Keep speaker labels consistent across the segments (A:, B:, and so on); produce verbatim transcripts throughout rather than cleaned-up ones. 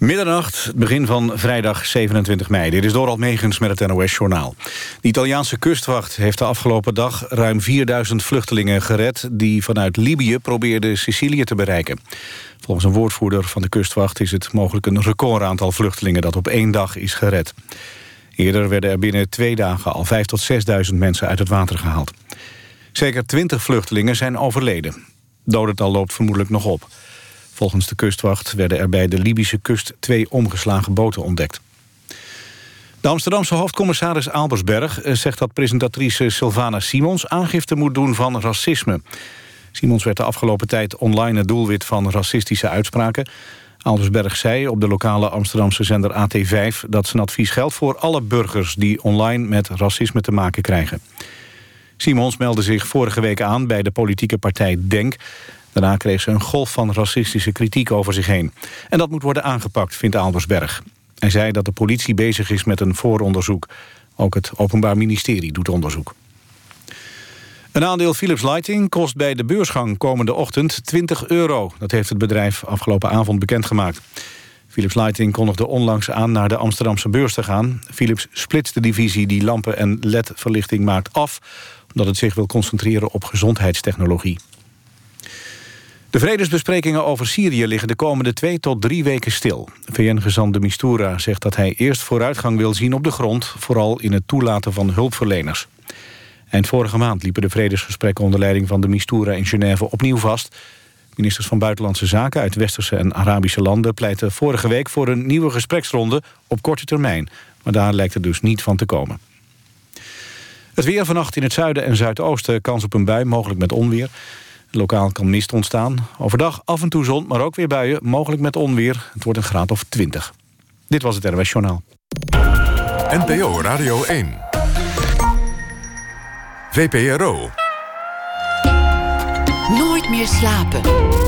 A: Middernacht, het begin van vrijdag zevenentwintig mei. Dit is Dorald Megens met het N O S-journaal. De Italiaanse kustwacht heeft de afgelopen dag ruim vierduizend vluchtelingen gered... die vanuit Libië probeerden Sicilië te bereiken. Volgens een woordvoerder van de kustwacht is het mogelijk een recordaantal vluchtelingen... dat op één dag is gered. Eerder werden er binnen twee dagen al vijf tot zesduizend mensen uit het water gehaald. Zeker twintig vluchtelingen zijn overleden. Dodental loopt vermoedelijk nog op. Volgens de kustwacht werden er bij de Libische kust twee omgeslagen boten ontdekt. De Amsterdamse hoofdcommissaris Albersberg zegt dat presentatrice Sylvana Simons aangifte moet doen van racisme. Simons werd de afgelopen tijd online het doelwit van racistische uitspraken. Albersberg zei op de lokale Amsterdamse zender A T vijf dat zijn advies geldt voor alle burgers die online met racisme te maken krijgen. Simons meldde zich vorige week aan bij de politieke partij DENK. Daarna kreeg ze een golf van racistische kritiek over zich heen. En dat moet worden aangepakt, vindt Albersberg. Hij zei dat de politie bezig is met een vooronderzoek. Ook het Openbaar Ministerie doet onderzoek. Een aandeel Philips Lighting kost bij de beursgang komende ochtend twintig euro. Dat heeft het bedrijf afgelopen avond bekendgemaakt. Philips Lighting kondigde onlangs aan naar de Amsterdamse beurs te gaan. Philips splitst de divisie die lampen en L E D-verlichting maakt af... omdat het zich wil concentreren op gezondheidstechnologie. De vredesbesprekingen over Syrië liggen de komende twee tot drie weken stil. V N-gezant de Mistura zegt dat hij eerst vooruitgang wil zien op de grond... vooral in het toelaten van hulpverleners. Eind vorige maand liepen de vredesgesprekken onder leiding van de Mistura in Genève opnieuw vast. Ministers van Buitenlandse Zaken uit westerse en Arabische landen pleiten vorige week voor een nieuwe gespreksronde op korte termijn. Maar daar lijkt het dus niet van te komen. Het weer vannacht in het zuiden en zuidoosten, kans op een bui, mogelijk met onweer. Lokaal kan mist ontstaan. Overdag af en toe zon, maar ook weer buien, mogelijk met onweer. Het wordt een graad of twintig. Dit was het R W S-journaal.
B: N P O Radio één. V P R O.
C: Nooit meer slapen.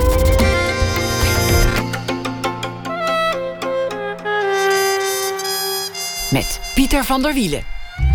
C: Met Pieter van der Wielen.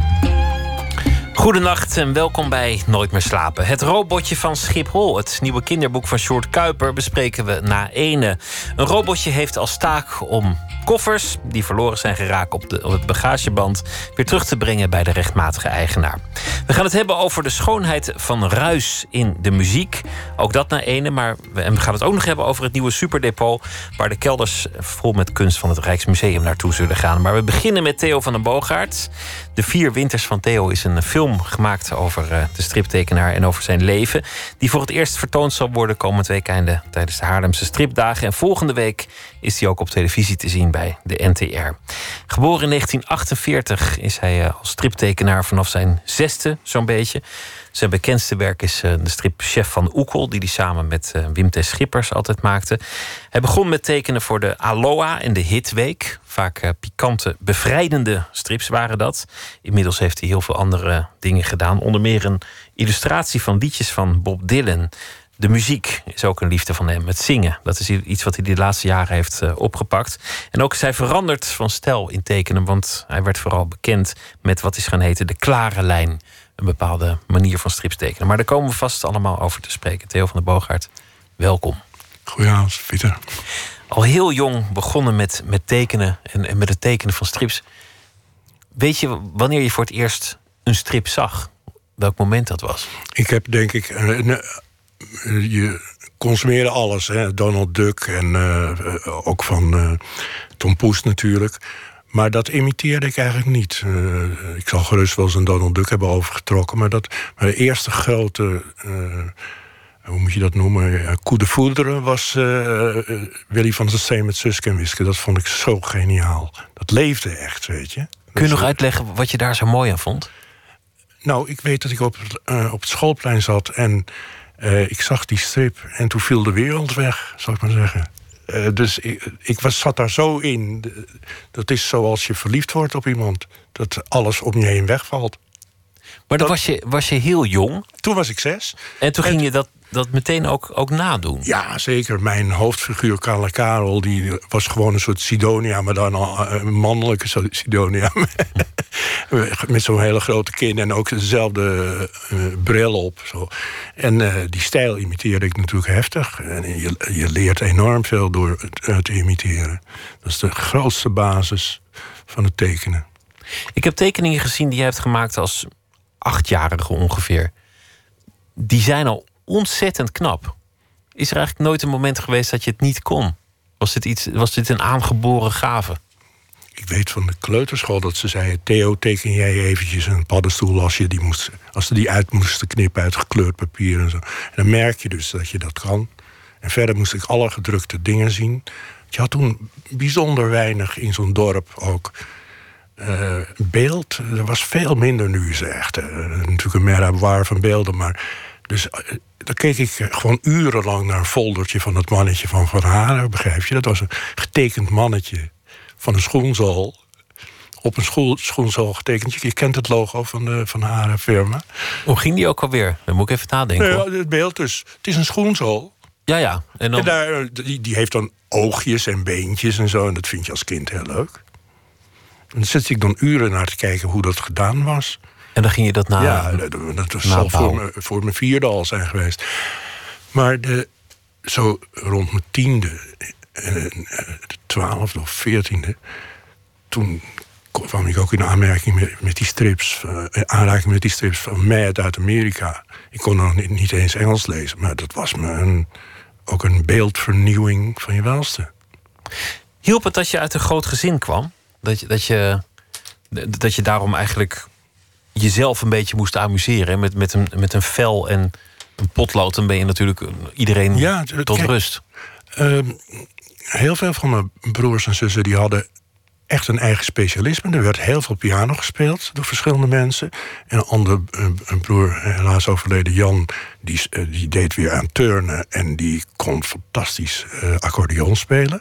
D: Goedenacht en welkom bij Nooit meer slapen. Het robotje van Schiphol, het nieuwe kinderboek van Sjoerd Kuiper, bespreken we na ene. Een robotje heeft als taak om koffers die verloren zijn geraakt op, de, op het bagageband weer terug te brengen bij de rechtmatige eigenaar. We gaan het hebben over de schoonheid van ruis in de muziek. Ook dat na ene, maar we, en we gaan het ook nog hebben over het nieuwe superdepot, waar de kelders vol met kunst van het Rijksmuseum naartoe zullen gaan. Maar we beginnen met Theo van den Boogaard. De Vier Winters van Theo is een film gemaakt over uh, de striptekenaar en over zijn leven, die voor het eerst vertoond zal worden komend weekende tijdens de Haarlemse stripdagen. En volgende week is hij ook op televisie te zien bij de N T R. Geboren in negentien achtenveertig is hij uh, als striptekenaar vanaf zijn zesde, zo'n beetje. Zijn bekendste werk is uh, de strip Chef van Oekel, die hij samen met uh, Wim T. Schippers altijd maakte. Hij begon met tekenen voor de Aloha en de Hitweek. Vaak uh, pikante, bevrijdende strips waren dat. Inmiddels heeft hij heel veel andere dingen gedaan. Onder meer een illustratie van liedjes van Bob Dylan. De muziek is ook een liefde van hem, het zingen. Dat is iets wat hij de laatste jaren heeft uh, opgepakt. En ook is hij veranderd van stijl in tekenen, want hij werd vooral bekend met wat is gaan heten de klare lijn. Een bepaalde manier van strips tekenen. Maar daar komen we vast allemaal over te spreken. Theo van den Boogaard, welkom.
E: Goedenavond, Pieter.
D: Al heel jong begonnen met, met tekenen en, en met het tekenen van strips. Weet je wanneer je voor het eerst een strip zag? Welk moment dat was?
E: Ik heb denk ik... Uh, uh, je consumeerde alles, hè? Donald Duck en uh, uh, ook van uh, Tom Poes natuurlijk. Maar dat imiteerde ik eigenlijk niet. Uh, ik zal gerust wel eens een Donald Duck hebben overgetrokken. Maar, dat, maar de eerste grote, uh, hoe moet je dat noemen, uh, coup de foudre was uh, uh, Willy van der Steen met Suske en Wiske. Dat vond ik zo geniaal. Dat leefde echt, weet je.
D: Kun je nog uitleggen wat je daar zo mooi aan vond?
E: Nou, ik weet dat ik op, uh, op het schoolplein zat en uh, ik zag die strip en toen viel de wereld weg, zal ik maar zeggen. Uh, dus ik, ik was, zat daar zo in. Dat is zoals je verliefd wordt op iemand. Dat alles om je heen wegvalt.
D: Maar dan was je, was je heel jong.
E: Toen was ik zes.
D: En toen
E: en
D: ging je dat, dat meteen ook, ook nadoen?
E: Ja, zeker. Mijn hoofdfiguur, Carla Karel, die was gewoon een soort Sidonia, maar dan al een mannelijke Sidonia. Met zo'n hele grote kin en ook dezelfde uh, bril op. Zo. En uh, die stijl imiteerde ik natuurlijk heftig. En je, je leert enorm veel door het uh, te imiteren. Dat is de grootste basis van het tekenen.
D: Ik heb tekeningen gezien die je hebt gemaakt als achtjarige ongeveer. Die zijn al ontzettend knap. Is er eigenlijk nooit een moment geweest dat je het niet kon? Was dit, iets, was dit een aangeboren gave?
E: Ik weet van de kleuterschool dat ze zeiden... Theo, teken jij eventjes een paddenstoel als, je die, moest, als ze die uit moesten knippen uit gekleurd papier en zo. En dan merk je dus dat je dat kan. En verder moest ik alle gedrukte dingen zien. Je had toen bijzonder weinig in zo'n dorp ook... Uh, beeld, er was veel minder nu, is echt. Uh, natuurlijk een merabwaar van beelden, maar... Dus uh, dan keek ik gewoon urenlang naar een foldertje van het mannetje van Van Haren, begrijp je? Dat was een getekend mannetje van een schoenzool. Op een schoen, schoenzool getekend. Je kent het logo van de Van Haren firma.
D: Hoe ging die ook alweer? Dan moet ik even nadenken.
E: Ja, het beeld dus. Het is een schoenzool.
D: Ja, ja. En, dan...
E: en daar, die, die heeft dan oogjes en beentjes en zo. En dat vind je als kind heel leuk. En dan zit ik dan uren naar te kijken hoe dat gedaan was.
D: En dan ging je dat na.
E: Ja, dat, dat zal voor, me, voor mijn vierde al zijn geweest. Maar de, zo rond mijn tiende, de twaalfde of veertiende... toen kwam ik ook in aanmerking met, met die strips... Uh, aanraking met die strips van Mad uit Amerika. Ik kon nog niet, niet eens Engels lezen, maar dat was me een, ook een beeldvernieuwing van je welste.
D: Hielp het dat je uit een groot gezin kwam? Dat je, dat je, dat je daarom eigenlijk jezelf een beetje moest amuseren. Met, met, een, met een vel en een potlood, dan ben je natuurlijk iedereen ja, tot kijk, rust.
E: Uh, heel veel van mijn broers en zussen die hadden echt een eigen specialisme. Er werd heel veel piano gespeeld door verschillende mensen. En een andere een, een broer, helaas overleden Jan, die, die deed weer aan turnen en die kon fantastisch uh, accordeon spelen.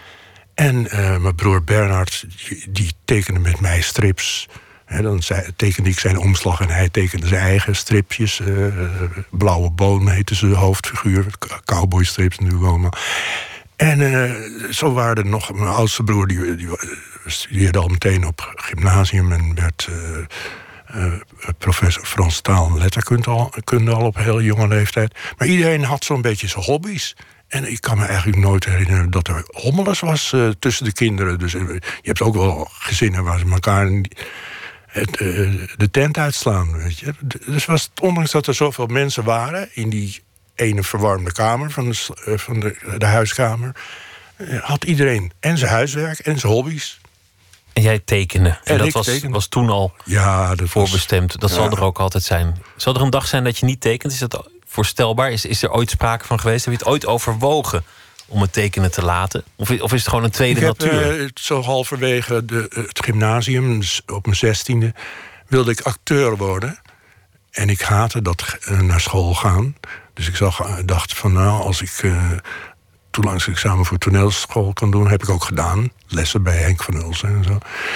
E: En uh, mijn broer Bernhard, die, die tekende met mij strips. He, dan zei, tekende ik zijn omslag en hij tekende zijn eigen stripjes. Uh, Blauwe Boom heette zijn hoofdfiguur. Cowboystrips natuurlijk allemaal. En uh, zo waren er nog... Mijn oudste broer die, die studeerde al meteen op gymnasium... en werd uh, uh, professor Frans taal en letterkunde al, kunde al op heel jonge leeftijd. Maar iedereen had zo'n beetje zijn hobby's. En ik kan me eigenlijk nooit herinneren dat er hommeles was uh, tussen de kinderen. Dus uh, je hebt ook wel gezinnen waar ze elkaar het, uh, de tent uitslaan, weet je. Dus was het, ondanks dat er zoveel mensen waren in die ene verwarmde kamer van de, uh, van de, de huiskamer, uh, had iedereen en zijn huiswerk en zijn hobby's.
D: En jij tekende. En, en dat was,
E: tekende.
D: was toen al
E: ja, dat
D: voorbestemd.
E: Was,
D: dat
E: ja.
D: zal er ook altijd zijn. Zal er een dag zijn dat je niet tekent? Is dat voorstelbaar? Is, is er ooit sprake van geweest? Heb je het ooit overwogen om het tekenen te laten? Of, of is het gewoon een tweede
E: ik heb,
D: natuur?
E: Uh, zo halverwege de, het gymnasium, op mijn zestiende, wilde ik acteur worden. En ik haatte dat uh, naar school gaan. Dus ik zag, dacht van nou, als ik uh, toelatingsexamen voor toneelschool kan doen, heb ik ook gedaan. Lessen bij Henk van Ulsen en zo.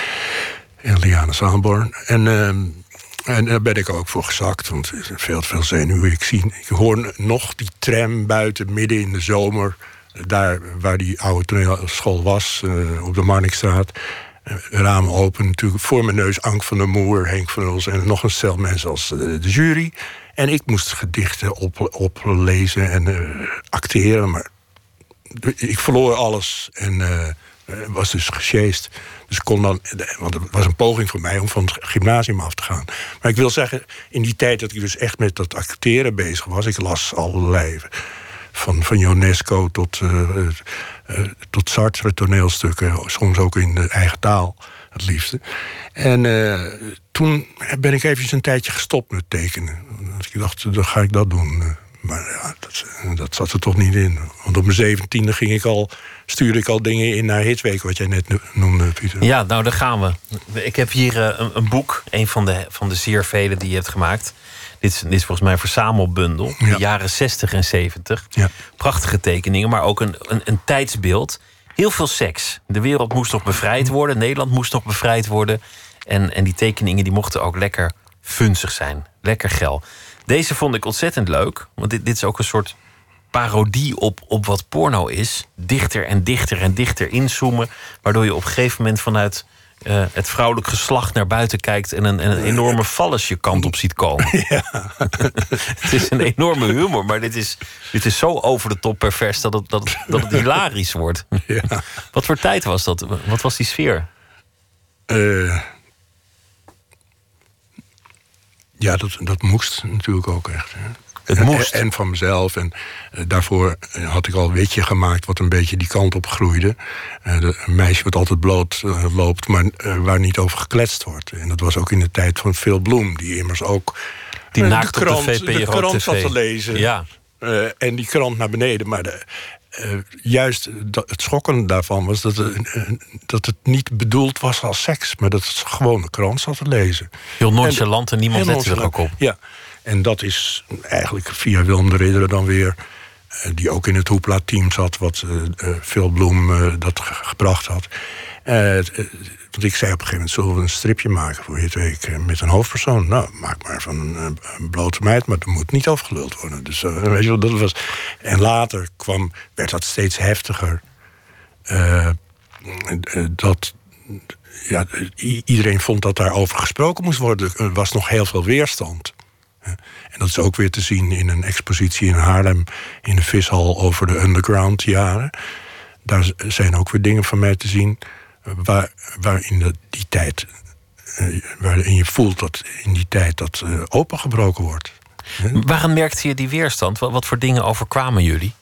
E: En Liane Saalborn. En... Uh, En daar ben ik ook voor gezakt, want er is veel te veel zenuwen. Ik, zie, ik hoor nog die tram buiten, midden in de zomer, daar waar die oude toneelschool was, uh, op de Marnixstraat. Uh, ramen open, natuurlijk voor mijn neus Ank van der Moer, Henk van Ulsen en nog een stel mensen als uh, de jury. En ik moest gedichten op, oplezen en uh, acteren, maar ik verloor alles en uh, was dus gesjeest. Dus ik kon dan, want het was een poging voor mij om van het gymnasium af te gaan. Maar ik wil zeggen, in die tijd dat ik dus echt met dat acteren bezig was, ik las allerlei, van, van Ionesco tot, uh, uh, tot Sartre toneelstukken, soms ook in de eigen taal, het liefste. En uh, toen ben ik eventjes een tijdje gestopt met tekenen. Ik dacht, dan ga ik dat doen. Maar ja, dat, dat zat er toch niet in. Want op mijn zeventiende ging ik al, stuurde ik al dingen in naar Hitsweek, wat jij net noemde, Pieter.
D: Ja, nou, daar gaan we. Ik heb hier uh, een, een boek, een van de, van de zeer vele die je hebt gemaakt. Dit is, dit is volgens mij een verzamelbundel. Ja. De jaren zestig en zeventig. Ja. Prachtige tekeningen, maar ook een, een, een tijdsbeeld. Heel veel seks. De wereld moest nog bevrijd worden. Nederland moest nog bevrijd worden. En, en die tekeningen die mochten ook lekker funzig zijn. Lekker geil. Deze vond ik ontzettend leuk. Want dit, dit is ook een soort parodie op, op wat porno is. Dichter en dichter en dichter inzoomen. Waardoor je op een gegeven moment vanuit uh, het vrouwelijk geslacht naar buiten kijkt en een, en een enorme vallers je kant op ziet komen.
E: Ja.
D: Het is een enorme humor, maar dit is, dit is zo over de top pervers dat het, dat het, dat het hilarisch wordt.
E: Ja.
D: Wat voor tijd was dat? Wat was die sfeer?
E: Uh, ja, dat, dat moest natuurlijk ook echt. Hè.
D: Het moest.
E: En, en van mezelf. En uh, daarvoor had ik al een witje gemaakt wat een beetje die kant op groeide. Uh, de, een meisje wat altijd bloot uh, loopt, maar uh, waar niet over gekletst wordt. En dat was ook in de tijd van Phil Bloem, die immers ook
D: die
E: uh,
D: naakt
E: de krant,
D: op de V P R O
E: de krant
D: T V
E: zat te lezen.
D: Ja.
E: Uh, en die krant naar beneden. Maar de, uh, juist dat, het schokkende daarvan was dat, uh, dat het niet bedoeld was als seks, maar dat het gewoon de krant zat te lezen.
D: Heel nonchalant en, en niemand lette er ook op.
E: Ja. En dat is eigenlijk via Willem de Ridder dan weer, uh, die ook in het Hoepla-team zat, wat uh, uh, Phil Bloem uh, dat ge gebracht had. Uh, uh, want ik zei op een gegeven moment, zullen we een stripje maken voor dit week uh, met een hoofdpersoon? Nou, maak maar van een, uh, een blote meid, maar er moet niet overgeluld worden. Dus uh, weet je wel, dat was. En later kwam, werd dat steeds heftiger. Uh, uh, dat. Ja, iedereen vond dat daarover gesproken moest worden. Er was nog heel veel weerstand. En dat is ook weer te zien in een expositie in Haarlem, in de Vishal, over de underground jaren. Daar zijn ook weer dingen van mij te zien waar, waarin de, die tijd, waarin je voelt dat in die tijd dat uh, opengebroken wordt.
D: Waarom merkte je die weerstand? Wat, wat voor dingen overkwamen jullie?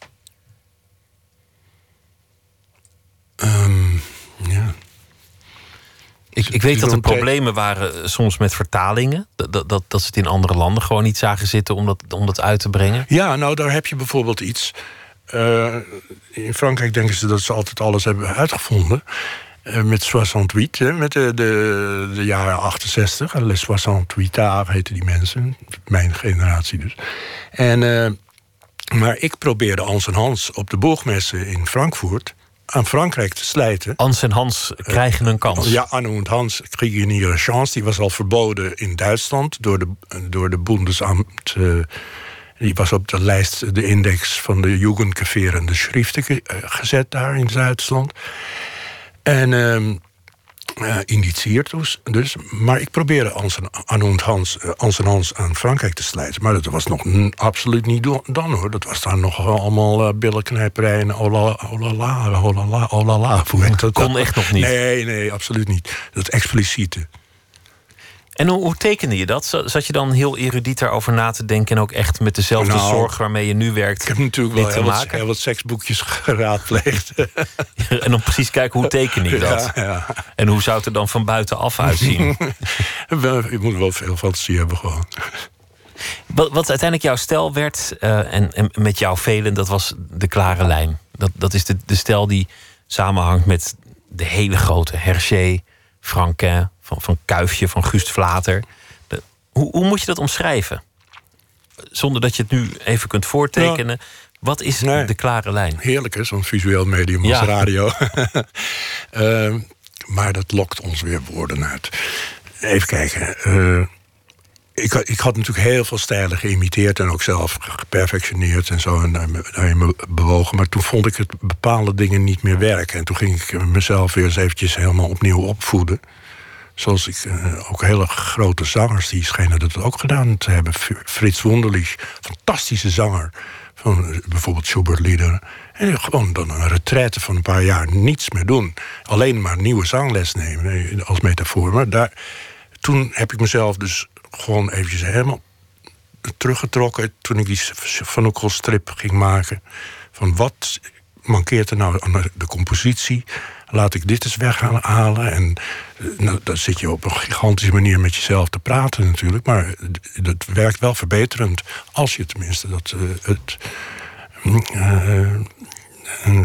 E: Um, ja.
D: Ik, ik weet dat er problemen waren soms met vertalingen. Dat, dat, dat ze het in andere landen gewoon niet zagen zitten om dat, om dat uit te brengen.
E: Ja, nou, daar heb je bijvoorbeeld iets. Uh, in Frankrijk denken ze dat ze altijd alles hebben uitgevonden. Uh, met soixante-huit, hè, met de, de, de jaren achtenzestig. Les soixante-huit ans heten die mensen. Mijn generatie dus. En, uh, maar ik probeerde Ans en Hans op de boegmessen in Frankfurt aan Frankrijk te slijten.
D: Ans en Hans krijgen een kans.
E: Ja, Anno en Hans kregen hier een chance. Die was al verboden in Duitsland door de, door de Bundesamt. Uh, die was op de lijst, de index van de Jugendgefährdende Schriften uh, gezet daar in Duitsland. En uh, uh, indiceerd dus, dus. Maar ik probeerde Anno en Hans, uh, Ans en Hans aan Frankrijk te slijten. Maar dat was nog n- absoluut niet do- dan hoor. Dat was daar nog allemaal uh, billenknijperij en olala, olala, olala, olala. Hoe heet dat?
D: Kon echt nog niet.
E: Nee, nee, absoluut niet. Dat expliciete.
D: En hoe, hoe tekende je dat? Zat je dan heel erudiet daarover na te denken en ook echt met dezelfde
E: nou,
D: zorg waarmee je nu werkt?
E: Ik heb natuurlijk wel heel wat, heel wat seksboekjes geraadpleegd.
D: En dan precies kijken hoe teken ik dat?
E: Ja, ja.
D: En hoe zou het er dan van buitenaf uitzien?
E: Je moet wel veel fantasie hebben gewoon.
D: Wat, wat uiteindelijk jouw stijl werd, uh, en, en met jou velen, dat was de klare lijn. Dat, dat is de, de stijl die samenhangt met de hele grote Hergé, Franquin, van, van Kuifje, van Gust Vlater. De, hoe, hoe moet je dat omschrijven? Zonder dat je het nu even kunt voortekenen. Ja. Wat is nee. de klare lijn?
E: Heerlijk, hè, zo'n visueel medium als ja. radio. uh, maar dat lokt ons weer woorden uit. Even kijken. Uh, ik, ik had natuurlijk heel veel stijlen geïmiteerd en ook zelf geperfectioneerd en zo en daarin bewogen. Maar toen vond ik het bepaalde dingen niet meer werken. En toen ging ik mezelf weer eens eventjes helemaal opnieuw opvoeden. Zoals ik uh, ook hele grote zangers, die schijnen dat ook gedaan te hebben. Frits Wunderlich, fantastische zanger. Van uh, bijvoorbeeld Schubert-liederen. En gewoon dan een retraite van een paar jaar niets meer doen. Alleen maar nieuwe zangles nemen, als metafoor. Maar daar, toen heb ik mezelf dus gewoon eventjes helemaal teruggetrokken. Toen ik die Van Oekel strip ging maken. Van wat mankeert er nou aan de compositie? Laat ik dit eens weghalen. En nou, dan zit je op een gigantische manier met jezelf te praten natuurlijk. Maar dat werkt wel verbeterend. Als je tenminste dat, uh, het, uh, uh,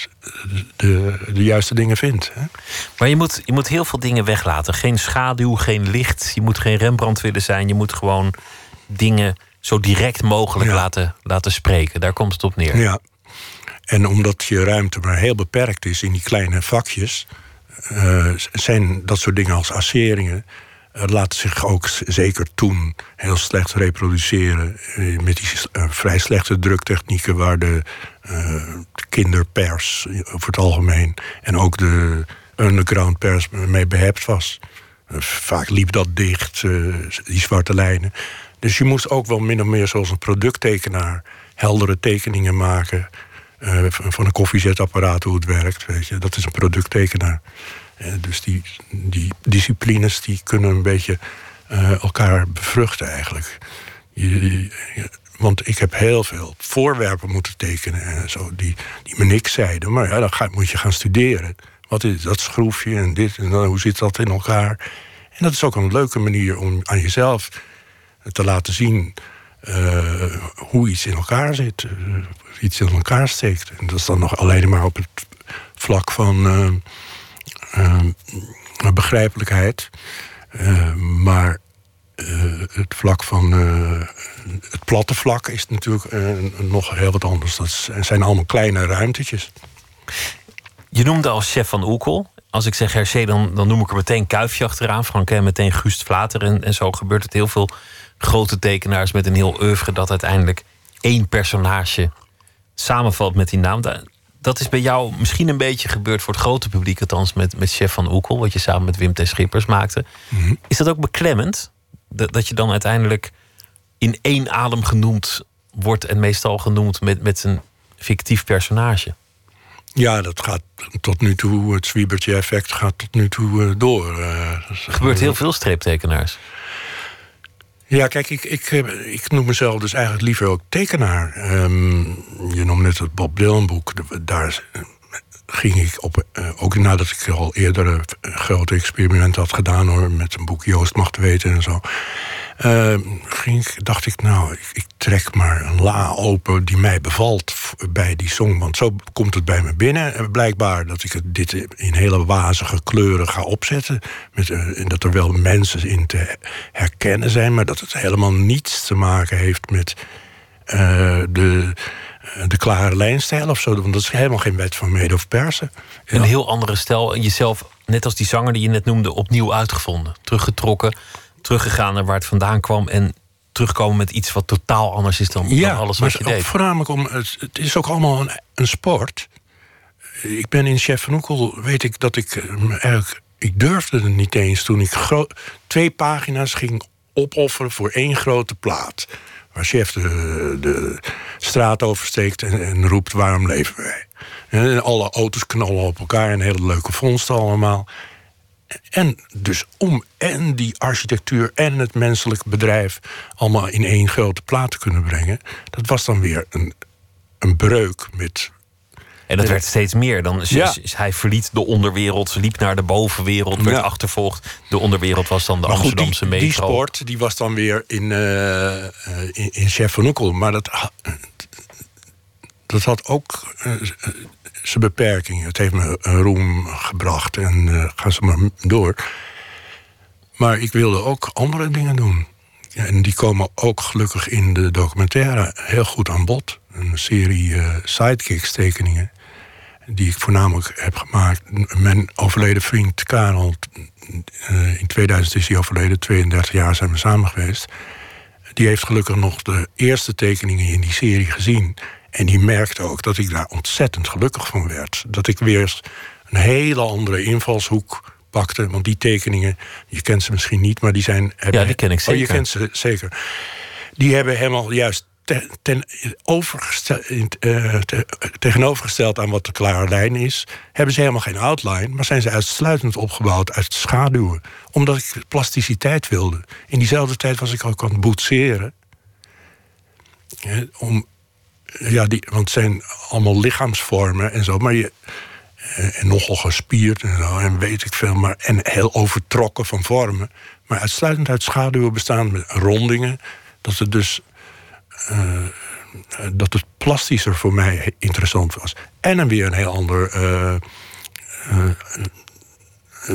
E: de, de juiste dingen vindt. Hè?
D: Maar je moet, je moet heel veel dingen weglaten. Geen schaduw, geen licht. Je moet geen Rembrandt willen zijn. Je moet gewoon dingen zo direct mogelijk ja. laten, laten spreken. Daar komt het op neer.
E: Ja. En omdat je ruimte maar heel beperkt is in die kleine vakjes, Uh, zijn dat soort dingen als asseringen uh, laten zich ook zeker toen heel slecht reproduceren. Uh, met die uh, vrij slechte druktechnieken waar de uh, kinderpers over het algemeen en ook de underground pers mee behept was. Uh, vaak liep dat dicht, uh, die zwarte lijnen. Dus je moest ook wel min of meer zoals een producttekenaar heldere tekeningen maken uh, van een koffiezetapparaat, hoe het werkt. Weet je. Dat is een producttekenaar. Uh, dus die, die disciplines die kunnen een beetje uh, elkaar bevruchten eigenlijk. Je, je, want ik heb heel veel voorwerpen moeten tekenen en zo, die, die me niks zeiden. Maar ja, dan ga, moet je gaan studeren. Wat is dat schroefje en dit en dan, hoe zit dat in elkaar? En dat is ook een leuke manier om aan jezelf te laten zien uh, hoe iets in elkaar zit. Uh, iets in elkaar steekt. En dat is dan nog alleen maar op het vlak van uh, uh, begrijpelijkheid. Uh, maar uh, het vlak van uh, het platte vlak is natuurlijk uh, nog heel wat anders. Dat zijn allemaal kleine ruimtetjes.
D: Je noemde als chef van Oekel. Als ik zeg Hergé, dan, dan noem ik er meteen Kuifje achteraan. Frank en meteen Gust Vlater. En, en zo gebeurt het heel veel grote tekenaars met een heel oeuvre dat uiteindelijk één personage samenvalt met die naam. Dat is bij jou misschien een beetje gebeurd voor het grote publiek, althans met, met Chef van Oekel, wat je samen met Wim T. Schippers maakte. Mm-hmm. Is dat ook beklemmend? Dat, dat je dan uiteindelijk in één adem genoemd wordt en meestal genoemd met, met een fictief personage?
E: Ja, dat gaat tot nu toe, het Zwiebertje-effect gaat tot nu toe uh, door. Uh,
D: er gebeurt heel veel streeptekenaars.
E: Ja, kijk, ik, ik, ik noem mezelf dus eigenlijk liever ook tekenaar. Um, je noemde net het Bob Dylan boek. Daar ging ik op, uh, ook nadat ik al eerder een grote experiment had gedaan, hoor, met een boek Joost mag het weten en zo. Uh, ging ik, dacht ik, nou, ik, ik trek maar een la open die mij bevalt bij die song. Want zo komt het bij me binnen. En blijkbaar dat ik het, dit in hele wazige kleuren ga opzetten. Met, uh, dat er wel mensen in te herkennen zijn, maar dat het helemaal niets te maken heeft met uh, de, de klare lijnstijl of zo. Want dat is helemaal geen wet van mede of persen.
D: Een ja. heel andere stijl. Jezelf, net als die zanger die je net noemde, opnieuw uitgevonden. Teruggetrokken. Teruggegaan naar waar het vandaan kwam en terugkomen met iets wat totaal anders is dan,
E: ja,
D: dan alles wat je deed.
E: Voornamelijk om, het, het is ook allemaal een, een sport. Ik ben in Chef van Oekel, weet ik dat ik eigenlijk, ik durfde het niet eens toen ik gro- twee pagina's ging opofferen voor één grote plaat. Waar Chef de, de straat oversteekt en, en roept, waarom leven wij? En alle auto's knallen op elkaar en hele leuke vondsten allemaal. En dus om en die architectuur en het menselijk bedrijf allemaal in één grote plaat te kunnen brengen, dat was dan weer een, een breuk met.
D: En dat werd steeds meer. Dan,
E: ja.
D: Hij verliet de onderwereld, liep naar de bovenwereld, werd ja. achtervolgd. De onderwereld was dan de maar Amsterdamse
E: goed, die,
D: metro.
E: Die sport die was dan weer in, uh, in, in Chef van Oekel. Maar dat, dat had ook uh, zijn beperkingen. Het heeft me een roem gebracht en uh, gaan ze maar door. Maar ik wilde ook andere dingen doen. En die komen ook gelukkig in de documentaire heel goed aan bod. Een serie uh, sidekicks tekeningen die ik voornamelijk heb gemaakt. Mijn overleden vriend Karel, uh, in tweeduizend is hij overleden, tweeëndertig jaar zijn we samen geweest. Die heeft gelukkig nog de eerste tekeningen in die serie gezien. En die merkte ook dat ik daar ontzettend gelukkig van werd. Dat ik weer een hele andere invalshoek pakte. Want die tekeningen, je kent ze misschien niet, maar die zijn.
D: Ja, die ken ik zeker.
E: Oh, je kent ze zeker. Die hebben helemaal juist ten, ten overgesteld, uh, te, tegenovergesteld aan wat de klare lijn is, hebben ze helemaal geen outline, maar zijn ze uitsluitend opgebouwd uit schaduwen. Omdat ik plasticiteit wilde. In diezelfde tijd was ik ook aan het boetseren. Ja, om, ja, die, want het zijn allemaal lichaamsvormen en zo, maar je. En nogal gespierd en zo, en weet ik veel, maar en heel overtrokken van vormen. Maar uitsluitend uit schaduwen bestaan met rondingen. Dat het dus uh, dat het plastischer voor mij interessant was. En dan weer een heel ander uh, uh, uh,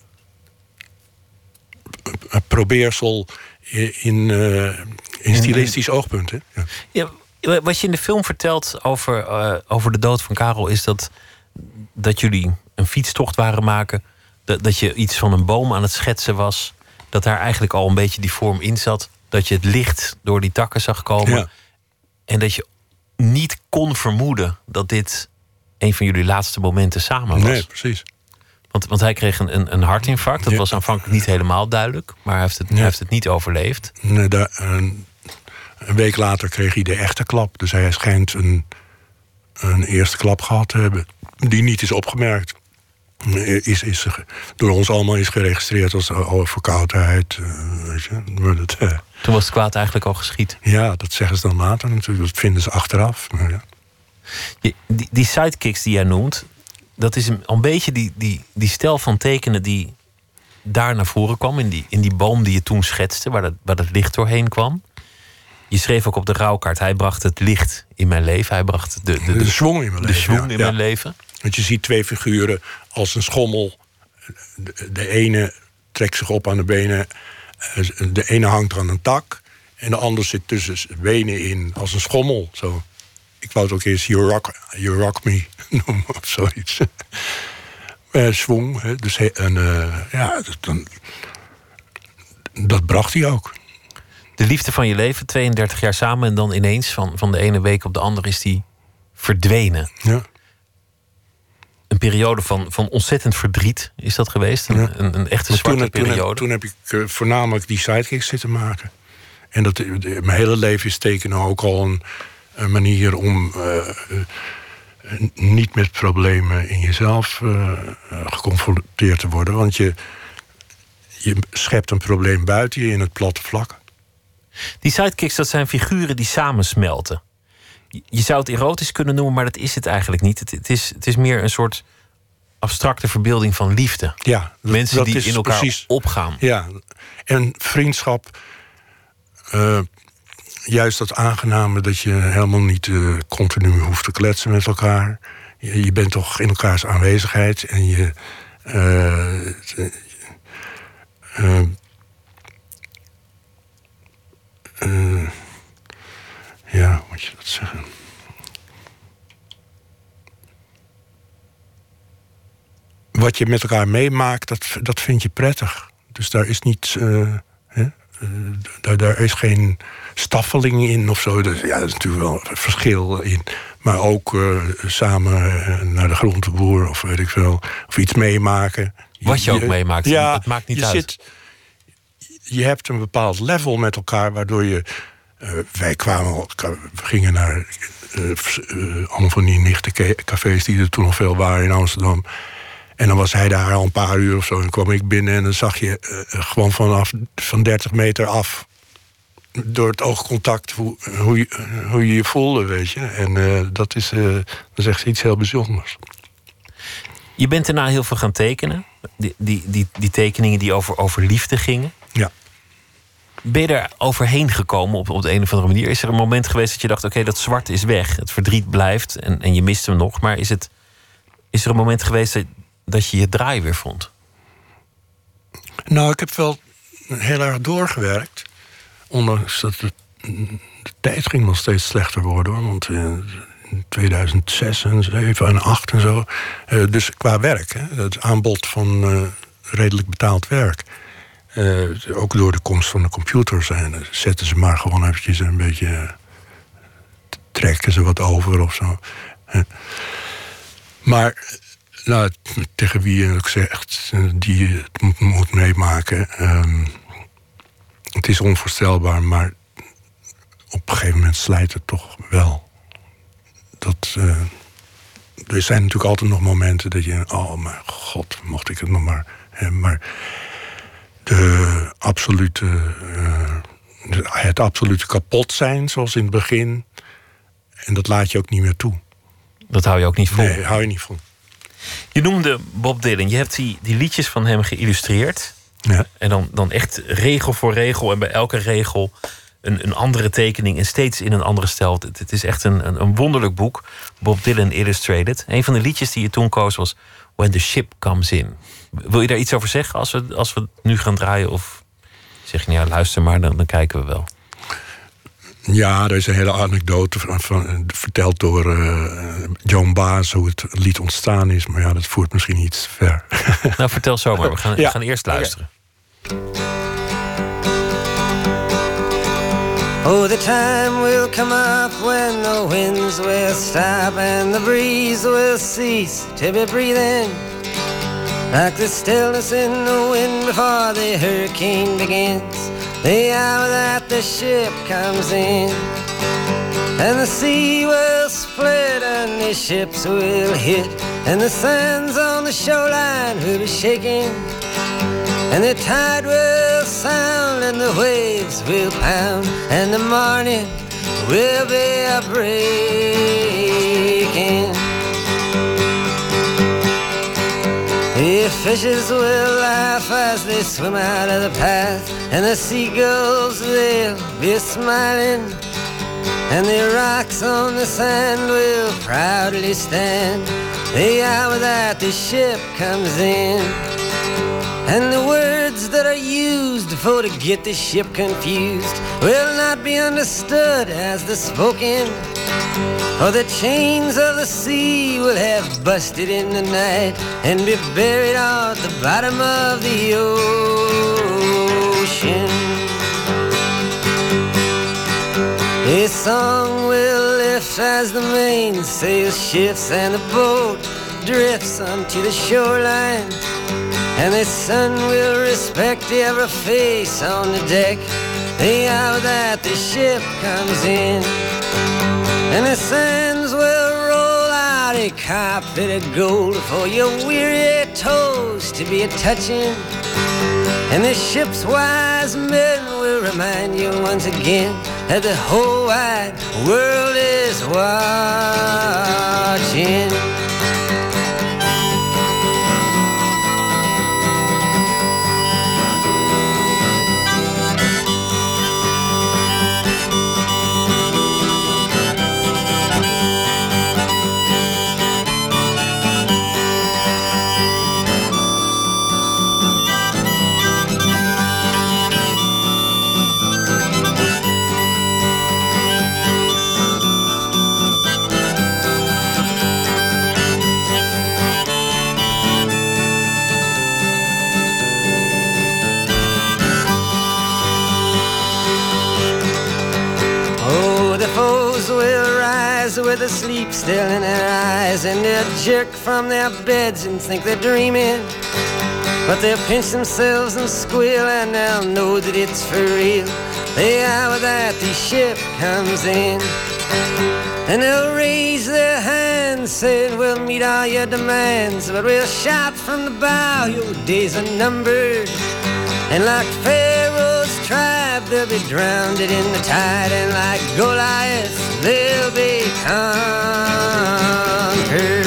E: uh, probeersel in, uh, in stilistisch oogpunt. Hè?
D: Ja. Ja, wat je in de film vertelt over, uh, over de dood van Karel is dat dat jullie een fietstocht waren maken, dat, dat je iets van een boom aan het schetsen was, dat daar eigenlijk al een beetje die vorm in zat, dat je het licht door die takken zag komen, ja. En dat je niet kon vermoeden dat dit een van jullie laatste momenten samen was.
E: Nee, precies.
D: Want, want hij kreeg een, een, een hartinfarct. Dat
E: Ja.
D: was aanvankelijk niet helemaal duidelijk. Maar hij heeft het,
E: Ja.
D: hij heeft het niet overleefd.
E: Nee, daar, een, een week later kreeg hij de echte klap. Dus hij schijnt een, een eerste klap gehad te hebben. Die niet is opgemerkt. Is, is, door ons allemaal is geregistreerd als oh, verkoudheid. Uh, weet je. Maar dat, uh,
D: Toen was het kwaad eigenlijk al geschied.
E: ja, dat zeggen ze dan later natuurlijk. Dat vinden ze achteraf. Maar ja.
D: Je, die, die sidekicks die jij noemt... dat is een, een beetje die, die, die stijl van tekenen die daar naar voren kwam... in die, in die boom die je toen schetste, waar dat, waar dat licht doorheen kwam. Je schreef ook op de rouwkaart... hij bracht het licht in mijn leven. Hij bracht de, de, de,
E: De zwong in mijn
D: de
E: leven.
D: schwung
E: ja.
D: in
E: Ja.
D: mijn leven.
E: Want je ziet twee figuren als een schommel. De, de ene trekt zich op aan de benen. De ene hangt aan een tak. En de ander zit tussen zijn benen in als een schommel. Zo. Ik wou het ook eens You Rock, you rock Me noemen of zoiets. Uh, zwong. Hè. Dus hij, en, uh, ja, dat, dan, dat bracht hij ook.
D: De liefde van je leven, tweeëndertig jaar samen... en dan ineens van, van de ene week op de andere is die verdwenen.
E: Ja.
D: Een periode van, van ontzettend verdriet is dat geweest. Een,
E: Ja.
D: een, een echte
E: Maar
D: zwarte
E: toen, toen,
D: periode.
E: heb, toen heb ik uh, voornamelijk die sidekicks zitten maken. En dat, uh, de- mijn hele leven is tekenen ook al een, een manier om uh, uh, niet met problemen in jezelf uh, uh, geconfronteerd te worden. Want je, je schept een probleem buiten je in het platte vlak.
D: Die sidekicks, dat zijn figuren die samensmelten. Je- Je zou het erotisch kunnen noemen, maar dat is het eigenlijk niet. Het, het, is, het is meer een soort abstracte verbeelding van liefde.
E: Ja, dat-
D: Mensen
E: dat
D: die
E: is
D: in elkaar
E: precies-
D: opgaan.
E: Ja, en vriendschap, uh, juist dat aangename dat je helemaal niet uh, continu hoeft te kletsen met elkaar. Je, je bent toch in elkaars aanwezigheid en je. Uh, uh, uh, ja, hoe moet je dat zeggen? Wat je met elkaar meemaakt, dat, dat vind je prettig. Dus daar is niet. Uh, hè? Uh, daar, daar is geen staffeling in of zo. Dus, ja, er is natuurlijk wel een verschil in. Maar ook uh, samen uh, naar de grondboer of weet ik veel. Of iets meemaken.
D: Wat je ook meemaakt,
E: Ja,
D: het maakt niet
E: je
D: uit.
E: Zit, je hebt een bepaald level met elkaar, waardoor je. Uh, wij kwamen, we gingen naar uh, uh, allemaal van die nichte cafés die er toen nog veel waren in Amsterdam. En dan was hij daar al een paar uur of zo. En kwam ik binnen en dan zag je uh, gewoon vanaf van dertig meter af. Door het oogcontact hoe, hoe, je, hoe je je voelde, weet je. En uh, dat, is, uh, dat is echt iets heel bijzonders.
D: Je bent daarna heel veel gaan tekenen. Die, die, die, die tekeningen die over, over liefde gingen.
E: Ja.
D: Ben je er overheen gekomen op, op de een of andere manier? Is er een moment geweest dat je dacht, oké, okay, dat zwart is weg. Het verdriet blijft en, en je mist hem nog. Maar is, het, is er een moment geweest dat, dat je je draai weer vond?
E: Nou, ik heb wel heel erg doorgewerkt. Ondanks dat het, de tijd ging nog steeds slechter worden. Hoor. Want in tweeduizend zes en zeven en acht en zo. Uh, dus qua werk, hè, het aanbod van uh, redelijk betaald werk. Uh, ook door de komst van de computers. En uh, zetten ze maar gewoon eventjes een beetje. Uh, trekken ze wat over of zo. Uh, maar. Nou, tegen wie je ook zegt, die het moet, moet meemaken. Um, het is onvoorstelbaar, maar op een gegeven moment slijt het toch wel. Dat, uh, er zijn natuurlijk altijd nog momenten dat je... oh, mijn god, mocht ik het nog maar... Hè, maar de absolute, uh, de, het absolute kapot zijn, zoals in het begin... en dat laat je ook niet meer toe.
D: Dat hou je ook niet vol?
E: Nee, hou je niet vol.
D: Je noemde Bob Dylan. Je hebt die, die liedjes van hem geïllustreerd.
E: Ja.
D: En dan, dan echt regel voor regel. En bij elke regel een, een andere tekening. En steeds in een andere stijl. Het, het is echt een, een, een wonderlijk boek. Bob Dylan Illustrated. Een van de liedjes die je toen koos was When the Ship Comes In. Wil je daar iets over zeggen als we, als we het nu gaan draaien? Of zeg je, nou ja, luister maar, dan, dan kijken we wel.
E: Ja, er is een hele anekdote van, van, verteld door uh, Joan Baez hoe het lied ontstaan is. Maar ja, dat voert misschien iets te ver.
D: Nou, vertel zomaar. We gaan,
E: Ja.
D: we gaan eerst luisteren.
F: Oh, the time will come up when the winds will stop and the breeze will cease to be breathing. like the stillness in the wind before the hurricane begins. The hour that the ship comes in, and the sea will split and the ships will hit, and the sands on the shoreline will be shaking, and the tide will sound and the waves will pound, and the morning will be a breaking. The fishes will laugh as they swim out of the path, and the seagulls they'll be smiling, and the rocks on the sand will proudly stand the hour that the ship comes in. And the words that are used for to get the ship confused will not be understood as the spoken, for the chains of the sea will have busted in the night and be buried at the bottom of the ocean. A song will lift as the mainsail shifts and the boat drifts onto the shoreline, and the sun will respect every face on the deck the hour that the ship comes in. And the sands will roll out a carpet of gold for your weary toes to be a-touching, and the ship's wise men will remind you once again that the whole wide world is watching. With the sleep still in their eyes, and they'll jerk from their beds and think they're dreaming, but they'll pinch themselves and squeal, and they'll know that it's for real the hour that the ship comes in. And they'll raise their hands saying we'll meet all your demands, but we'll shout from the bow your days are numbered, and like Pharaoh's tribe they'll be drowned in the tide, and like Goliath they'll be conquered.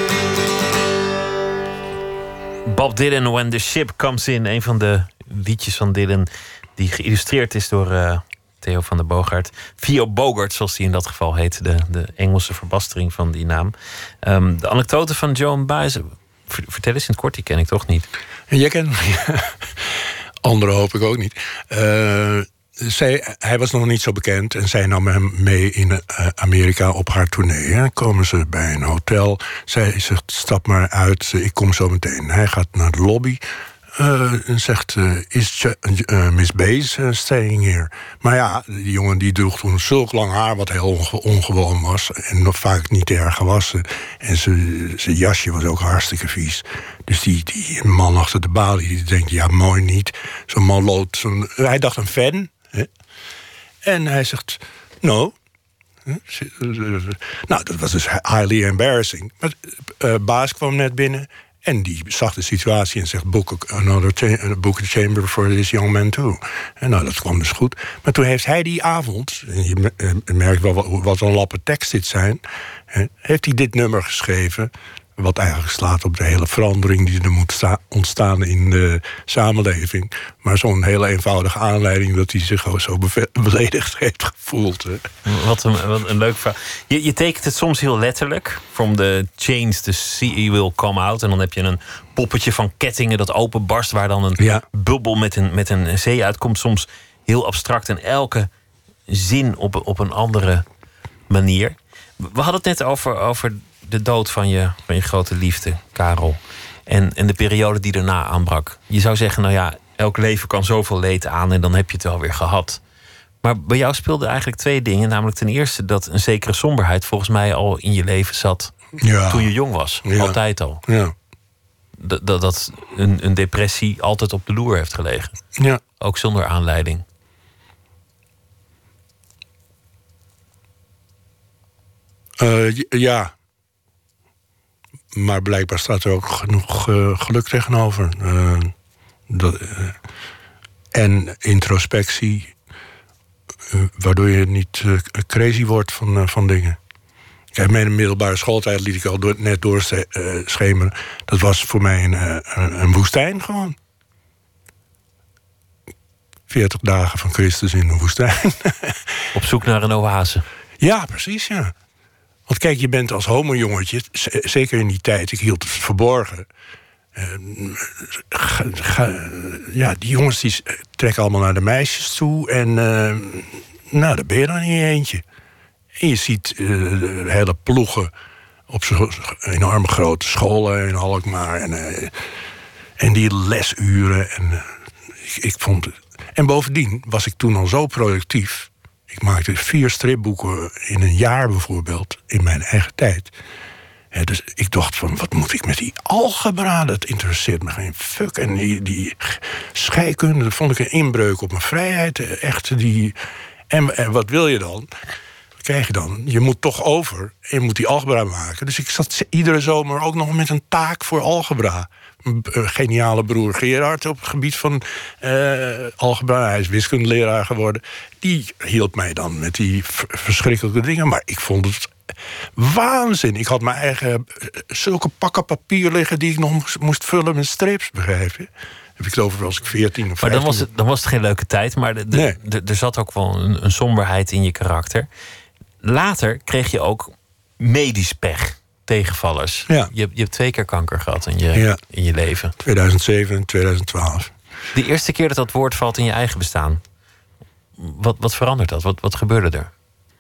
D: Bob Dylan, When the Ship Comes In. Een van de liedjes van Dylan die geïllustreerd is door uh, Theo van der Boogaard. Theo Bogart, zoals hij in dat geval heet. De, de Engelse verbastering van die naam. Um, de anekdote van Joan Baez. Vertel eens in het kort, die ken ik toch niet.
E: Jij kent Anderen hoop ik ook niet. Uh, zij, hij was nog niet zo bekend en zij nam hem mee in uh, Amerika op haar tournee. Hè. Komen ze bij een hotel. Zij zegt, stap maar uit, ik kom zo meteen. Hij gaat naar de lobby uh, en zegt, uh, is uh, Miss Baez uh, staying here? Maar ja, die jongen die droeg toen zulk lang haar, wat heel onge- ongewoon was. En nog vaak niet erg gewassen. En zijn jasje was ook hartstikke vies. Dus die, die man achter de balie, die denkt, ja, mooi niet. Zo'n malloot, zo'n, hij dacht een fan. Hè? En hij zegt, no. Nou, dat was dus highly embarrassing. Maar uh, Baas kwam net binnen en die zag de situatie en zegt, book a, another cha- book a chamber for this young man too. En nou, dat kwam dus goed. Maar toen heeft hij die avond, en je merkt wel wat, wat een lappe tekst dit zijn, hè, heeft hij dit nummer geschreven, wat eigenlijk slaat op de hele verandering die er moet sta- ontstaan in de samenleving. Maar zo'n hele eenvoudige aanleiding dat hij zich zo beve- beledigd heeft gevoeld. Hè.
D: Wat een, wat een leuk verhaal. Je, je tekent het soms heel letterlijk. From the chains the sea will come out. En dan heb je een poppetje van kettingen dat openbarst, waar dan een
E: Ja.
D: bubbel met een, met een zee uitkomt. Soms heel abstract en elke zin op, op een andere manier. We hadden het net over, over de dood van je, van je grote liefde, Karel. En, en de periode die daarna aanbrak. Je zou zeggen, nou ja, elk leven kan zoveel leed aan en dan heb je het wel weer gehad. Maar bij jou speelden eigenlijk twee dingen. Namelijk ten eerste dat een zekere somberheid volgens mij al in je leven zat
E: Ja.
D: toen je jong was.
E: Ja.
D: Altijd al.
E: Ja.
D: dat, dat, dat een, een depressie altijd op de loer heeft gelegen.
E: Ja.
D: Ook zonder aanleiding.
E: Uh, ja. Maar blijkbaar staat er ook genoeg uh, geluk tegenover. Uh, dat, uh, en introspectie, uh, waardoor je niet uh, crazy wordt van, uh, van dingen. Kijk, mijn middelbare schooltijd liet ik al door, net doorschemeren. Dat was voor mij een, een, een woestijn gewoon. veertig dagen van Christus in een woestijn.
D: Op zoek naar een oase.
E: Ja, precies, ja. Want kijk, je bent als homojongetje, zeker in die tijd, ik hield het verborgen. Uh, ga, ga, ja, die jongens die trekken allemaal naar de meisjes toe. En uh, nou, daar ben je dan in je eentje. En je ziet uh, hele ploegen op zo'n enorme grote scholen in Alkmaar. En, uh, en die lesuren. En, uh, ik, ik vond het. En bovendien was ik toen al zo productief. Ik maakte vier stripboeken in een jaar bijvoorbeeld, in mijn eigen tijd. Ja, dus ik dacht van, wat moet ik met die algebra? Dat interesseert me geen fuck. En die, die scheikunde, dat vond ik een inbreuk op mijn vrijheid. Echt die... En, en wat wil je dan? Wat krijg je dan? Je moet toch over en je moet die algebra maken. Dus ik zat iedere zomer ook nog met een taak voor algebra. Mijn geniale broer Gerard op het gebied van uh, algebra. Hij is wiskundeleraar geworden. Die hielp mij dan met die v- verschrikkelijke dingen. Maar ik vond het waanzin. Ik had mijn eigen zulke pakken papier liggen die ik nog moest, moest vullen met strips, begrijp je? Heb ik het over als ik veertien of vijftien...
D: Maar dan was het, dan was het geen leuke tijd, maar de, de,
E: nee.
D: de, er zat ook wel een, een somberheid in je karakter. Later kreeg je ook medisch pech, tegenvallers.
E: Ja.
D: Je, je hebt twee keer kanker gehad in je,
E: ja.
D: in je leven.
E: tweeduizend zeven en tweeduizend twaalf.
D: De eerste keer dat dat woord valt in je eigen bestaan, wat, wat verandert dat? Wat, wat gebeurde er?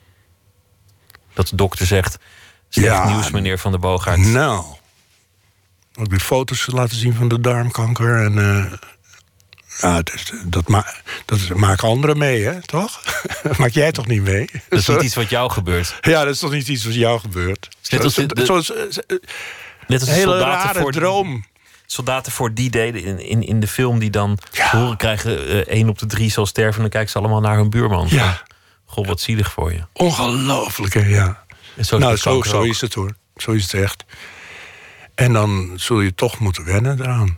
D: Dat de dokter zegt, slecht
E: ja,
D: nieuws, meneer Van der Boogaard.
E: Nou, ik heb foto's laten zien van de darmkanker. En uh, ja, het is, dat, ma- dat maken anderen mee, hè, toch? Dat maak jij toch niet mee?
D: Dat is niet iets wat jou gebeurt.
E: Ja, dat is toch niet iets wat jou gebeurt?
D: Net als de, de,
E: Zoals,
D: net als
E: een hele
D: soldaten
E: rare
D: voor,
E: droom.
D: Soldaten voor die deden in, in, in de film die dan
E: Ja.
D: te horen krijgen, uh, één op de drie zal sterven, en dan kijken ze allemaal naar hun buurman.
E: Ja.
D: Goh, wat zielig voor je.
E: Ongelooflijk, hè, ja.
D: En zo is
E: Nou,
D: het
E: zo,
D: kanker
E: zo
D: ook.
E: is het, hoor. Zo is het echt. En dan zul je toch moeten wennen eraan.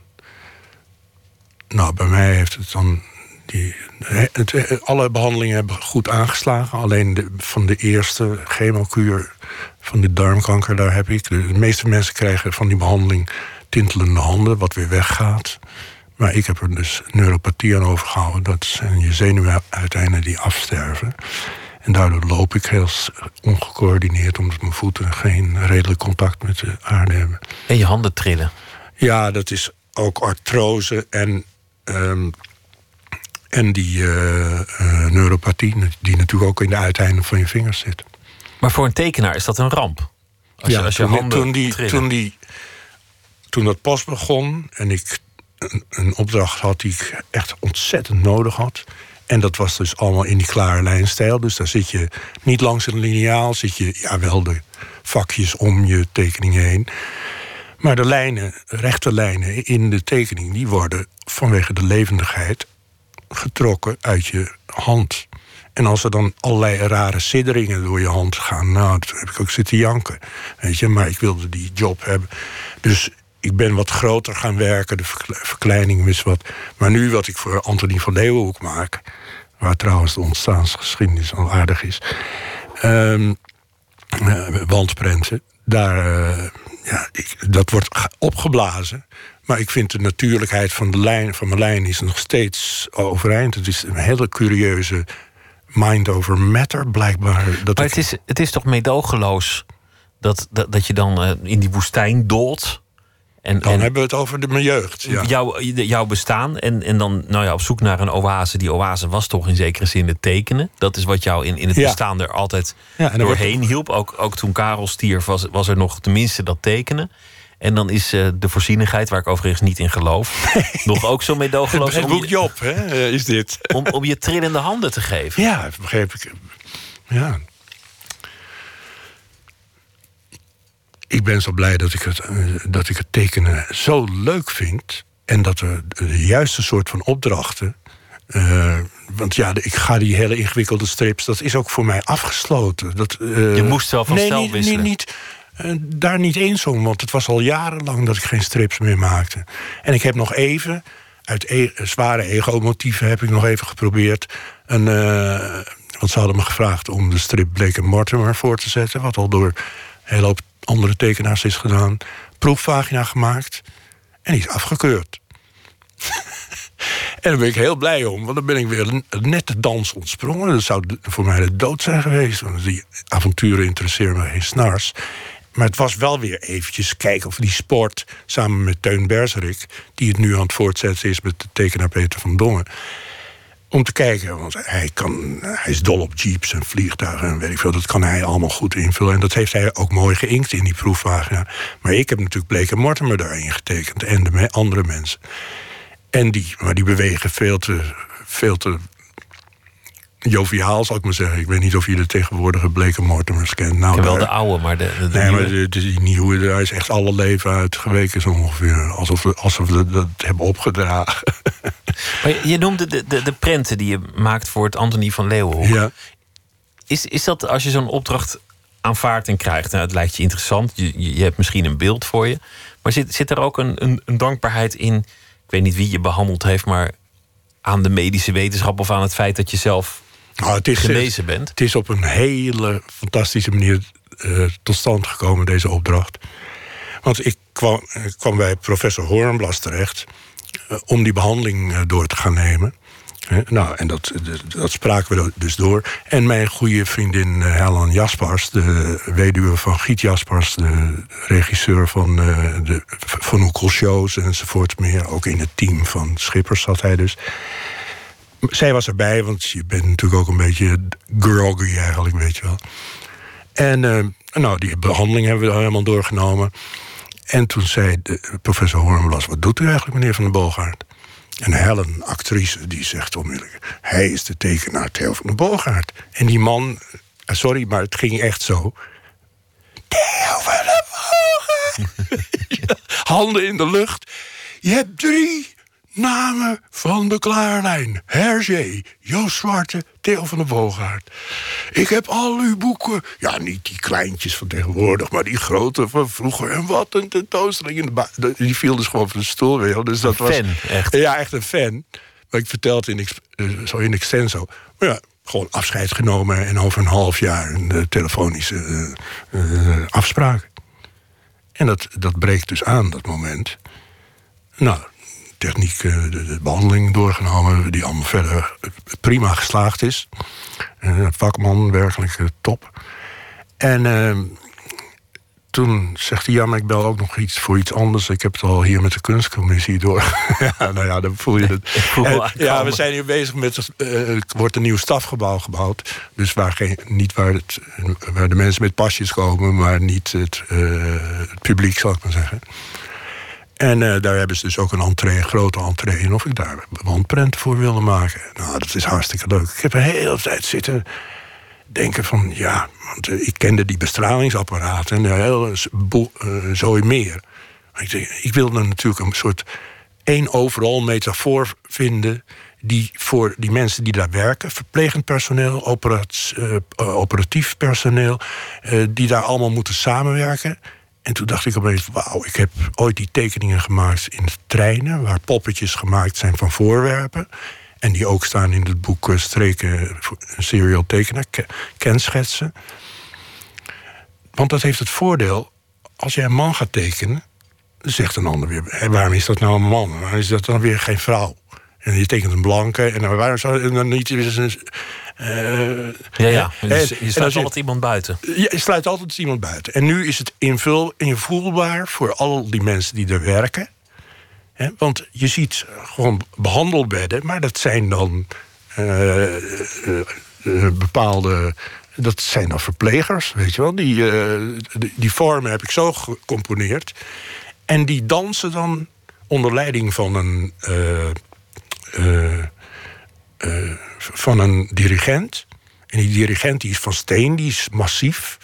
E: Nou, bij mij heeft het dan... Die, het, het, alle behandelingen hebben goed aangeslagen. Alleen de, van de eerste chemokuur van de darmkanker, daar heb ik... De, de meeste mensen krijgen van die behandeling tintelende handen, wat weer weggaat. Maar ik heb er dus neuropathie aan overgehouden. Dat zijn je zenuwuiteinden die afsterven. En daardoor loop ik heel ongecoördineerd, omdat mijn voeten geen redelijk contact met de aarde hebben.
D: En je handen trillen.
E: Ja, dat is ook artrose en, um, en die uh, uh, neuropathie, die natuurlijk ook in de uiteinden van je vingers zit.
D: Maar voor een tekenaar is dat een ramp. Als
E: ja,
D: je, als je
E: toen,
D: handen
E: toen, die,
D: trillen.
E: toen, die, toen dat pas begon en ik een, een opdracht had die ik echt ontzettend nodig had. En dat was dus allemaal in die klare lijnstijl. Dus daar zit je niet langs een lineaal, zit je, ja, wel de vakjes om je tekening heen. Maar de lijnen, rechte lijnen in de tekening, die worden vanwege de levendigheid getrokken uit je hand. En als er dan allerlei rare sidderingen door je hand gaan, nou, dat heb ik ook zitten janken. Weet je, maar ik wilde die job hebben. Dus ik ben wat groter gaan werken, de verkleining is wat. Maar nu wat ik voor Antonie van Leeuwenhoek maak, waar trouwens de ontstaansgeschiedenis al aardig is, um, uh, wandprenten, daar, uh, ja, ik, dat wordt opgeblazen. Maar ik vind de natuurlijkheid van de lijn, van mijn lijn is nog steeds overeind. Het is een hele curieuze mind over matter, blijkbaar. Dat
D: maar
E: ik...
D: het, is, het is toch meedogenloos dat, dat, dat je dan uh, in die woestijn doolt. En,
E: Dan
D: en
E: hebben we het over de, mijn jeugd. Ja.
D: Jouw, jouw bestaan en, en dan nou ja, op zoek naar een oase. Die oase was toch in zekere zin het tekenen. Dat is wat jou in, in het
E: ja.
D: bestaan er altijd
E: ja, en
D: doorheen
E: wordt...
D: hielp. Ook, ook toen Karel stierf was, was er nog tenminste dat tekenen. En dan is uh, de voorzienigheid, waar ik overigens niet in geloof, nee. nog ook zo meedogenloos.
E: Het
D: om
E: boek
D: je,
E: Job, hè, is dit.
D: Om, om je trillende handen te geven.
E: Ja, begreep ik. Ja. ik ben zo blij dat ik, het, uh, dat ik het tekenen zo leuk vind. En dat er de juiste soort van opdrachten... Uh, want ja, ik ga die hele ingewikkelde strips... dat is ook voor mij afgesloten. Dat, uh,
D: je moest wel van
E: nee,
D: stijl
E: niet,
D: wisselen.
E: Nee, niet, uh, daar niet eens om, want het was al jarenlang... dat ik geen strips meer maakte. En ik heb nog even, uit e- zware ego-motieven... heb ik nog even geprobeerd... Een, uh, want ze hadden me gevraagd om de strip Blake en Mortimer voor te zetten... wat al door een hele hoop andere tekenaars is gedaan. Proefpagina gemaakt en die is afgekeurd. En daar ben ik heel blij om, want dan ben ik weer net de dans ontsprongen. Dat zou voor mij de dood zijn geweest, want die avonturen interesseren me geen snars. Maar het was wel weer eventjes kijken of die sport... samen met Teun Berserik, die het nu aan het voortzetten is... met de tekenaar Peter van Dongen... om te kijken, want hij, kan, hij is dol op jeeps en vliegtuigen... en weet ik veel, dat kan hij allemaal goed invullen. En dat heeft hij ook mooi geïnkt in die proefpagina. Maar ik heb natuurlijk Blake en Mortimer daarin getekend... en de me- andere mensen. En die, maar die bewegen veel te, veel te joviaal, zal ik maar zeggen. Ik weet niet of je de tegenwoordige Blake en Mortimers kent. Nou,
D: ik heb wel
E: daar,
D: de oude, maar de, de, de
E: nee,
D: nieuwe...
E: maar de, de, die nieuwe, daar is echt alle leven uit geweken zo ongeveer. Alsof we, alsof we dat hebben opgedragen.
D: Maar je, je noemde de, de, de prenten die je maakt voor het Antonie van Leeuwenhoek.
E: Ja.
D: Is, is dat als je zo'n opdracht aanvaardt en krijgt... nou, het lijkt je interessant, je, je hebt misschien een beeld voor je... maar zit, zit er ook een, een, een dankbaarheid in... ik weet niet wie je behandeld heeft... maar aan de medische wetenschap of aan het feit dat je zelf
E: Nou, het is,
D: genezen bent?
E: Het is op een hele fantastische manier uh, tot stand gekomen, deze opdracht. Want ik kwam, ik kwam bij professor Hornblas terecht... Uh, om die behandeling uh, door te gaan nemen. Uh, nou, en dat, dat, dat spraken we dus door. En mijn goede vriendin uh, Helen Jaspers... de weduwe van Giet Jaspers... de regisseur van uh, de Van Oekel shows enzovoort meer. Ook in het team van Schippers zat hij dus... Zij was erbij, want je bent natuurlijk ook een beetje groggy eigenlijk, weet je wel. En uh, nou, die behandeling hebben we helemaal doorgenomen. En toen zei de professor Hornblas... wat doet u eigenlijk, meneer Van den Boogaard? En Helen, actrice, die zegt onmiddellijk... hij is de tekenaar Theo van den Boogaard. En die man, sorry, maar het ging echt zo... Theo van den Boogaard! Handen in de lucht. Je hebt drie... namen van de klaarlijn. Hergé, Joost Zwarte, Theo van den Boogaard. Ik heb al uw boeken... ja, niet die kleintjes van tegenwoordig... maar die grote van vroeger. En wat een tentoonstelling. In de ba- die viel dus gewoon van de stoel weer. Dus dat
D: een
E: was,
D: fan, echt?
E: Ja, echt een fan. Maar ik vertelde in, uh, zo in extenso. Maar ja, gewoon afscheid genomen... en over een half jaar een uh, telefonische uh, uh, afspraak. En dat, dat breekt dus aan, dat moment. Nou... techniek, de, de behandeling doorgenomen... die allemaal verder prima geslaagd is. Uh, vakman, werkelijk uh, top. En uh, toen zegt hij... ja, maar ik bel ook nog iets voor iets anders. Ik heb het al hier met de kunstcommissie door. Ja, nou ja, dan voel je het. En, ja, we zijn hier bezig met... Uh, er wordt een nieuw stafgebouw gebouwd. Dus waar geen, niet waar, het, waar de mensen met pasjes komen... maar niet het, uh, het publiek, zal ik maar zeggen... En uh, daar hebben ze dus ook een entree, een grote entree... en of ik daar wandprenten voor wilde maken. Nou, dat is hartstikke leuk. Ik heb een hele tijd zitten denken van... ja, want uh, ik kende die bestralingsapparaten... en een hele boel, uh, zooi meer. Ik, denk, ik wilde natuurlijk een soort één overal metafoor vinden... die voor die mensen die daar werken... verplegend personeel, operat, uh, operatief personeel... Uh, die daar allemaal moeten samenwerken... En toen dacht ik opeens, wauw, ik heb ooit die tekeningen gemaakt in de treinen... waar poppetjes gemaakt zijn van voorwerpen. En die ook staan in het boek uh, Streken, serial tekenen, kenschetsen. Want dat heeft het voordeel, als jij een man gaat tekenen... zegt een ander weer, waarom is dat nou een man? Waarom is dat dan weer geen vrouw? En je tekent een blanke, en waarom zou je dan niet... Uh,
D: ja, ja. Dus
E: en,
D: je sluit altijd iemand buiten.
E: Ja, je sluit altijd iemand buiten. En nu is het invul, invoelbaar voor al die mensen die er werken. He, want je ziet gewoon behandelbedden... maar dat zijn dan uh, uh, uh, bepaalde... dat zijn dan verplegers, weet je wel. Die, uh, die, die vormen heb ik zo gecomponeerd. En die dansen dan onder leiding van een... Uh, uh, Uh, van een dirigent. En die dirigent die is van steen, die is massief.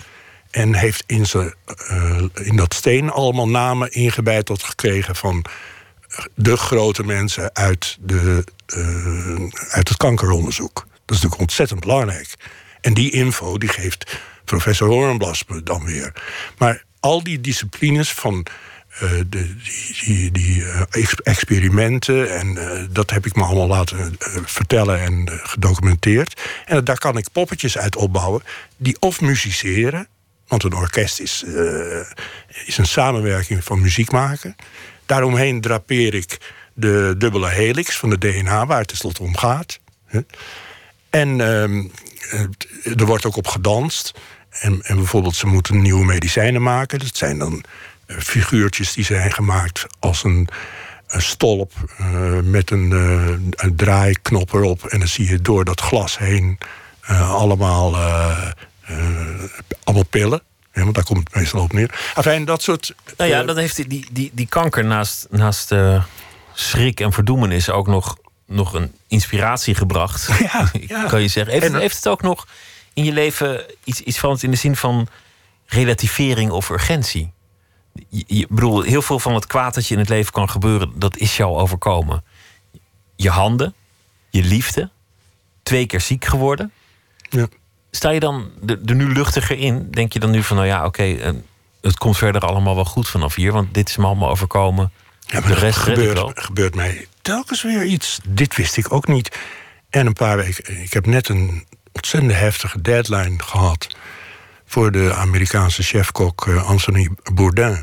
E: En heeft in, ze, uh, in dat steen allemaal namen ingebeiteld gekregen van de grote mensen uit, de, uh, uit het kankeronderzoek. Dat is natuurlijk ontzettend belangrijk. En die info die geeft professor Hornblas dan weer. Maar al die disciplines van uh, de, die, die, die uh, experimenten... en uh, dat heb ik me allemaal laten uh, vertellen en uh, gedocumenteerd. En daar kan ik poppetjes uit opbouwen die of musiceren... want een orkest is, uh, is een samenwerking van muziek maken. Daaromheen drapeer ik de dubbele helix van de D N A... waar het tenslotte om gaat. En uh, er wordt ook op gedanst... En, en bijvoorbeeld, ze moeten nieuwe medicijnen maken. Dat zijn dan uh, figuurtjes die zijn gemaakt als een, een stolp... Uh, met een, uh, een draaiknop erop. En dan zie je door dat glas heen uh, allemaal, uh, uh, allemaal pillen. Ja, want daar komt het meestal op neer. Enfin, dat soort... Uh,
D: nou ja, dat heeft die, die, die, die kanker naast, naast uh, schrik en verdoemenis... ook nog, nog een inspiratie gebracht.
E: Ja, ja.
D: Kan je zeggen. Heeft,
E: en,
D: heeft het ook nog... in je leven iets, iets van het in de zin van relativering of urgentie? Je, je bedoel, heel veel van het kwaad dat je in het leven kan gebeuren... dat is jou overkomen. Je handen, je liefde, twee keer ziek geworden.
E: Ja.
D: Sta je dan er, er nu luchtiger in? Denk je dan nu van, nou ja, oké... Okay, het komt verder allemaal wel goed vanaf hier... want dit is me allemaal overkomen.
E: Ja, maar
D: de rest
E: gebeurt, gebeurt mij telkens weer iets. Dit wist ik ook niet. En een paar weken... Ik heb net een... ontzettend heftige deadline gehad... voor de Amerikaanse chefkok uh, Anthony Bourdain.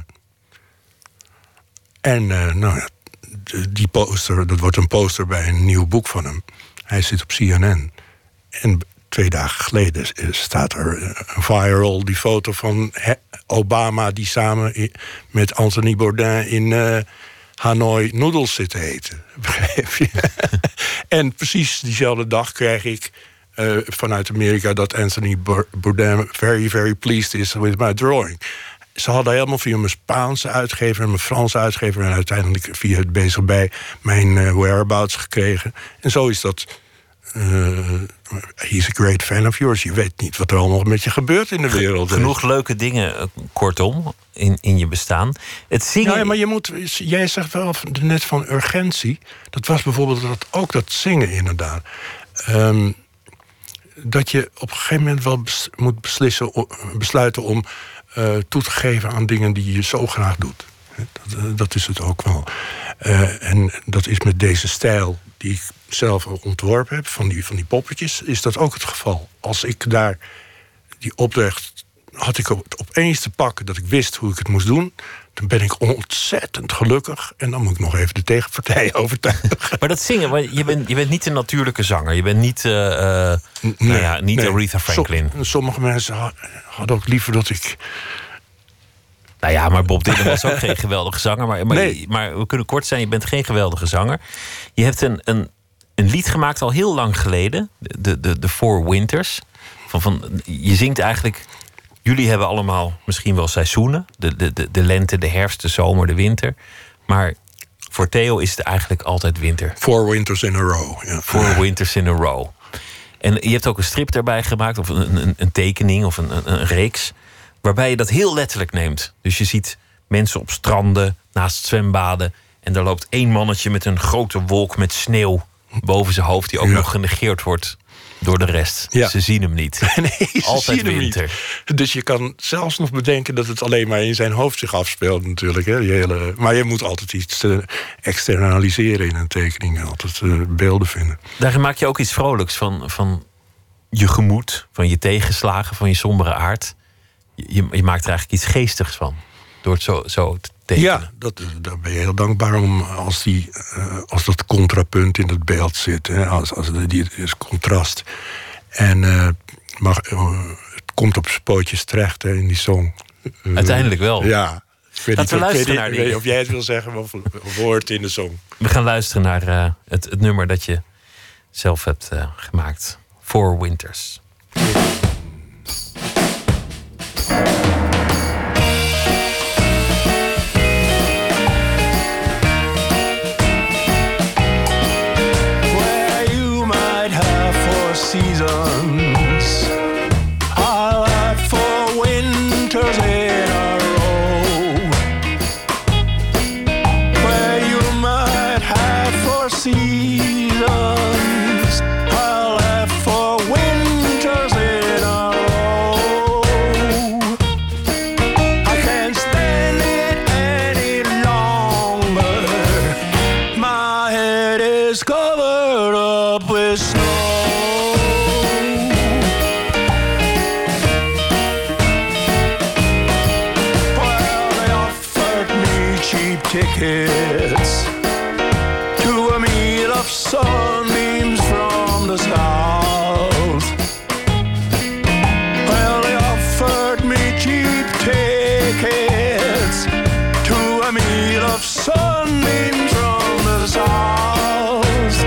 E: En uh, nou ja, die poster, dat wordt een poster bij een nieuw boek van hem. Hij zit op C N N. En twee dagen geleden staat er uh, viral die foto van Obama... die samen met Anthony Bourdain in uh, Hanoi noedels zit te eten. Begrijp je? En precies diezelfde dag krijg ik... Uh, vanuit Amerika dat Anthony Bourdain very, very pleased is with my drawing. Ze hadden helemaal via mijn Spaanse uitgever en mijn Franse uitgever... en uiteindelijk via het Bezig Bij mijn uh, whereabouts gekregen. En zo is dat... Uh, he's a great fan of yours. Je weet niet wat er allemaal met je gebeurt in de wereld.
D: Genoeg leuke dingen, kortom, in, in je bestaan. Het zingen...
E: Ja, maar je moet... Jij zegt wel net van urgentie. Dat was bijvoorbeeld dat, ook dat zingen inderdaad. Um, dat je op een gegeven moment wel bes, moet beslissen, besluiten om uh, toe te geven aan dingen die je zo graag doet. Dat, uh, dat is het ook wel. Uh, en dat is met deze stijl die ik zelf ontworpen heb, van die, van die poppetjes, is dat ook het geval. Als ik daar die opdracht had ik opeens te pakken dat ik wist hoe ik het moest doen, dan ben ik ontzettend gelukkig. En dan moet ik nog even de tegenpartij overtuigen.
D: Maar dat zingen, maar je, bent, je bent niet een natuurlijke zanger. Je bent niet, uh, uh, nee, nou ja, niet nee. Aretha Franklin.
E: Som, sommige mensen hadden ook liever dat ik...
D: Nou ja, maar Bob Dylan was ook geen geweldige zanger. Maar, maar, nee. maar we kunnen kort zijn, je bent geen geweldige zanger. Je hebt een, een, een lied gemaakt al heel lang geleden. De, de, de Four Winters. Van, van, je zingt eigenlijk... Jullie hebben allemaal misschien wel seizoenen. De, de, de, de lente, de herfst, de zomer, de winter. Maar voor Theo is het eigenlijk altijd winter.
E: Four winters in a row. Ja.
D: Four winters in a row. En je hebt ook een strip daarbij gemaakt. Of een, een, een tekening of een, een, een reeks. Waarbij je dat heel letterlijk neemt. Dus je ziet mensen op stranden, naast zwembaden. En daar loopt één mannetje met een grote wolk met sneeuw boven zijn hoofd. Die ook ja. nog genegeerd wordt door de rest. Ja. Ze zien hem niet.
E: Nee, ze
D: altijd
E: zien hem
D: winter.
E: Niet. Dus je kan zelfs nog bedenken dat het alleen maar in zijn hoofd zich afspeelt natuurlijk. Hè? Die hele... Maar je moet altijd iets uh, externaliseren in een tekening. Altijd uh, beelden vinden.
D: Daarin maak je ook iets vrolijks van, van je gemoed. Van je tegenslagen, van je sombere aard. Je, je maakt er eigenlijk iets geestigs van. Door het zo, zo te tekenen.
E: Ja, dat, daar ben je heel dankbaar om. Als, die, uh, als dat contrapunt in het beeld zit. Hè, als, als die, is contrast. En uh, mag, uh, het komt op zijn pootjes terecht hè, in die song. Uh,
D: Uiteindelijk wel.
E: Ja.
D: Laten we luisteren naar die.
E: Ik weet of jij het wil zeggen of een woord in de song.
D: We gaan luisteren naar uh, het, het nummer dat je zelf hebt uh, gemaakt. Four Winters.
G: Seasons, I like four winters. is covered up with snow. Well, they offered me cheap tickets to a meal of sunbeams from the south. Well, they offered me cheap tickets to a meal of sunbeams from the south.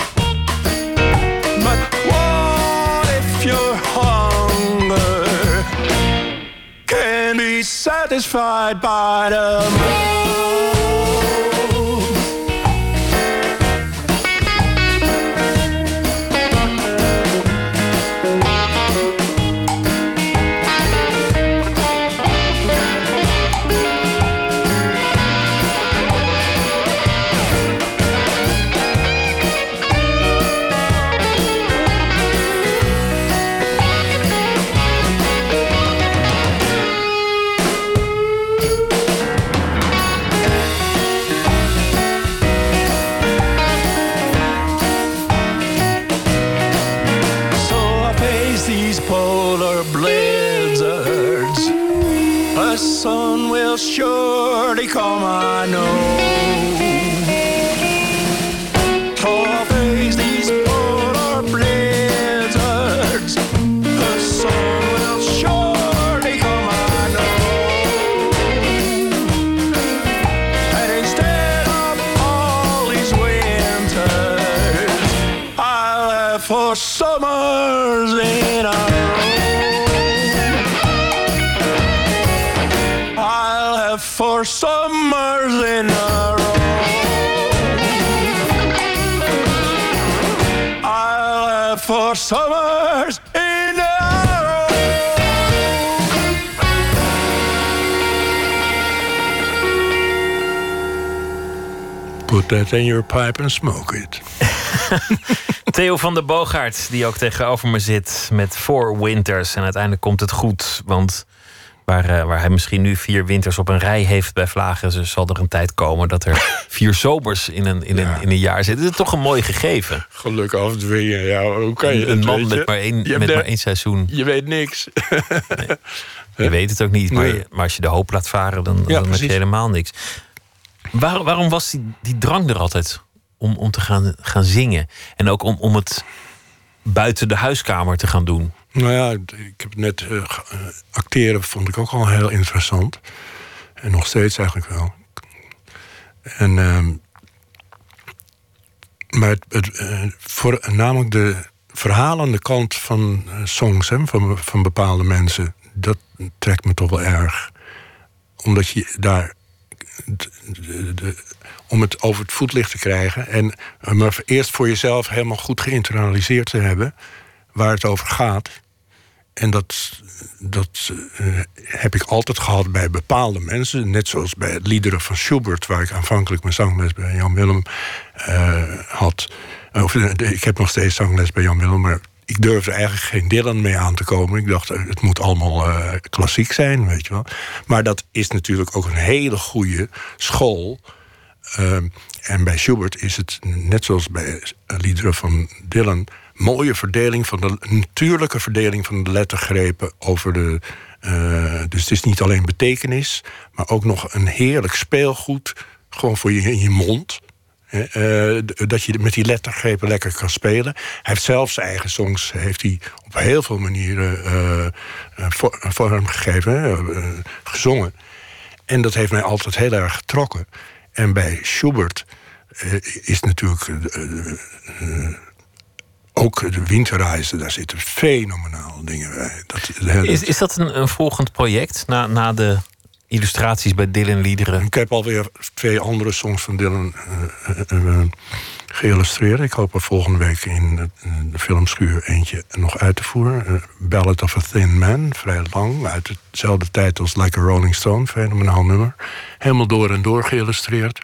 G: But what if your hunger can be satisfied by the mouth? The sun will surely come, I know. To face these polar blizzards, the sun will surely come, I know. And instead of all these winters, I'll have four summers in a row. For summers in a row, I'll have four summers in a row. Put that in your pipe and smoke it.
D: Theo van der Boogaard, die ook tegenover me zit met Four Winters. En uiteindelijk komt het goed, want Waar, uh, waar hij misschien nu vier winters op een rij heeft bij Vlagen, dus zal er een tijd komen dat er vier zomers in een, in, ja. een, in een jaar zitten. Dat is toch een mooi gegeven.
E: Geluk afdwingen, ja. Hoe kan je
D: een
E: dat,
D: man
E: weet
D: met,
E: je?
D: maar één,
E: je
D: met
E: de,
D: maar één seizoen.
E: Je weet niks.
D: Nee, je weet het ook niet, maar,
E: nee.
D: je, maar als je de hoop laat varen, dan,
E: ja,
D: dan heb je helemaal niks. Waar, waarom was die, die drang er altijd om, om te gaan, gaan zingen? En ook om, om het buiten de huiskamer te gaan doen?
E: Nou ja, ik heb net uh, acteren vond ik ook al heel interessant. En nog steeds eigenlijk wel. En, uh, maar het, het, uh, voor, namelijk de verhalende kant van uh, songs hè, van, van bepaalde mensen, dat trekt me toch wel erg. Omdat je daar de, de, de, om het over het voetlicht te krijgen en uh, maar eerst voor jezelf helemaal goed geïnternaliseerd te hebben waar het over gaat. En dat, dat uh, heb ik altijd gehad bij bepaalde mensen. Net zoals bij het liederen van Schubert, waar ik aanvankelijk mijn zangles bij Jan Willem uh, had. Of, uh, ik heb nog steeds zangles bij Jan Willem, maar ik durfde eigenlijk geen Dylan mee aan te komen. Ik dacht, het moet allemaal uh, klassiek zijn, weet je wel. Maar dat is natuurlijk ook een hele goede school. Uh, en bij Schubert is het, net zoals bij liederen van Dylan, mooie verdeling van de natuurlijke verdeling van de lettergrepen over de. Uh, dus het is niet alleen betekenis, maar ook nog een heerlijk speelgoed, gewoon voor je in je mond. Uh, dat je met die lettergrepen lekker kan spelen. Hij heeft zelf zijn eigen songs heeft hij op heel veel manieren uh, vorm gegeven, uh, gezongen. En dat heeft mij altijd heel erg getrokken. En bij Schubert uh, is natuurlijk Uh, uh, ook de Winterreise, daar zitten fenomenale dingen bij. Dat, dat,
D: is, is dat een, een volgend project na, na de illustraties bij Dylan-liederen?
E: Ik heb alweer twee andere songs van Dylan uh, uh, uh, geïllustreerd. Ik hoop er volgende week in uh, de filmschuur eentje nog uit te voeren. Uh, Ballad of a Thin Man, vrij lang, uit dezelfde tijd als Like a Rolling Stone, fenomenaal nummer. Helemaal door en door geïllustreerd.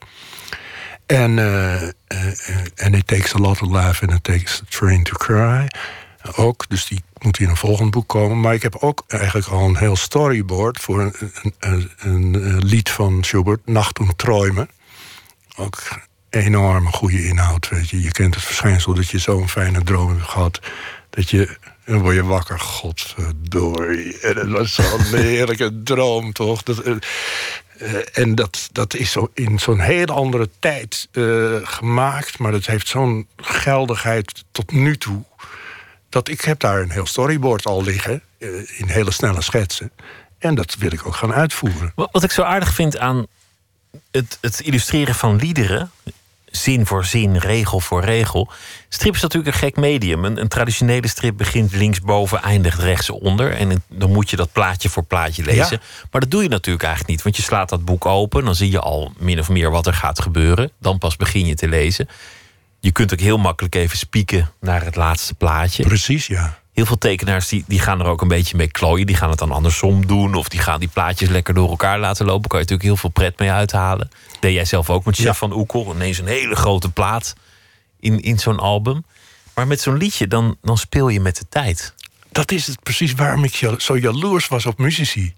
E: En uh, uh, uh, It Takes a Lot of Love and It Takes a Train to Cry. Ook, dus die moet in een volgend boek komen. Maar ik heb ook eigenlijk al een heel storyboard voor een, een, een, een lied van Schubert, Nacht und Träume. Ook enorme goede inhoud. Weet je. Je kent het verschijnsel dat je zo'n fijne droom hebt gehad. Dat je, dan word je wakker, godverdorie. En het was zo'n heerlijke droom, toch? Dat, uh, uh, en dat, dat is zo in zo'n hele andere tijd uh, gemaakt. Maar dat heeft zo'n geldigheid tot nu toe. Dat ik heb daar een heel storyboard al liggen. Uh, in hele snelle schetsen. En dat wil ik ook gaan uitvoeren.
D: Wat ik zo aardig vind aan het, het illustreren van liederen, zin voor zin, regel voor regel. Strip is natuurlijk een gek medium. Een, een traditionele strip begint linksboven, eindigt rechtsonder. En een, dan moet je dat plaatje voor plaatje lezen. Ja. Maar dat doe je natuurlijk eigenlijk niet. Want je slaat dat boek open, dan zie je al min of meer wat er gaat gebeuren. Dan pas begin je te lezen. Je kunt ook heel makkelijk even spieken naar het laatste plaatje.
E: Precies, ja.
D: Heel veel tekenaars die, die gaan er ook een beetje mee klooien. Die gaan het dan andersom doen. Of die gaan die plaatjes lekker door elkaar laten lopen. Kan je natuurlijk heel veel pret mee uithalen. Deed jij zelf ook met Chef ja. van Oekel. Ineens een hele grote plaat in, in zo'n album. Maar met zo'n liedje, dan, dan speel je met de tijd.
E: Dat is het precies waarom ik zo jaloers was op muzici.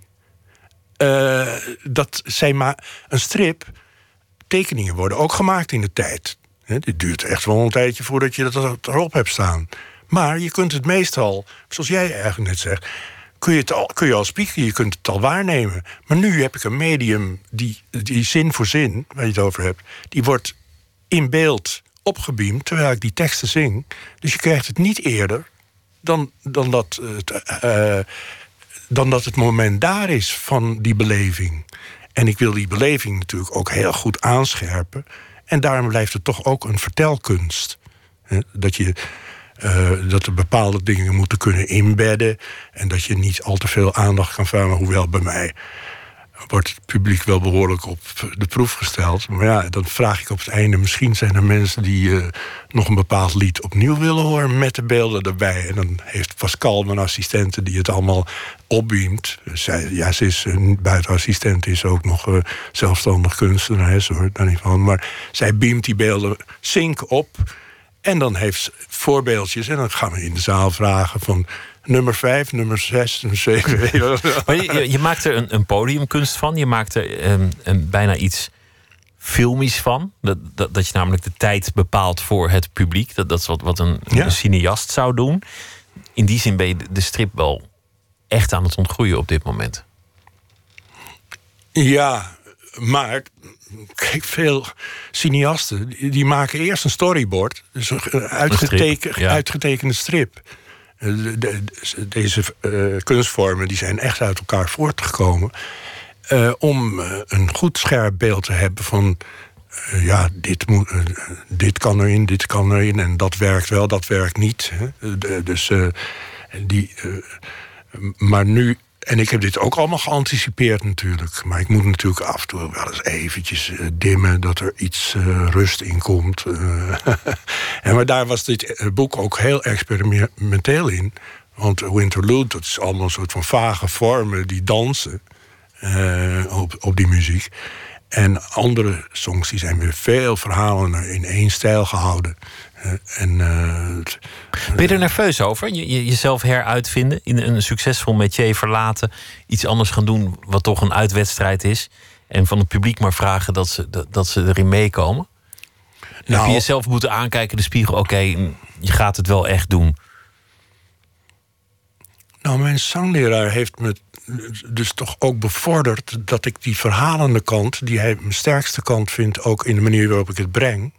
E: Uh, dat zij maar een strip, tekeningen worden ook gemaakt in de tijd. Het duurt echt wel een tijdje voordat je dat erop hebt staan. Maar je kunt het meestal, zoals jij eigenlijk net zegt, kun je het al, kun je al spieken, je kunt het al waarnemen. Maar nu heb ik een medium die, die zin voor zin, waar je het over hebt, die wordt in beeld opgebeamd terwijl ik die teksten zing. Dus je krijgt het niet eerder dan, dan, dat, uh, dan dat het moment daar is van die beleving. En ik wil die beleving natuurlijk ook heel goed aanscherpen. En daarom blijft het toch ook een vertelkunst. He, dat je Uh, dat er bepaalde dingen moeten kunnen inbedden. En dat je niet al te veel aandacht kan vragen. Hoewel bij mij wordt het publiek wel behoorlijk op de proef gesteld. Maar ja, dan vraag ik op het einde, misschien zijn er mensen die uh, nog een bepaald lied opnieuw willen horen met de beelden erbij. En dan heeft Pascal, mijn assistente, die het allemaal opbeamt. Zij, ja, ze is een buitenassistent, is ook nog uh, zelfstandig kunstenares, hoor, daar niet van. Maar zij beamt die beelden sync op. En dan heeft ze voorbeeldjes. En dan gaan we in de zaal vragen van nummer vijf, nummer zes, nummer zeven.
D: Maar je, je maakt er een, een podiumkunst van. Je maakt er um, een, bijna iets filmisch van. Dat, dat, dat je namelijk de tijd bepaalt voor het publiek. Dat, dat is wat, wat een, ja. een cineast zou doen. In die zin ben je de strip wel echt aan het ontgroeien op dit moment.
E: Ja, maar kijk, veel cineasten die, die maken eerst een storyboard. Dus een uitgeteken, een strip, ja. uitgetekende strip. De, de, deze uh, kunstvormen die zijn echt uit elkaar voortgekomen. Uh, om uh, een goed scherp beeld te hebben van Uh, ja, dit, moet, uh, dit kan erin, dit kan erin. En dat werkt wel, dat werkt niet. Hè. Uh, dus uh, die. Uh, maar nu. En ik heb dit ook allemaal geanticipeerd natuurlijk. Maar ik moet natuurlijk af en toe wel eens eventjes uh, dimmen, dat er iets uh, rust in komt. Uh, en maar daar was dit uh, boek ook heel experimenteel in. Want Winterlude, dat is allemaal een soort van vage vormen die dansen uh, op, op die muziek. En andere songs die zijn weer veel verhalen in één stijl gehouden. Uh, en, uh,
D: ben je er nerveus over? Je, je, jezelf heruitvinden, in een succesvol métier verlaten, iets anders gaan doen wat toch een uitwedstrijd is, en van het publiek maar vragen dat ze, dat, dat ze erin meekomen? Nou, heb je jezelf moeten aankijken in de spiegel? Oké, okay, je gaat het wel echt doen.
E: Nou, mijn zangleraar heeft me dus toch ook bevorderd dat ik die verhalende kant, die hij mijn sterkste kant vindt, ook in de manier waarop ik het breng.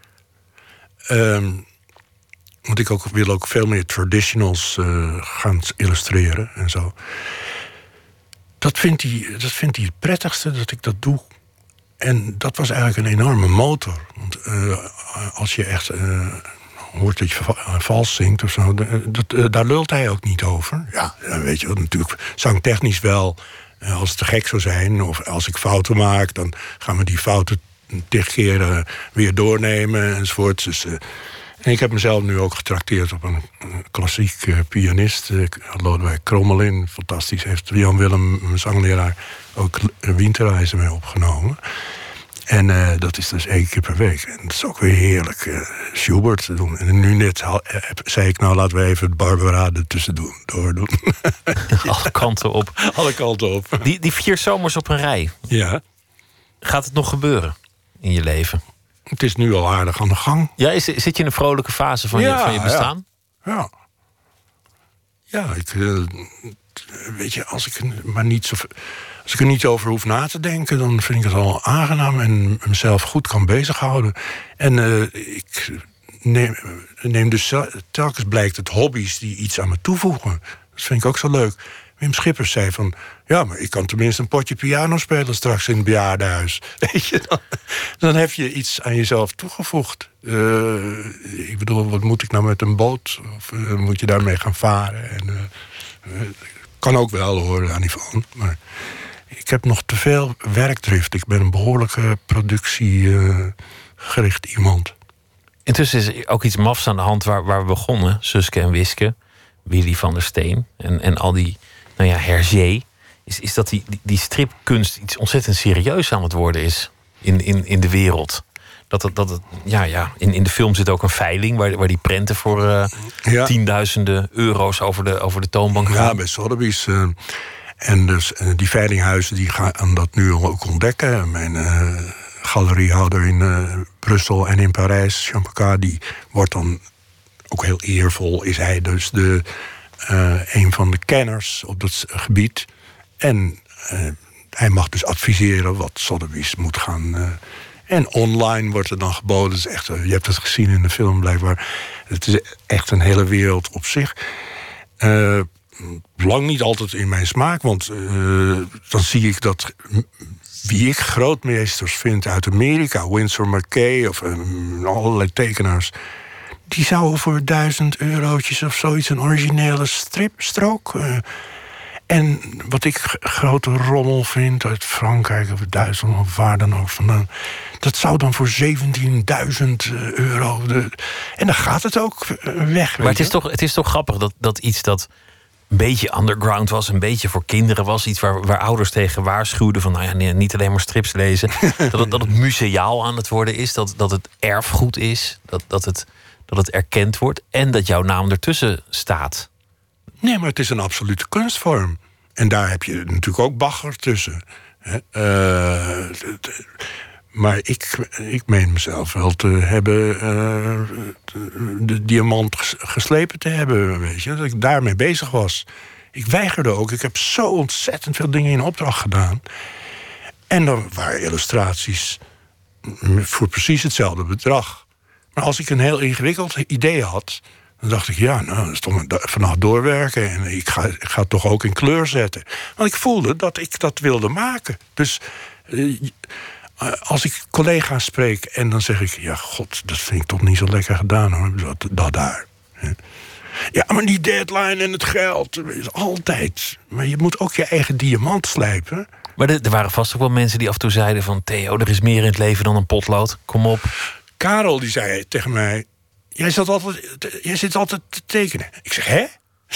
E: Um, want ik ook, wil ook veel meer traditionals uh, gaan illustreren en zo. Dat vindt hij, dat vindt hij het prettigste dat ik dat doe. En dat was eigenlijk een enorme motor. Want uh, als je echt uh, hoort dat je vals zingt of zo, dat, uh, daar lult hij ook niet over. Ja, dan weet je wat, natuurlijk zangtechnisch wel. Uh, als het te gek zou zijn, of als ik fouten maak, dan gaan we die fouten tig keer uh, weer doornemen enzovoort. Dus, uh, en ik heb mezelf nu ook getrakteerd op een, een klassiek uh, pianist, uh, Lodewijk Krommelin. Fantastisch, heeft Jan Willem, mijn zangleraar, ook Winterreizen mee opgenomen. En uh, dat is dus één keer per week. En dat is ook weer heerlijk. Uh, Schubert te doen. En nu net uh, zei ik, nou laten we even het Barbara ertussen doen, doordoen.
D: Alle kanten op.
E: Alle kanten op.
D: Die, die vier zomers op een rij.
E: Ja.
D: Gaat het nog gebeuren in je leven?
E: Het is nu al aardig aan de gang.
D: Ja, is, zit je in een vrolijke fase van,
E: ja,
D: je, van je bestaan?
E: Ja. Ja, ja ik... Uh, weet je, als ik, maar niet zo, als ik er niet over hoef na te denken... dan vind ik het al aangenaam en mezelf goed kan bezighouden. En uh, ik neem, neem dus telkens blijkt het hobby's die iets aan me toevoegen. Dat vind ik ook zo leuk. Wim Schippers zei van... ja, maar ik kan tenminste een potje piano spelen straks in het bejaardenhuis. Weet je, dan, dan heb je iets aan jezelf toegevoegd. Uh, ik bedoel, wat moet ik nou met een boot? Of uh, moet je daarmee gaan varen? En, uh, uh, kan ook wel, hoor, aan die van. Maar ik heb nog te veel werkdrift. Ik ben een behoorlijke productiegericht uh, iemand.
D: Intussen is er ook iets mafs aan de hand waar, waar we begonnen. Suske en Wiske, Willy van der Steen en, en al die... Nou ja, Hergé, is, is dat die, die, die stripkunst iets ontzettend serieus aan het worden is in, in, in de wereld. Dat het, dat het, ja, ja, in, in de film zit ook een veiling waar, waar die prenten voor uh, ja. tienduizenden euro's over de, over de toonbank gaan.
E: Ja, bij Sotheby's. Uh, en dus uh, die veilinghuizen die gaan dat nu ook ontdekken. Mijn uh, galeriehouder in uh, Brussel en in Parijs, Jean Paccard, die wordt dan ook heel eervol, is hij dus de... Uh, een van de kenners op dat gebied. En uh, hij mag dus adviseren wat Sotheby's moet gaan. Uh, en online wordt er dan geboden. Het is echt, uh, je hebt het gezien in de film blijkbaar. Het is echt een hele wereld op zich. Uh, lang niet altijd in mijn smaak. Want uh, dan zie ik dat... wie ik grootmeesters vind uit Amerika... Winsor McKay of um, allerlei tekenaars... die zouden voor duizend eurotjes of zoiets een originele stripstrook. Uh, en wat ik g- grote rommel vind uit Frankrijk of Duitsland of waar dan ook vandaan... dat zou dan voor zeventienduizend euro... De, en dan gaat het ook weg.
D: Maar het is, toch, het is toch grappig dat, dat iets dat een beetje underground was... een beetje voor kinderen was, iets waar, waar ouders tegen waarschuwden... van nou ja, nee, niet alleen maar strips lezen... dat, het, dat het museaal aan het worden is, dat, dat het erfgoed is... dat, dat het... dat het erkend wordt en dat jouw naam ertussen staat.
E: Nee, maar het is een absolute kunstvorm. En daar heb je natuurlijk ook bagger tussen. Uh, de, de, maar ik, ik meen mezelf wel te hebben... Uh, de, de diamant geslepen te hebben, weet je. Dat ik daarmee bezig was. Ik weigerde ook. Ik heb zo ontzettend veel dingen in opdracht gedaan. En dan waren illustraties voor precies hetzelfde bedrag. Maar als ik een heel ingewikkeld idee had... dan dacht ik, ja, nou, dat is toch vannacht doorwerken... en ik ga, ik ga het toch ook in kleur zetten. Want ik voelde dat ik dat wilde maken. Dus uh, als ik collega's spreek en dan zeg ik... ja, god, dat vind ik toch niet zo lekker gedaan, hoor. Dat, dat daar. Ja, maar die deadline en het geld, is altijd. Maar je moet ook je eigen diamant slijpen.
D: Maar er, er waren vast ook wel mensen die af en toe zeiden van... Theo, er is meer in het leven dan een potlood. Kom op.
E: Karel die zei tegen mij... Jij zit altijd, jij zit altijd te tekenen. Ik zeg, hè?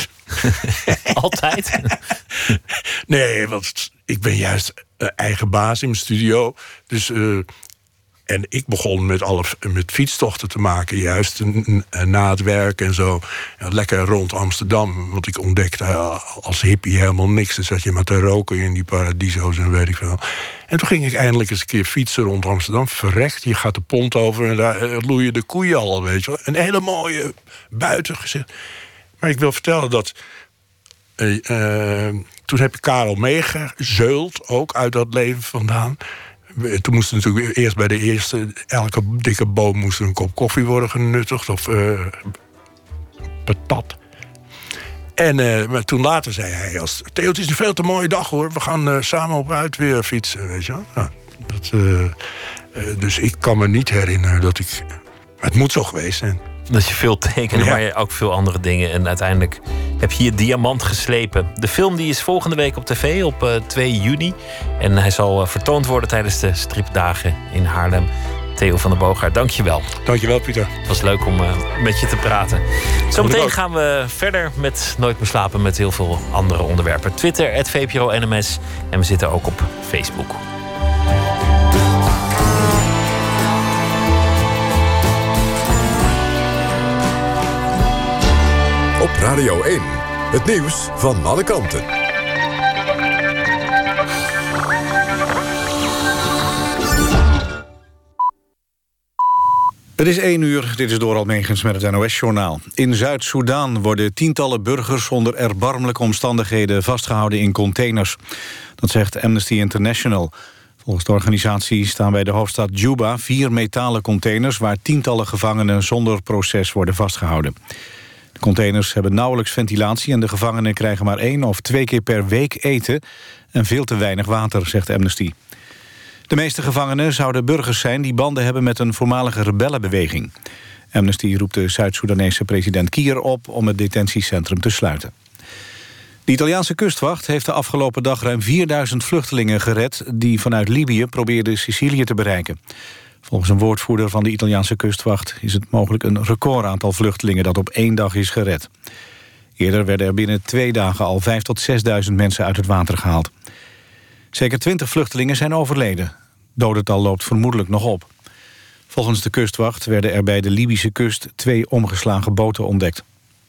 D: Altijd?
E: Nee, want ik ben juist uh, eigen baas in mijn studio. Dus, uh, en ik begon met, alle, met fietstochten te maken. Juist uh, na het werk en zo. Ja, lekker rond Amsterdam. Want ik ontdekte uh, als hippie helemaal niks. Dus zat je maar te roken in die paradiso's en weet ik veel. En toen ging ik eindelijk eens een keer fietsen rond Amsterdam. Verrekt, je gaat de pont over en daar uh, loeien de koeien al, weet je wel. Een hele mooie buitengezicht. Maar ik wil vertellen dat... Uh, uh, toen heb ik Karel meegezeuld, ook uit dat leven vandaan. Toen moest natuurlijk eerst bij de eerste... elke dikke boom moest er een kop koffie worden genuttigd. Of uh, patat. En uh, maar toen later zei hij... Als, Theo, het is een veel te mooie dag, hoor. We gaan uh, samen op uit weer fietsen, weet je wel. Nou, dat, uh, uh, dus ik kan me niet herinneren dat ik... Het moet zo geweest zijn.
D: Dat je veel tekende,
E: ja.
D: maar je ook veel andere dingen. En uiteindelijk heb je je diamant geslepen. De film die is volgende week op tv op uh, twee juni. En hij zal uh, vertoond worden tijdens de stripdagen in Haarlem. Theo van der Boogaard, dank je wel.
E: Dank je wel, Pieter.
D: Het was leuk om uh, met je te praten. Zometeen gaan we verder met Nooit meer slapen... met heel veel andere onderwerpen. Twitter, at V P R O N M S. En we zitten ook op Facebook.
B: Op Radio één, het nieuws van alle kanten.
A: Het is één uur, dit is Dorald Megens met het N O S-journaal. In Zuid-Soedan worden tientallen burgers onder erbarmelijke omstandigheden vastgehouden in containers. Dat zegt Amnesty International. Volgens de organisatie staan bij de hoofdstad Juba vier metalen containers waar tientallen gevangenen zonder proces worden vastgehouden. De containers hebben nauwelijks ventilatie en de gevangenen krijgen maar één of twee keer per week eten en veel te weinig water, zegt Amnesty. De meeste gevangenen zouden burgers zijn die banden hebben met een voormalige rebellenbeweging. Amnesty roept de Zuid-Soedanese president Kiir op om het detentiecentrum te sluiten. De Italiaanse kustwacht heeft de afgelopen dag ruim vierduizend vluchtelingen gered die vanuit Libië probeerden Sicilië te bereiken. Volgens een woordvoerder van de Italiaanse kustwacht is het mogelijk een recordaantal vluchtelingen dat op één dag is gered. Eerder werden er binnen twee dagen al vijfduizend tot zesduizend mensen uit het water gehaald. Zeker twintig vluchtelingen zijn overleden. Dodental loopt vermoedelijk nog op. Volgens de kustwacht werden er bij de Libische kust twee omgeslagen boten ontdekt.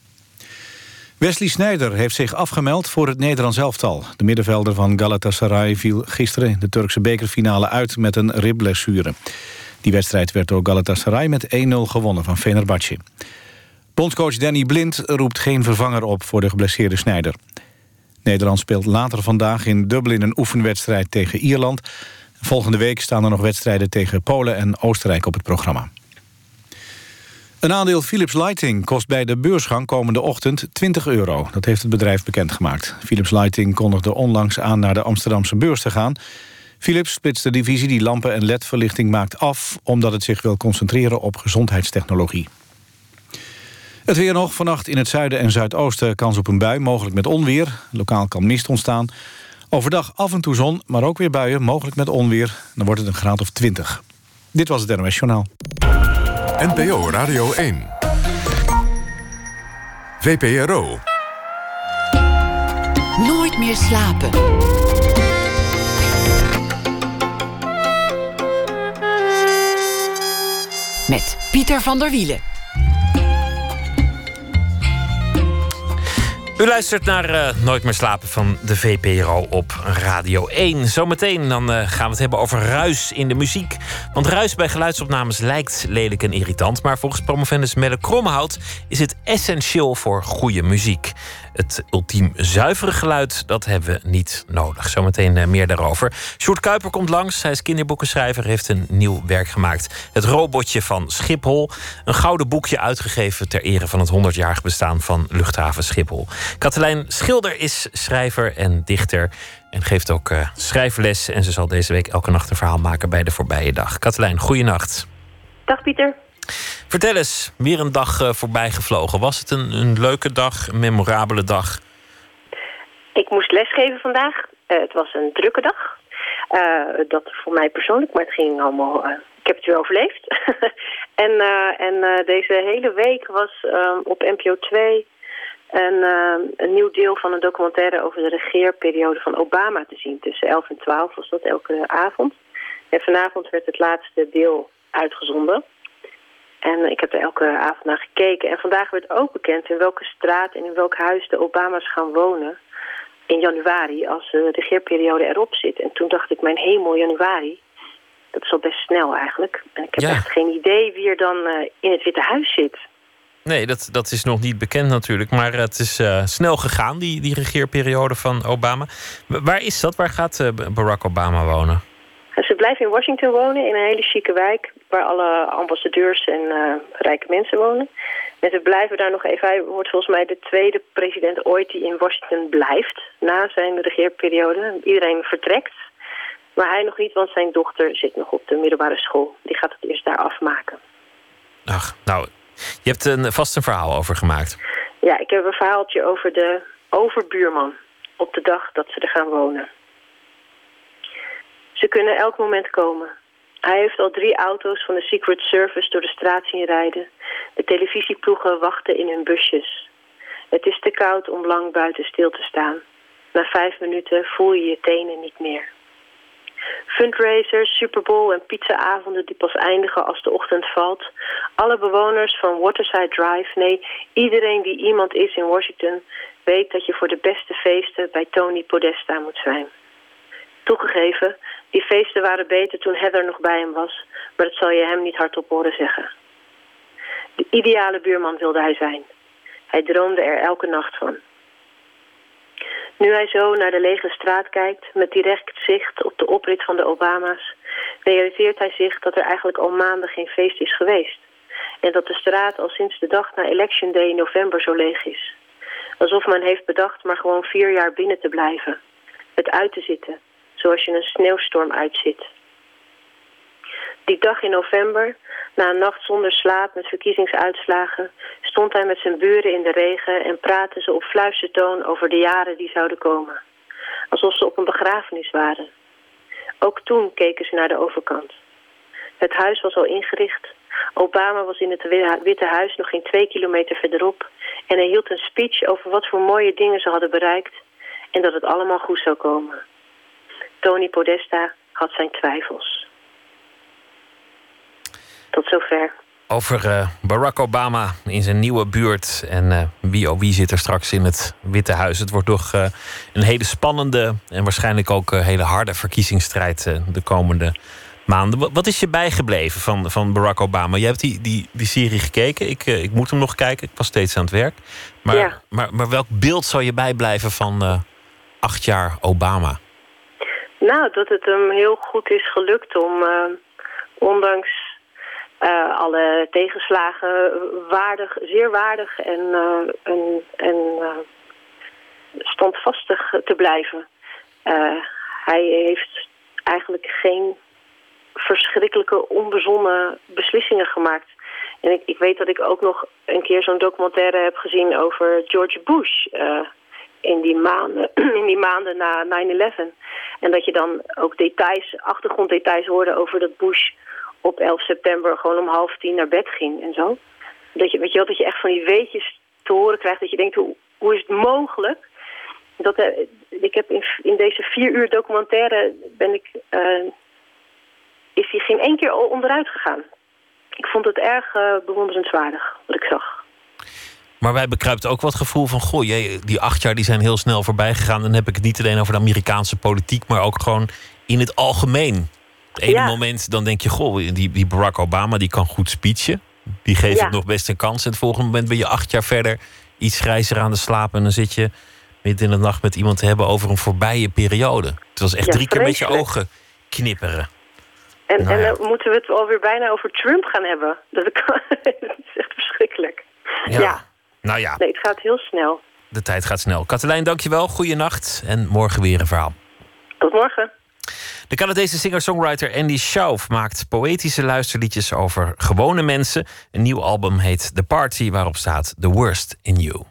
A: Wesley Sneijder heeft zich afgemeld voor het Nederlands elftal. De middenvelder van Galatasaray viel gisteren in de Turkse bekerfinale uit met een ribblessure. Die wedstrijd werd door Galatasaray met één nul gewonnen van Fenerbahce. Bondscoach Danny Blind roept geen vervanger op voor de geblesseerde Sneijder. Nederland speelt later vandaag in Dublin een oefenwedstrijd tegen Ierland. Volgende week staan er nog wedstrijden tegen Polen en Oostenrijk op het programma. Een aandeel Philips Lighting kost bij de beursgang komende ochtend twintig euro. Dat heeft het bedrijf bekendgemaakt. Philips Lighting kondigde onlangs aan naar de Amsterdamse beurs te gaan. Philips splitst de divisie die lampen- en ledverlichting maakt af, omdat het zich wil concentreren op gezondheidstechnologie. Het weer nog, vannacht in het zuiden en zuidoosten kans op een bui, mogelijk met onweer. Lokaal kan mist ontstaan. Overdag af en toe zon, maar ook weer buien, mogelijk met onweer. Dan wordt het een graad of twintig. Dit was het N O S Journaal.
B: N P O Radio één. V P R O.
C: Nooit meer slapen. Met Pieter van der Wielen.
D: U luistert naar uh, Nooit meer slapen van de V P R O op Radio één. Zometeen dan, uh, gaan we het hebben over ruis in de muziek. Want ruis bij geluidsopnames lijkt lelijk en irritant, maar volgens promovendus Melle Kromhout is het essentieel voor goede muziek. Het ultiem zuivere geluid, dat hebben we niet nodig. Zometeen uh, meer daarover. Sjoerd Kuiper komt langs. Hij is kinderboekenschrijver, heeft een nieuw werk gemaakt. Het robotje van Schiphol. Een gouden boekje uitgegeven ter ere van het honderdjarig bestaan van luchthaven Schiphol. Katelijn Schilder is schrijver en dichter en geeft ook uh, schrijfles. En ze zal deze week elke nacht een verhaal maken bij de voorbije dag. Katelijn, goeienacht.
H: Dag Pieter.
D: Vertel eens, weer een dag uh, voorbij gevlogen. Was het een, een leuke dag, een memorabele dag?
H: Ik moest lesgeven vandaag. Uh, het was een drukke dag. Uh, dat voor mij persoonlijk, maar het ging allemaal... Uh, ik heb het weer overleefd. en uh, en uh, deze hele week was uh, op N P O twee... Een, uh, een nieuw deel van een documentaire over de regeerperiode van Obama te zien. Tussen elf en twaalf was dat elke avond. En vanavond werd het laatste deel uitgezonden. En ik heb er elke avond naar gekeken. En vandaag werd ook bekend in welke straat en in welk huis de Obama's gaan wonen in januari, als de regeerperiode erop zit. En toen dacht ik, mijn hemel, januari, dat is al best snel eigenlijk. En ik heb
D: ja.
H: echt geen idee wie er dan uh, in het Witte Huis zit.
D: Nee, dat, dat is nog niet bekend natuurlijk. Maar het is uh, snel gegaan, die, die regeerperiode van Obama. Waar is dat? Waar gaat uh, Barack Obama wonen?
H: Ze blijven in Washington wonen, in een hele chique wijk, waar alle ambassadeurs en uh, rijke mensen wonen. En ze blijven daar nog even. Hij wordt volgens mij de tweede president ooit die in Washington blijft na zijn regeerperiode. Iedereen vertrekt, maar hij nog niet, want zijn dochter zit nog op de middelbare school. Die gaat het eerst daar afmaken.
D: Ach, nou, je hebt een, vast een verhaal over gemaakt.
H: Ja, ik heb een verhaaltje over de overbuurman op de dag dat ze er gaan wonen. Ze kunnen elk moment komen. Hij heeft al drie auto's van de Secret Service door de straat zien rijden. De televisieploegen wachten in hun busjes. Het is te koud om lang buiten stil te staan. Na vijf minuten voel je je tenen niet meer. Fundraisers, Super Bowl en pizzaavonden die pas eindigen als de ochtend valt. Alle bewoners van Waterside Drive, nee, iedereen die iemand is in Washington, weet dat je voor de beste feesten bij Tony Podesta moet zijn. Toegegeven, die feesten waren beter toen Heather nog bij hem was, maar dat zal je hem niet hardop horen zeggen. De ideale buurman wilde hij zijn. Hij droomde er elke nacht van. Nu hij zo naar de lege straat kijkt, met direct zicht op de oprit van de Obama's, realiseert hij zich dat er eigenlijk al maanden geen feest is geweest. En dat de straat al sinds de dag na Election Day in november zo leeg is. Alsof men heeft bedacht maar gewoon vier jaar binnen te blijven. Het uit te zitten, zoals je een sneeuwstorm uitzit. Die dag in november, na een nacht zonder slaap met verkiezingsuitslagen, stond hij met zijn buren in de regen en praatten ze op fluistertoon over de jaren die zouden komen. Alsof ze op een begrafenis waren. Ook toen keken ze naar de overkant. Het huis was al ingericht. Obama was in het Witte Huis nog geen twee kilometer verderop en hij hield een speech over wat voor mooie dingen ze hadden bereikt en dat het allemaal goed zou komen. Tony Podesta had zijn twijfels. Tot zover.
D: Over uh, Barack Obama in zijn nieuwe buurt. En uh, wie oh wie zit er straks in het Witte Huis. Het wordt toch uh, een hele spannende en waarschijnlijk ook uh, hele harde verkiezingsstrijd uh, de komende maanden. Wat is je bijgebleven van, van Barack Obama? Je hebt die, die, die serie gekeken. Ik, uh, ik moet hem nog kijken. Ik was steeds aan het werk. Maar,
H: ja. maar,
D: maar welk beeld zou je bijblijven van uh, acht jaar Obama?
H: Nou, dat het hem heel goed is gelukt om, uh, ondanks Uh, alle tegenslagen waardig, zeer waardig en, uh, en, en uh, standvastig te blijven. Uh, hij heeft eigenlijk geen verschrikkelijke onbezonnen beslissingen gemaakt. En ik, ik weet dat ik ook nog een keer zo'n documentaire heb gezien over George Bush uh, in die maanden, in die maanden na nine eleven. En dat je dan ook details, achtergronddetails hoorde over dat Bush op elf september gewoon om half tien naar bed ging en zo. Dat je, weet je wel, dat je echt van die weetjes te horen krijgt, dat je denkt, hoe, hoe is het mogelijk? Dat, uh, ik heb in, in deze vier uur documentaire ben ik, uh, is hij geen één keer onderuit gegaan. Ik vond het erg uh, bewonderenswaardig, wat ik zag.
D: Maar wij bekruipt ook wat gevoel van, goh, jee, die acht jaar die zijn heel snel voorbij gegaan. Dan heb ik het niet alleen over de Amerikaanse politiek, maar ook gewoon in het algemeen. Het ene ja. moment dan denk je, goh, die, die Barack Obama die kan goed speechen. Die geeft ja. het nog best een kans. En het volgende moment ben je acht jaar verder iets grijzer aan de slaap. En dan zit je midden in de nacht met iemand te hebben over een voorbije periode. Het was echt ja, drie keer met je ogen knipperen.
H: En, nou ja. en dan moeten we het alweer bijna over Trump gaan hebben. Dat is echt verschrikkelijk.
D: Ja. ja. Nou ja.
H: Nee, het gaat heel snel.
D: De tijd gaat snel. Katelijn, dankjewel. Goeienacht. En morgen weer een verhaal.
H: Tot morgen.
D: De Canadese singer-songwriter Andy Shauf maakt poëtische luisterliedjes over gewone mensen. Een nieuw album heet The Party, waarop staat The Worst in You.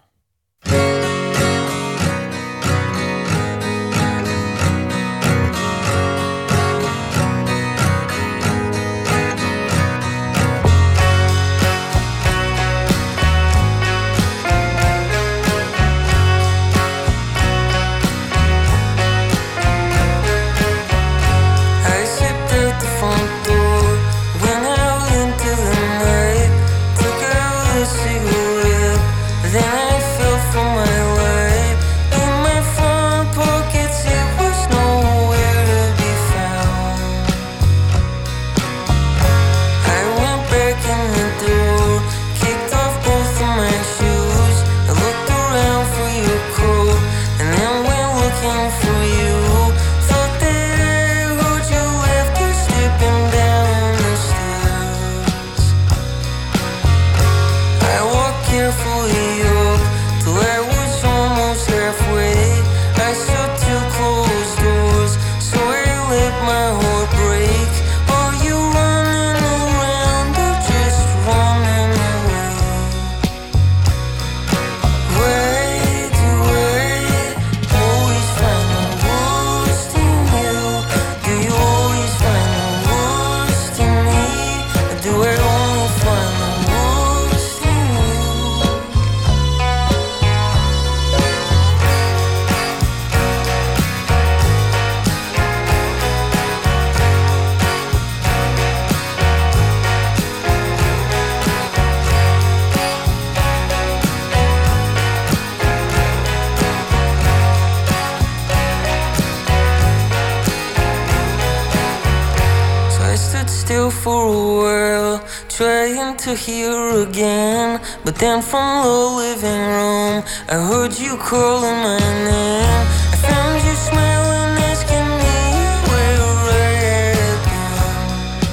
I: waiting to hear again. But then from the living room, I heard you calling my name. I found you smiling, asking me where you're at again.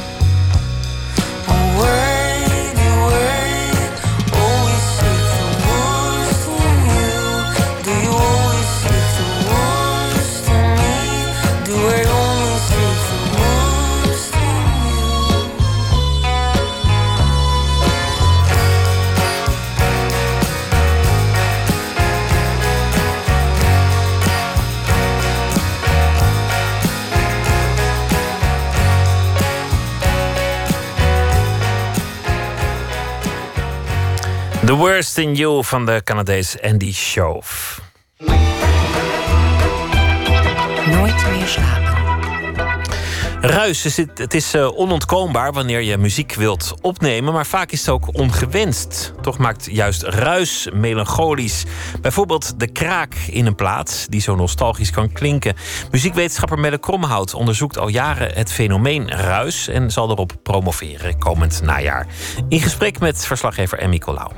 I: Why do I always seek the worst in you? Do you always seek the worst in me? Do I only seek the worst in you?
D: The Worst in You van de Canadees Andy Shove.
C: Nooit meer slapen.
D: Ruis, is het, het is uh, onontkoombaar wanneer je muziek wilt opnemen, maar vaak is het ook ongewenst. Toch maakt juist ruis melancholisch. Bijvoorbeeld de kraak in een plaat die zo nostalgisch kan klinken. Muziekwetenschapper Melle Kromhout onderzoekt al jaren het fenomeen ruis en zal erop promoveren komend najaar. In gesprek met verslaggever Emmy Colau.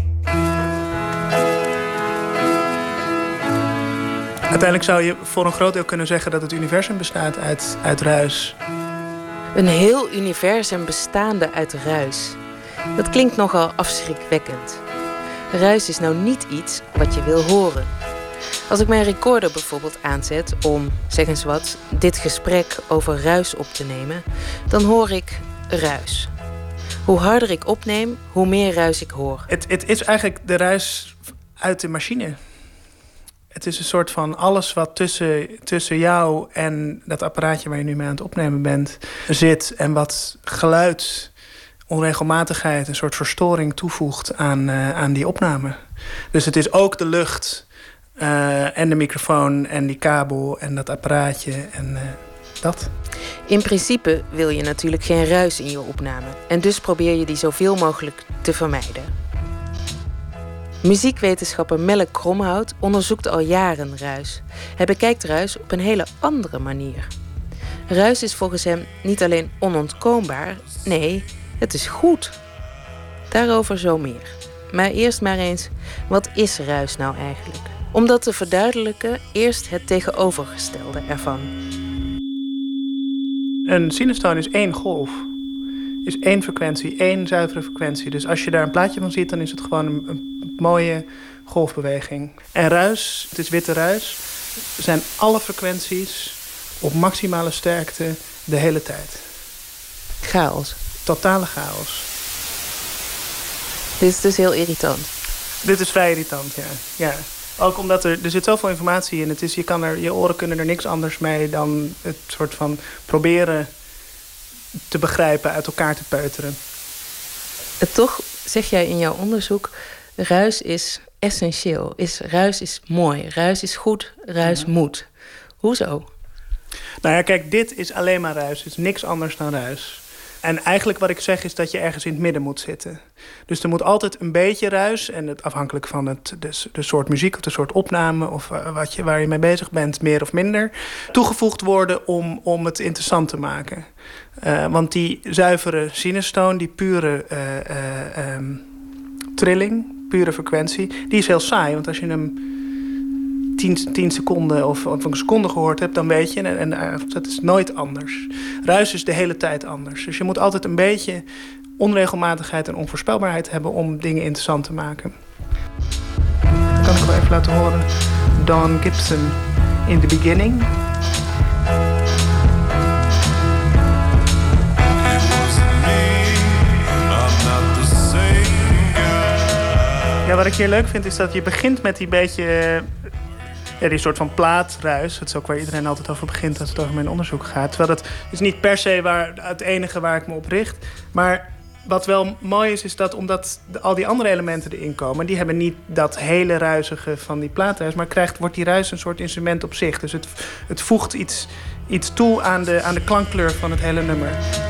J: Uiteindelijk zou je voor een groot deel kunnen zeggen dat het universum bestaat uit, uit ruis.
K: Een heel universum bestaande uit ruis. Dat klinkt nogal afschrikwekkend. Ruis is nou niet iets wat je wil horen. Als ik mijn recorder bijvoorbeeld aanzet om, zeg eens wat, dit gesprek over ruis op te nemen, dan hoor ik ruis. Hoe harder ik opneem, hoe meer ruis ik hoor.
J: Het, het is eigenlijk de ruis uit de machine. Het is een soort van alles wat tussen, tussen jou en dat apparaatje waar je nu mee aan het opnemen bent zit. En wat geluid, onregelmatigheid, een soort verstoring toevoegt aan, uh, aan die opname. Dus het is ook de lucht uh, en de microfoon en die kabel en dat apparaatje en uh, dat.
K: In principe wil je natuurlijk geen ruis in je opname. En dus probeer je die zoveel mogelijk te vermijden. Muziekwetenschapper Melle Kromhout onderzoekt al jaren ruis. Hij bekijkt ruis op een hele andere manier. Ruis is volgens hem niet alleen onontkoombaar, nee, het is goed. Daarover zo meer. Maar eerst maar eens, wat is ruis nou eigenlijk? Om dat te verduidelijken, eerst het tegenovergestelde ervan.
J: Een sinustoon is één golf. Is één frequentie, één zuivere frequentie. Dus als je daar een plaatje van ziet, dan is het gewoon een, een mooie golfbeweging. En ruis, het is witte ruis, zijn alle frequenties op maximale sterkte de hele tijd.
K: Chaos.
J: Totale chaos.
K: Dit is dus heel irritant.
J: Dit is vrij irritant, ja. ja. Ook omdat er, er zit zoveel informatie in. Het is, je, kan er, je oren kunnen er niks anders mee dan het soort van proberen te begrijpen, uit elkaar te peuteren.
K: En toch zeg jij in jouw onderzoek, ruis is essentieel. Is, ruis is mooi, ruis is goed, ruis ja. moet. Hoezo?
J: Nou ja, kijk, dit is alleen maar ruis. Het is niks anders dan ruis. En eigenlijk wat ik zeg is dat je ergens in het midden moet zitten. Dus er moet altijd een beetje ruis, en het, afhankelijk van het, de, de soort muziek of de soort opname of uh, wat je, waar je mee bezig bent, meer of minder, toegevoegd worden om, om het interessant te maken. Uh, want die zuivere sinustoon, die pure uh, uh, um, trilling, pure frequentie, die is heel saai. Want als je hem tien seconden of, of een seconde gehoord hebt, dan weet je, en, en dat is nooit anders. Ruis is de hele tijd anders. Dus je moet altijd een beetje onregelmatigheid en onvoorspelbaarheid hebben om dingen interessant te maken. Dat kan ik wel even laten horen. Don Gibson, In the Beginning. Ja, wat ik hier leuk vind is dat je begint met die beetje, ja, die soort van plaatruis. Dat is ook waar iedereen altijd over begint als het over mijn onderzoek gaat. Terwijl dat is niet per se waar, het enige waar ik me op richt. Maar wat wel mooi is, is dat omdat de, al die andere elementen erin komen, die hebben niet dat hele ruizige van die plaatruis, maar krijgt, wordt die ruis een soort instrument op zich. Dus het, het voegt iets, iets toe aan de, aan de klankkleur van het hele nummer.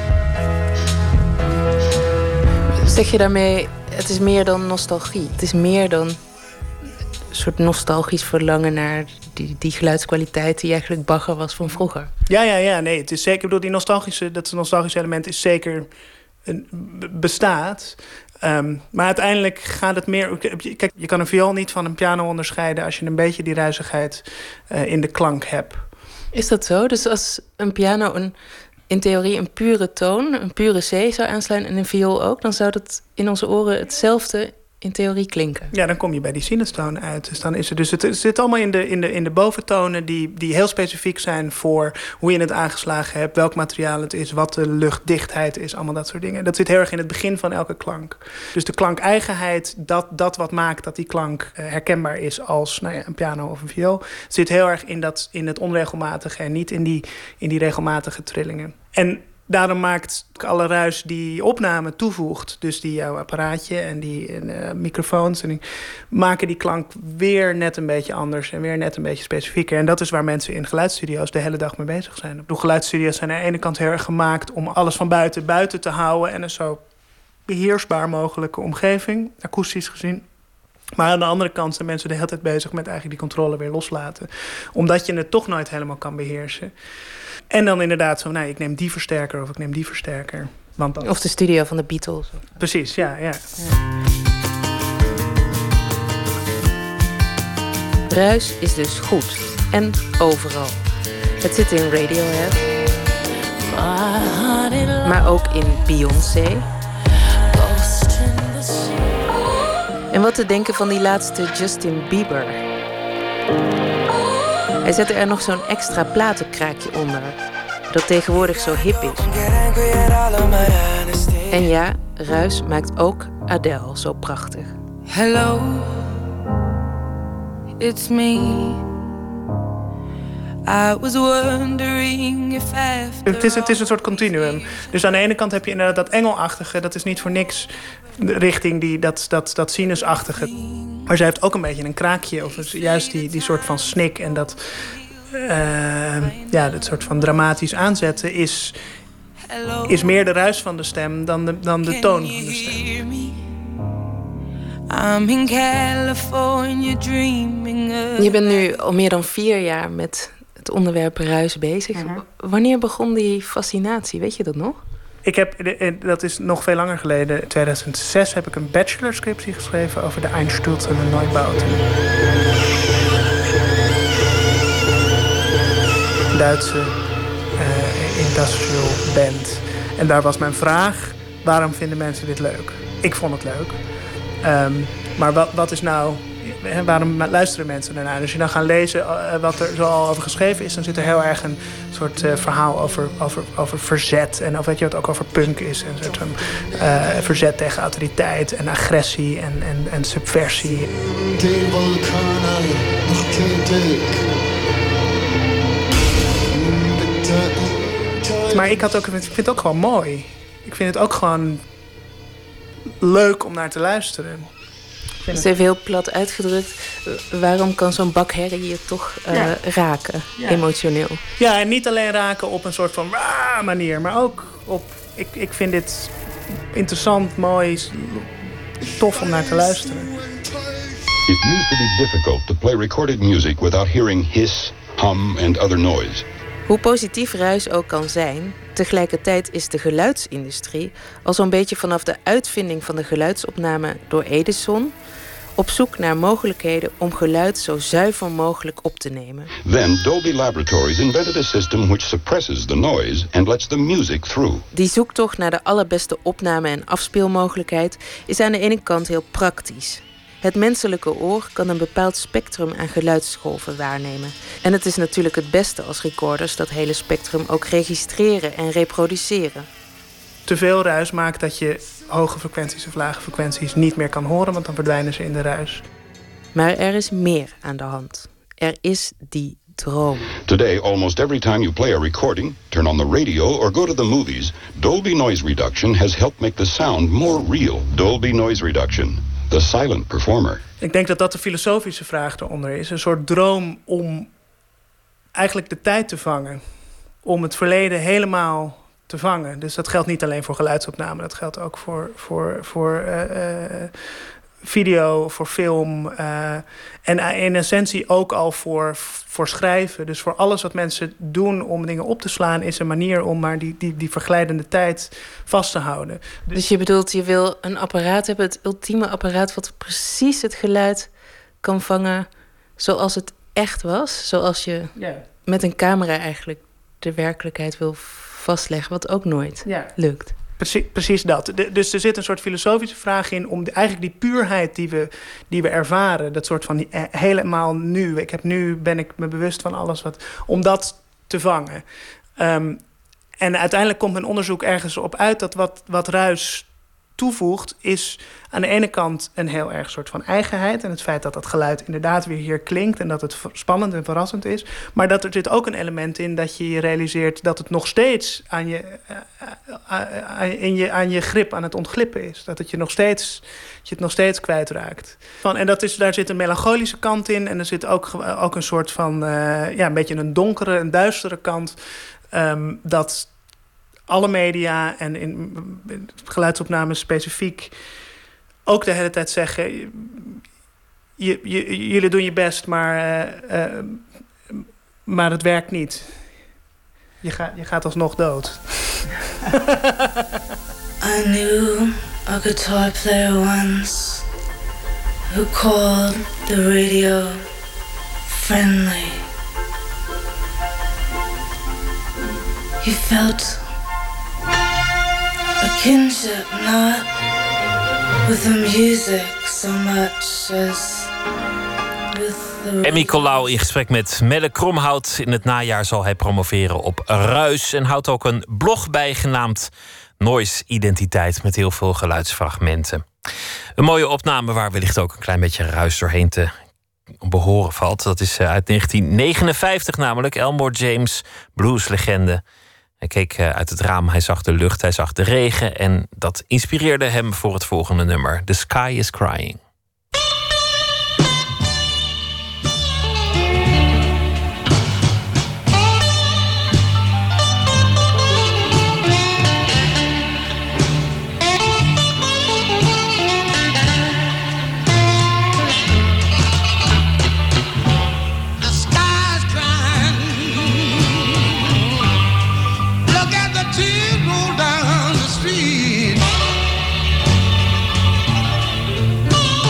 K: Zeg je daarmee, het is meer dan nostalgie? Het is meer dan een soort nostalgisch verlangen naar die, die geluidskwaliteit die eigenlijk bagger was van vroeger?
J: Ja, ja, ja, nee, het is zeker. Ik bedoel, die nostalgische, dat nostalgische element is zeker een, bestaat. Um, maar uiteindelijk gaat het meer... Kijk, je kan een viool niet van een piano onderscheiden als je een beetje die ruizigheid uh, in de klank hebt.
K: Is dat zo? Dus als een piano een, in theorie een pure toon, een pure C zou aansluiten en een viool ook, dan zou dat in onze oren hetzelfde in theorie klinken.
J: Ja, dan kom je bij die sinustoon uit. Dus dan is er dus het, het zit allemaal in de, in de, in de boventonen die, die heel specifiek zijn voor hoe je het aangeslagen hebt, welk materiaal het is, wat de luchtdichtheid is, allemaal dat soort dingen. Dat zit heel erg in het begin van elke klank. Dus de klankeigenheid, dat, dat wat maakt dat die klank uh, herkenbaar is als nou ja, een piano of een viool, zit heel erg in, dat, in het onregelmatige en niet in die, in die regelmatige trillingen. En daarom maakt alle ruis die opname toevoegt, dus die jouw apparaatje en die uh, microfoons, en die, maken die klank weer net een beetje anders en weer net een beetje specifieker. En dat is waar mensen in geluidsstudio's de hele dag mee bezig zijn. De geluidsstudio's zijn aan de ene kant heel erg gemaakt om alles van buiten buiten te houden en een zo beheersbaar mogelijke omgeving, akoestisch gezien. Maar aan de andere kant zijn mensen de hele tijd bezig met eigenlijk die controle weer loslaten. Omdat je het toch nooit helemaal kan beheersen. En dan inderdaad zo, nou, ik neem die versterker of ik neem die versterker. Want dat...
K: Of de studio van de Beatles.
J: Precies, ja, ja.
K: ja. Ruis is dus goed. En overal. Het zit in Radiohead. Maar ook in Beyoncé. En wat te denken van die laatste Justin Bieber. Hij zette er nog zo'n extra platenkraakje onder, dat tegenwoordig zo hip is. En ja, ruis maakt ook Adele zo prachtig.
I: Hello, it's me. I was wondering if after
J: het, is, het is een soort continuum. Dus aan de ene kant heb je inderdaad dat engelachtige, dat is niet voor niks richting die, dat, dat, dat sinusachtige. Maar zij heeft ook een beetje een kraakje, of juist die, die soort van snik en dat, uh, ja, dat soort van dramatisch aanzetten is, is meer de ruis van de stem dan de, dan de toon van de stem.
I: I'm in California dreaming of...
K: Je bent nu al meer dan vier jaar met het onderwerp ruis bezig. Uh-huh. Wanneer begon die fascinatie? Weet je dat nog?
J: Ik heb, dat is nog veel langer geleden. In tweeduizend zes heb ik een bachelorscriptie geschreven over de Einstürzende Neubauten. Duitse uh, industrial band. En daar was mijn vraag, waarom vinden mensen dit leuk? Ik vond het leuk. Um, maar wat, wat is nou... Waarom luisteren mensen ernaar? Als je dan gaat lezen uh, wat er zo al over geschreven is, dan zit er heel erg een soort uh, verhaal over, over, over verzet. En of weet je wat ook over punk is. Een soort van uh, verzet tegen autoriteit en agressie en, en, en subversie. Maar ik, had ook, ik vind het ook gewoon mooi. Ik vind het ook gewoon leuk om naar te luisteren.
K: Dus even heel plat uitgedrukt, waarom kan zo'n bak herrie je toch uh, ja. raken, ja. emotioneel?
J: Ja, en niet alleen raken op een soort van raar manier, maar ook op, ik, ik vind dit interessant, mooi, tof om naar te luisteren.
L: It used to be difficult to play recorded music without hearing hiss, hum and other noise.
K: Hoe positief ruis ook kan zijn, tegelijkertijd is de geluidsindustrie al zo'n beetje vanaf de uitvinding van de geluidsopname door Edison op zoek naar mogelijkheden om geluid zo zuiver mogelijk op te nemen.
L: Then Dolby Laboratories invented a system which suppresses the noise and lets the music through.
K: Die zoektocht naar de allerbeste opname- en afspeelmogelijkheid is aan de ene kant heel praktisch. Het menselijke oor kan een bepaald spectrum aan geluidsgolven waarnemen. En het is natuurlijk het beste als recorders dat hele spectrum ook registreren en reproduceren.
J: Te veel ruis maakt dat je hoge frequenties of lage frequenties niet meer kan horen, want dan verdwijnen ze in de ruis.
K: Maar er is meer aan de hand. Er is die droom.
L: Today, almost every time you play a recording, turn on the radio or go to the movies, Dolby Noise Reduction has helped make the sound more real. Dolby Noise Reduction. The silent performer.
J: Ik denk dat dat de filosofische vraag eronder is. Een soort droom om eigenlijk de tijd te vangen. Om het verleden helemaal te vangen. Dus dat geldt niet alleen voor geluidsopname. Dat geldt ook voor, voor, voor, uh, uh, video, voor film. Uh, en in essentie ook al voor, voor schrijven. Dus voor alles wat mensen doen om dingen op te slaan, is een manier om maar die, die, die verglijdende tijd vast te houden.
K: Dus, dus je bedoelt, je wil een apparaat hebben, het ultieme apparaat wat precies het geluid kan vangen zoals het echt was. Zoals je yeah. met een camera eigenlijk de werkelijkheid wil vastleggen, wat ook nooit yeah. lukt.
J: Precies, precies dat. De, dus er zit een soort filosofische vraag in om de, eigenlijk die puurheid die we, die we ervaren, dat soort van eh, helemaal nu. Ik heb nu ben ik me bewust van alles wat, om dat te vangen. Um, en uiteindelijk komt mijn onderzoek ergens op uit dat wat, wat ruis toevoegt, is aan de ene kant een heel erg soort van eigenheid en het feit dat dat geluid inderdaad weer hier klinkt en dat het spannend en verrassend is. Maar dat er zit ook een element in dat je je realiseert dat het nog steeds aan je, uh, uh, in je, aan je grip aan het ontglippen is. Dat het je nog steeds, je het nog steeds kwijtraakt. Van, en dat is, daar zit een melancholische kant in en er zit ook, ook een soort van, uh, ja, een beetje een donkere, een duistere kant. Um, dat alle media en in geluidsopnames specifiek ook de hele tijd zeggen, je, je, jullie doen je best, maar, uh, uh, maar het werkt niet. Je, ga, je gaat alsnog dood.
I: I knew a guitar player once who called the radio friendly. He felt a kinship, not with the music so much as with the...
D: Emmy Colau in gesprek met Melle Kromhout. In het najaar zal hij promoveren op ruis en houdt ook een blog bij genaamd Noise Identiteit met heel veel geluidsfragmenten. Een mooie opname waar wellicht ook een klein beetje ruis doorheen te behoren valt. Dat is uit negentien negenenvijftig namelijk. Elmore James, blueslegende. Hij keek uit het raam, hij zag de lucht, hij zag de regen en dat inspireerde hem voor het volgende nummer. The Sky is Crying.
M: Down the street.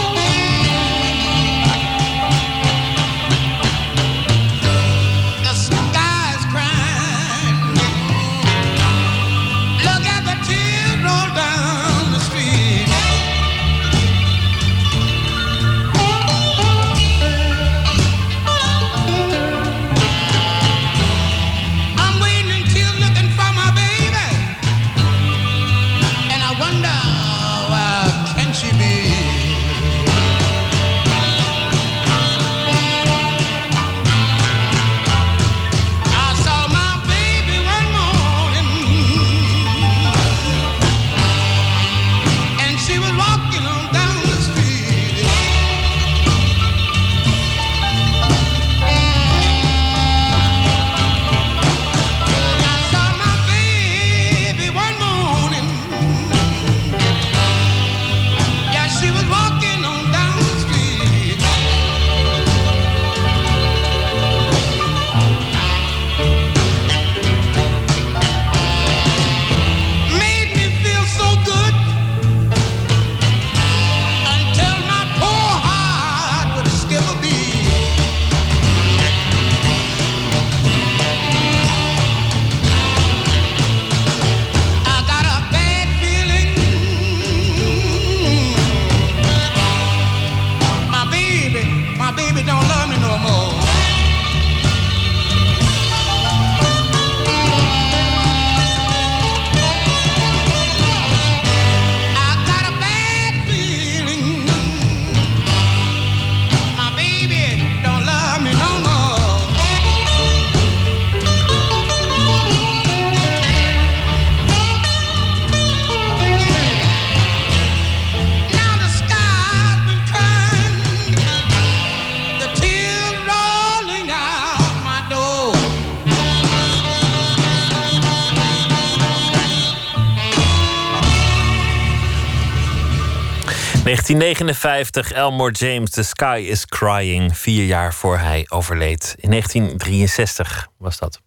D: negentien negenenvijftig, Elmore James, The Sky is Crying. Vier jaar voor hij overleed. In negentien drieënzestig was dat.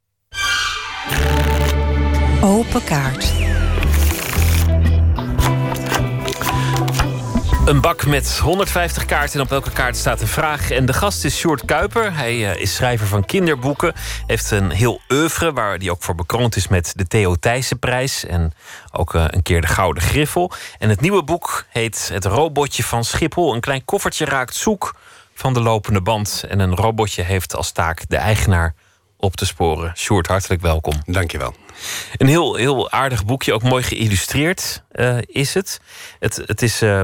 C: Open kaart.
D: Een bak met honderdvijftig kaarten en op elke kaart staat een vraag. En de gast is Sjoerd Kuiper. Hij uh, is schrijver van kinderboeken. Heeft een heel oeuvre waar hij ook voor bekroond is met de Theo Thijssenprijs. En ook uh, een keer de Gouden Griffel. En het nieuwe boek heet Het Robotje van Schiphol. Een klein koffertje raakt zoek van de lopende band. En een robotje heeft als taak de eigenaar op te sporen. Sjoerd, hartelijk welkom.
M: Dankjewel.
D: Een heel, heel aardig boekje, ook mooi geïllustreerd uh, is het. Het, het is... Uh,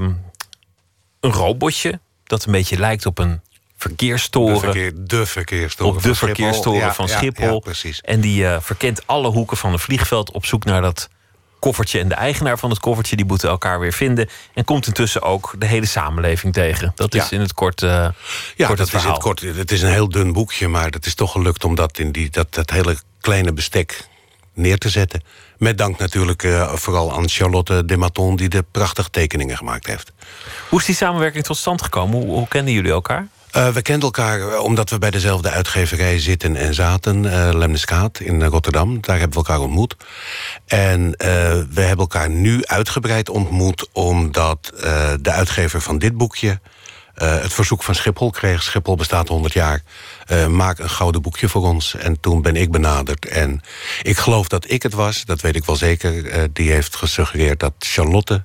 D: Een robotje dat een beetje lijkt op een verkeerstoren.
M: De, verkeer, de verkeerstoren
D: op de
M: van
D: verkeerstoren
M: Schiphol.
D: van
M: Ja,
D: Schiphol.
M: Ja, ja, precies.
D: En die uh, verkent alle hoeken van een vliegveld op zoek naar dat koffertje. En de eigenaar van het koffertje die moeten elkaar weer vinden. En komt intussen ook de hele samenleving tegen. Dat is
M: Ja.
D: in het kort, uh,
M: Ja,
D: kort
M: dat
D: het
M: is
D: verhaal.
M: het kort. Het is een heel dun boekje, maar het is toch gelukt om dat in die, dat, dat hele kleine bestek neer te zetten. Met dank natuurlijk uh, vooral aan Charlotte de Maton, die de prachtige tekeningen gemaakt heeft.
D: Hoe is die samenwerking tot stand gekomen? Hoe, hoe kenden jullie elkaar?
M: Uh, we kenden elkaar omdat we bij dezelfde uitgeverij zitten en zaten. Uh, Lemniskaat in Rotterdam. Daar hebben we elkaar ontmoet. En uh, we hebben elkaar nu uitgebreid ontmoet omdat uh, de uitgever van dit boekje Uh, het verzoek van Schiphol kreeg. Schiphol bestaat honderd jaar. Uh, maak een gouden boekje voor ons. En toen ben ik benaderd. En ik geloof dat ik het was, dat weet ik wel zeker. Uh, die heeft gesuggereerd dat Charlotte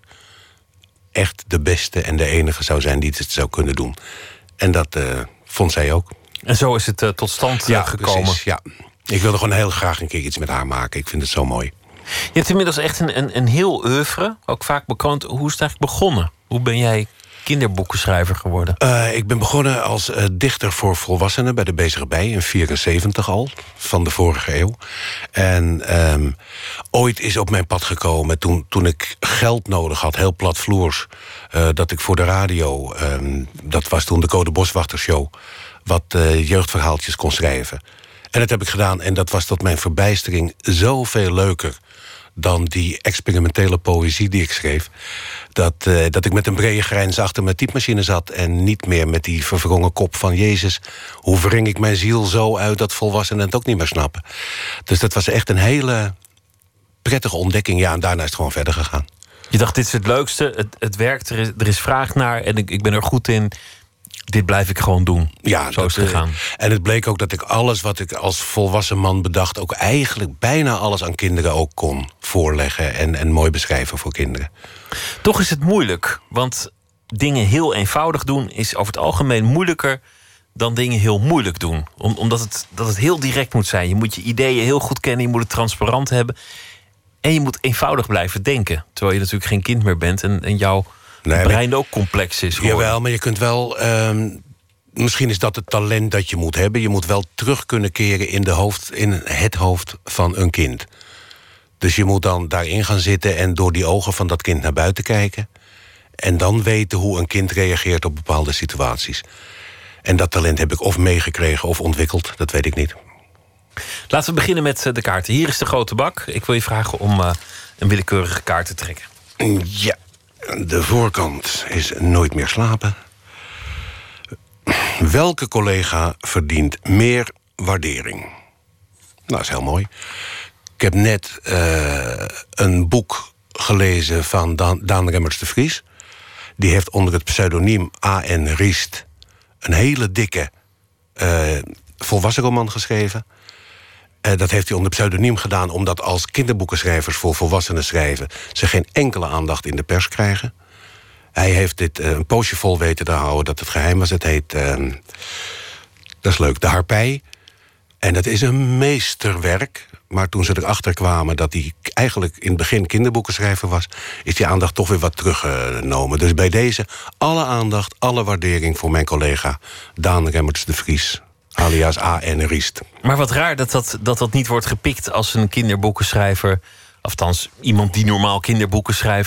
M: echt de beste en de enige zou zijn die het zou kunnen doen. En dat uh, vond zij ook.
D: En zo is het uh, tot stand uh,
M: ja,
D: gekomen.
M: Precies, ja. Ik wilde gewoon heel graag een keer iets met haar maken. Ik vind het zo mooi.
D: Je hebt inmiddels echt een, een, een heel oeuvre. Ook vaak bekend. Hoe is het eigenlijk begonnen? Hoe ben jij kinderboekenschrijver geworden?
M: Uh, ik ben begonnen als uh, dichter voor volwassenen bij de Bezige Bij in vierenzeventig al, van de vorige eeuw. En um, ooit is op mijn pad gekomen toen, toen ik geld nodig had, heel platvloers, uh, dat ik voor de radio, um, dat was toen de Code Boswachtershow, wat uh, jeugdverhaaltjes kon schrijven. En dat heb ik gedaan en dat was tot mijn verbijstering zoveel leuker dan die experimentele poëzie die ik schreef. Dat, uh, dat ik met een brede grijns achter mijn typemachine zat en niet meer met die verwrongen kop van Jezus. Hoe wring ik mijn ziel zo uit dat volwassenen het ook niet meer snappen. Dus dat was echt een hele prettige ontdekking. Ja, en daarna is het gewoon verder gegaan.
D: Je dacht, dit is het leukste, het, het werkt, er is, er is vraag naar en ik, ik ben er goed in. Dit blijf ik gewoon doen.
M: Ja,
D: zo is het gegaan.
M: En het bleek ook dat ik alles wat ik als volwassen man bedacht, ook eigenlijk bijna alles aan kinderen ook kon voorleggen en, en mooi beschrijven voor kinderen.
D: Toch is het moeilijk, want dingen heel eenvoudig doen is over het algemeen moeilijker dan dingen heel moeilijk doen. Om, omdat het, dat het heel direct moet zijn. Je moet je ideeën heel goed kennen, je moet het transparant hebben. En je moet eenvoudig blijven denken. Terwijl je natuurlijk geen kind meer bent en, en jouw nee, brein maar, ook complex is. Geworden.
M: Jawel, maar je kunt wel Um, misschien is dat het talent dat je moet hebben. Je moet wel terug kunnen keren in, de hoofd, in het hoofd van een kind. Dus je moet dan daarin gaan zitten en door die ogen van dat kind naar buiten kijken. En dan weten hoe een kind reageert op bepaalde situaties. En dat talent heb ik of meegekregen of ontwikkeld, dat weet ik niet.
D: Laten we beginnen met de kaarten. Hier is de grote bak. Ik wil je vragen om uh, een willekeurige kaart te trekken.
M: Ja, de voorkant is Nooit meer slapen. Welke collega verdient meer waardering? Nou, dat is heel mooi. Ik heb net uh, een boek gelezen van Daan, Daan Remmers de Vries. Die heeft onder het pseudoniem A N Riest een hele dikke uh, volwassen roman geschreven. Uh, dat heeft hij onder pseudoniem gedaan omdat als kinderboekenschrijvers voor volwassenen schrijven ze geen enkele aandacht in de pers krijgen. Hij heeft dit uh, een poosje vol weten te houden dat het geheim was. Het heet, uh, dat is leuk, De Harpij. En dat is een meesterwerk. Maar toen ze erachter kwamen dat hij eigenlijk in het begin kinderboekenschrijver was, is die aandacht toch weer wat teruggenomen. Dus bij deze alle aandacht, alle waardering voor mijn collega Daan Remmers de Vries, alias A N Riest.
D: Maar wat raar dat dat, dat dat niet wordt gepikt als een kinderboekenschrijver, althans iemand die normaal kinderboeken schrijft,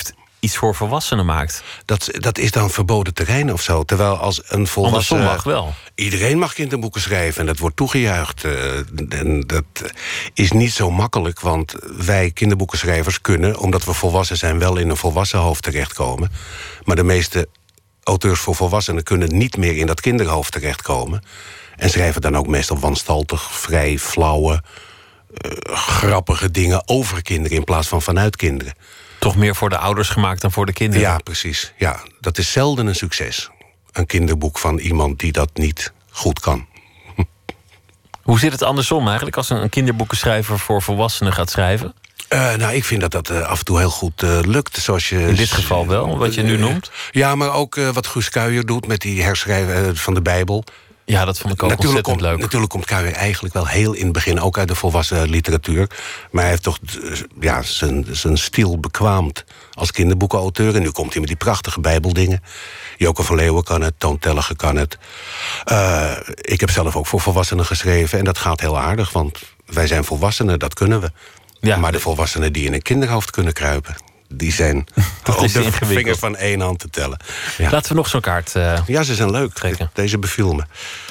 D: iets voor volwassenen maakt.
M: Dat, dat is dan verboden terrein of zo. Terwijl als een volwassene...
D: Andersom mag wel.
M: Iedereen mag kinderboeken schrijven en dat wordt toegejuicht. Uh, en dat is niet zo makkelijk, want wij kinderboekenschrijvers kunnen, omdat we volwassen zijn, wel in een volwassen hoofd terechtkomen. Maar de meeste auteurs voor volwassenen kunnen niet meer in dat kinderhoofd terechtkomen. En schrijven dan ook meestal wanstaltig, vrij flauwe, uh, grappige dingen over kinderen in plaats van vanuit kinderen.
D: Toch meer voor de ouders gemaakt dan voor de kinderen?
M: Ja, precies. Ja, dat is zelden een succes. Een kinderboek van iemand die dat niet goed kan.
D: Hoe zit het andersom eigenlijk als een kinderboekenschrijver voor volwassenen gaat schrijven?
M: Uh, nou, ik vind dat dat uh, af en toe heel goed uh, lukt. Zoals je
D: in dit geval wel, wat je nu noemt?
M: Uh, ja, maar ook uh, wat Guus Kuijer doet met die herschrijven uh, van de Bijbel.
D: Ja, dat vond ik ook
M: natuurlijk
D: ontzettend
M: komt,
D: leuk.
M: Natuurlijk komt Kuijer eigenlijk wel heel in het begin ook uit de volwassen literatuur. Maar hij heeft toch uh, ja, zijn, zijn stil bekwaamd als kinderboekenauteur. En nu komt hij met die prachtige Bijbeldingen. Joke van Leeuwen kan het, Toon Tellige kan het. Uh, ik heb zelf ook voor volwassenen geschreven. En dat gaat heel aardig, want wij zijn volwassenen, dat kunnen we. Ja. Maar de volwassenen die in een kinderhoofd kunnen kruipen, die zijn
D: dat
M: op
D: is
M: de vinger van één hand te tellen. Ja.
D: Laten we nog zo'n kaart uh,
M: Ja, ze zijn leuk.
D: trekken.
M: Deze beviel me.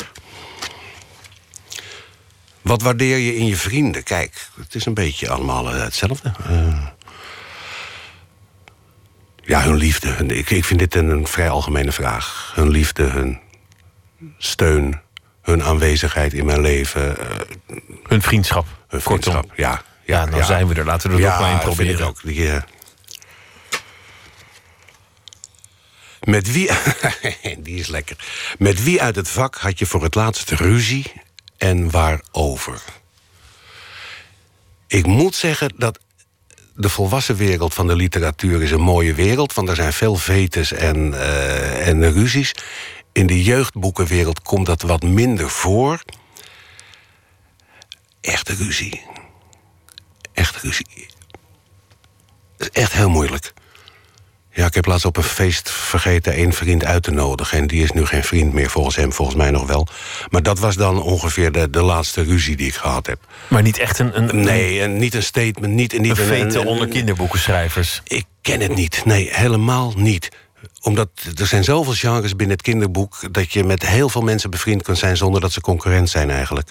M: Wat waardeer je in je vrienden? Kijk, het is een beetje allemaal uh, hetzelfde. Uh, ja, hun liefde. Hun, ik, ik vind dit een, een vrij algemene vraag. Hun liefde, hun steun, hun aanwezigheid in mijn leven. Uh,
D: hun vriendschap.
M: Hun vriendschap,
D: Kortom.
M: ja.
D: Ja,
M: Ja,
D: nou
M: ja.
D: zijn we er. Laten we er
M: Ja,
D: nog maar in proberen.
M: vind ik ook. Die, uh... Met wie... Die is lekker. Met wie uit het vak had je voor het laatst ruzie en waarover? Ik moet zeggen dat de volwassen wereld van de literatuur is een mooie wereld, want er zijn veel vetes en, uh, en ruzies. In de jeugdboekenwereld komt dat wat minder voor. Echte ruzie. Echte ruzie. Dat is echt heel moeilijk. Ja, ik heb laatst op een feest vergeten één vriend uit te nodigen. En die is nu geen vriend meer, volgens hem, volgens mij nog wel. Maar dat was dan ongeveer de, de laatste ruzie die ik gehad heb.
D: Maar niet echt een... een
M: nee, en niet een statement, niet, niet
D: een
M: een...
D: vete
M: een,
D: onder kinderboekenschrijvers.
M: Ik ken het niet. Nee, helemaal niet. Omdat er zijn zoveel genres binnen het kinderboek, dat je met heel veel mensen bevriend kunt zijn zonder dat ze concurrent zijn eigenlijk.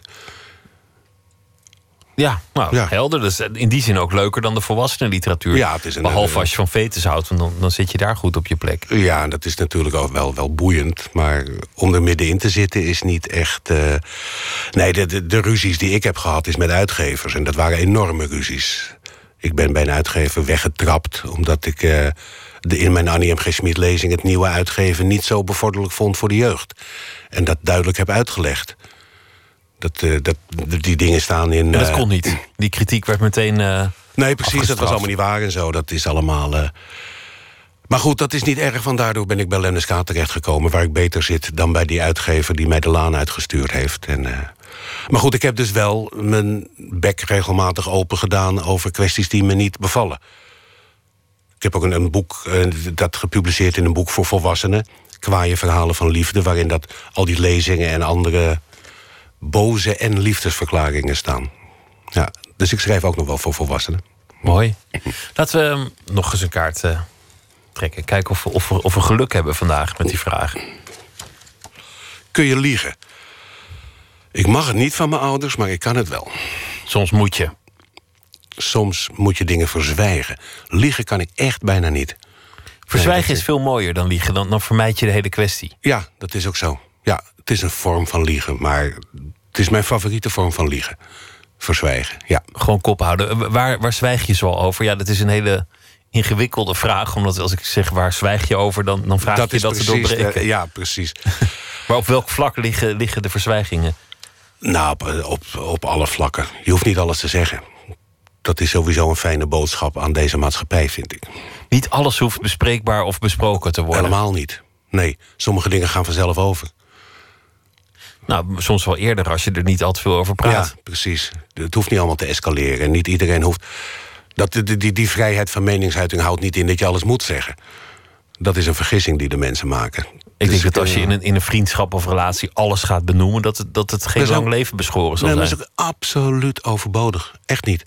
D: Ja, nou,
M: Ja.
D: helder. Dus in die zin ook leuker dan de volwassenenliteratuur.
M: Ja, het is een-
D: Behalve als je van fetus houdt, want dan, dan zit je daar goed op je plek.
M: Ja, dat is natuurlijk ook wel, wel boeiend. Maar om er middenin te zitten is niet echt... Uh... Nee, de, de, de ruzies die ik heb gehad is met uitgevers. En dat waren enorme ruzies. Ik ben bij een uitgever weggetrapt, omdat ik uh, de, in mijn Annie M G. Schmid lezing het nieuwe uitgeven niet zo bevorderlijk vond voor de jeugd. En dat duidelijk heb uitgelegd. Dat, uh, dat, die dingen staan in...
D: En dat
M: uh,
D: kon niet. Die kritiek werd meteen uh,
M: Nee, precies, dat
D: afgestraft.
M: was allemaal niet waar en zo. Dat is allemaal... Uh... Maar goed, dat is niet erg, want daardoor ben ik bij Lemnes K. terechtgekomen, waar ik beter zit dan bij die uitgever die mij de laan uitgestuurd heeft. En, uh... Maar goed, ik heb dus wel mijn bek regelmatig open gedaan over kwesties die me niet bevallen. Ik heb ook een, een boek, uh, dat gepubliceerd in een boek voor volwassenen, Kwaaie verhalen van liefde, waarin dat al die lezingen en andere boze en liefdesverklaringen staan. Ja, dus ik schrijf ook nog wel voor volwassenen.
D: Mooi. Laten we um, nog eens een kaart uh, trekken. Kijken of we, of, we, of we geluk hebben vandaag met die vraag.
M: Kun je liegen? Ik mag het niet van mijn ouders, maar ik kan het wel.
D: Soms moet je.
M: Soms moet je dingen verzwijgen. Liegen kan ik echt bijna niet.
D: Verzwijgen
M: Nee,
D: is veel mooier dan liegen. Dan, dan vermijd je de hele kwestie.
M: Ja, dat is ook zo. Ja, het is een vorm van liegen, maar het is mijn favoriete vorm van liegen. Verzwijgen, ja.
D: Gewoon kop houden. Waar, waar zwijg je zo over? Ja, dat is een hele ingewikkelde vraag. Omdat als ik zeg waar zwijg je over, dan, dan vraag
M: Dat
D: je
M: is
D: dat te
M: precies,
D: doorbreken.
M: eh, ja, precies.
D: Maar op welk vlak liggen, liggen de verzwijgingen?
M: Nou, op, op, op alle vlakken. Je hoeft niet alles te zeggen. Dat is sowieso een fijne boodschap aan deze maatschappij, vind ik.
D: Niet alles hoeft bespreekbaar of besproken te worden.
M: Helemaal niet. Nee, sommige dingen gaan vanzelf over.
D: Nou, soms wel eerder als je er niet al te veel over praat.
M: Ja, precies. Het hoeft niet allemaal te escaleren. En niet iedereen hoeft... Dat, die, die, die vrijheid van meningsuiting houdt niet in dat je alles moet zeggen. Dat is een vergissing die de mensen maken.
D: Ik
M: Dus
D: denk dat als je
M: uh,
D: in een, in een vriendschap of relatie alles gaat benoemen, dat het, dat het geen
M: Dat is
D: lang
M: ook-
D: leven beschoren zal
M: Nee, maar
D: zijn.
M: dat is ook absoluut overbodig. Echt niet.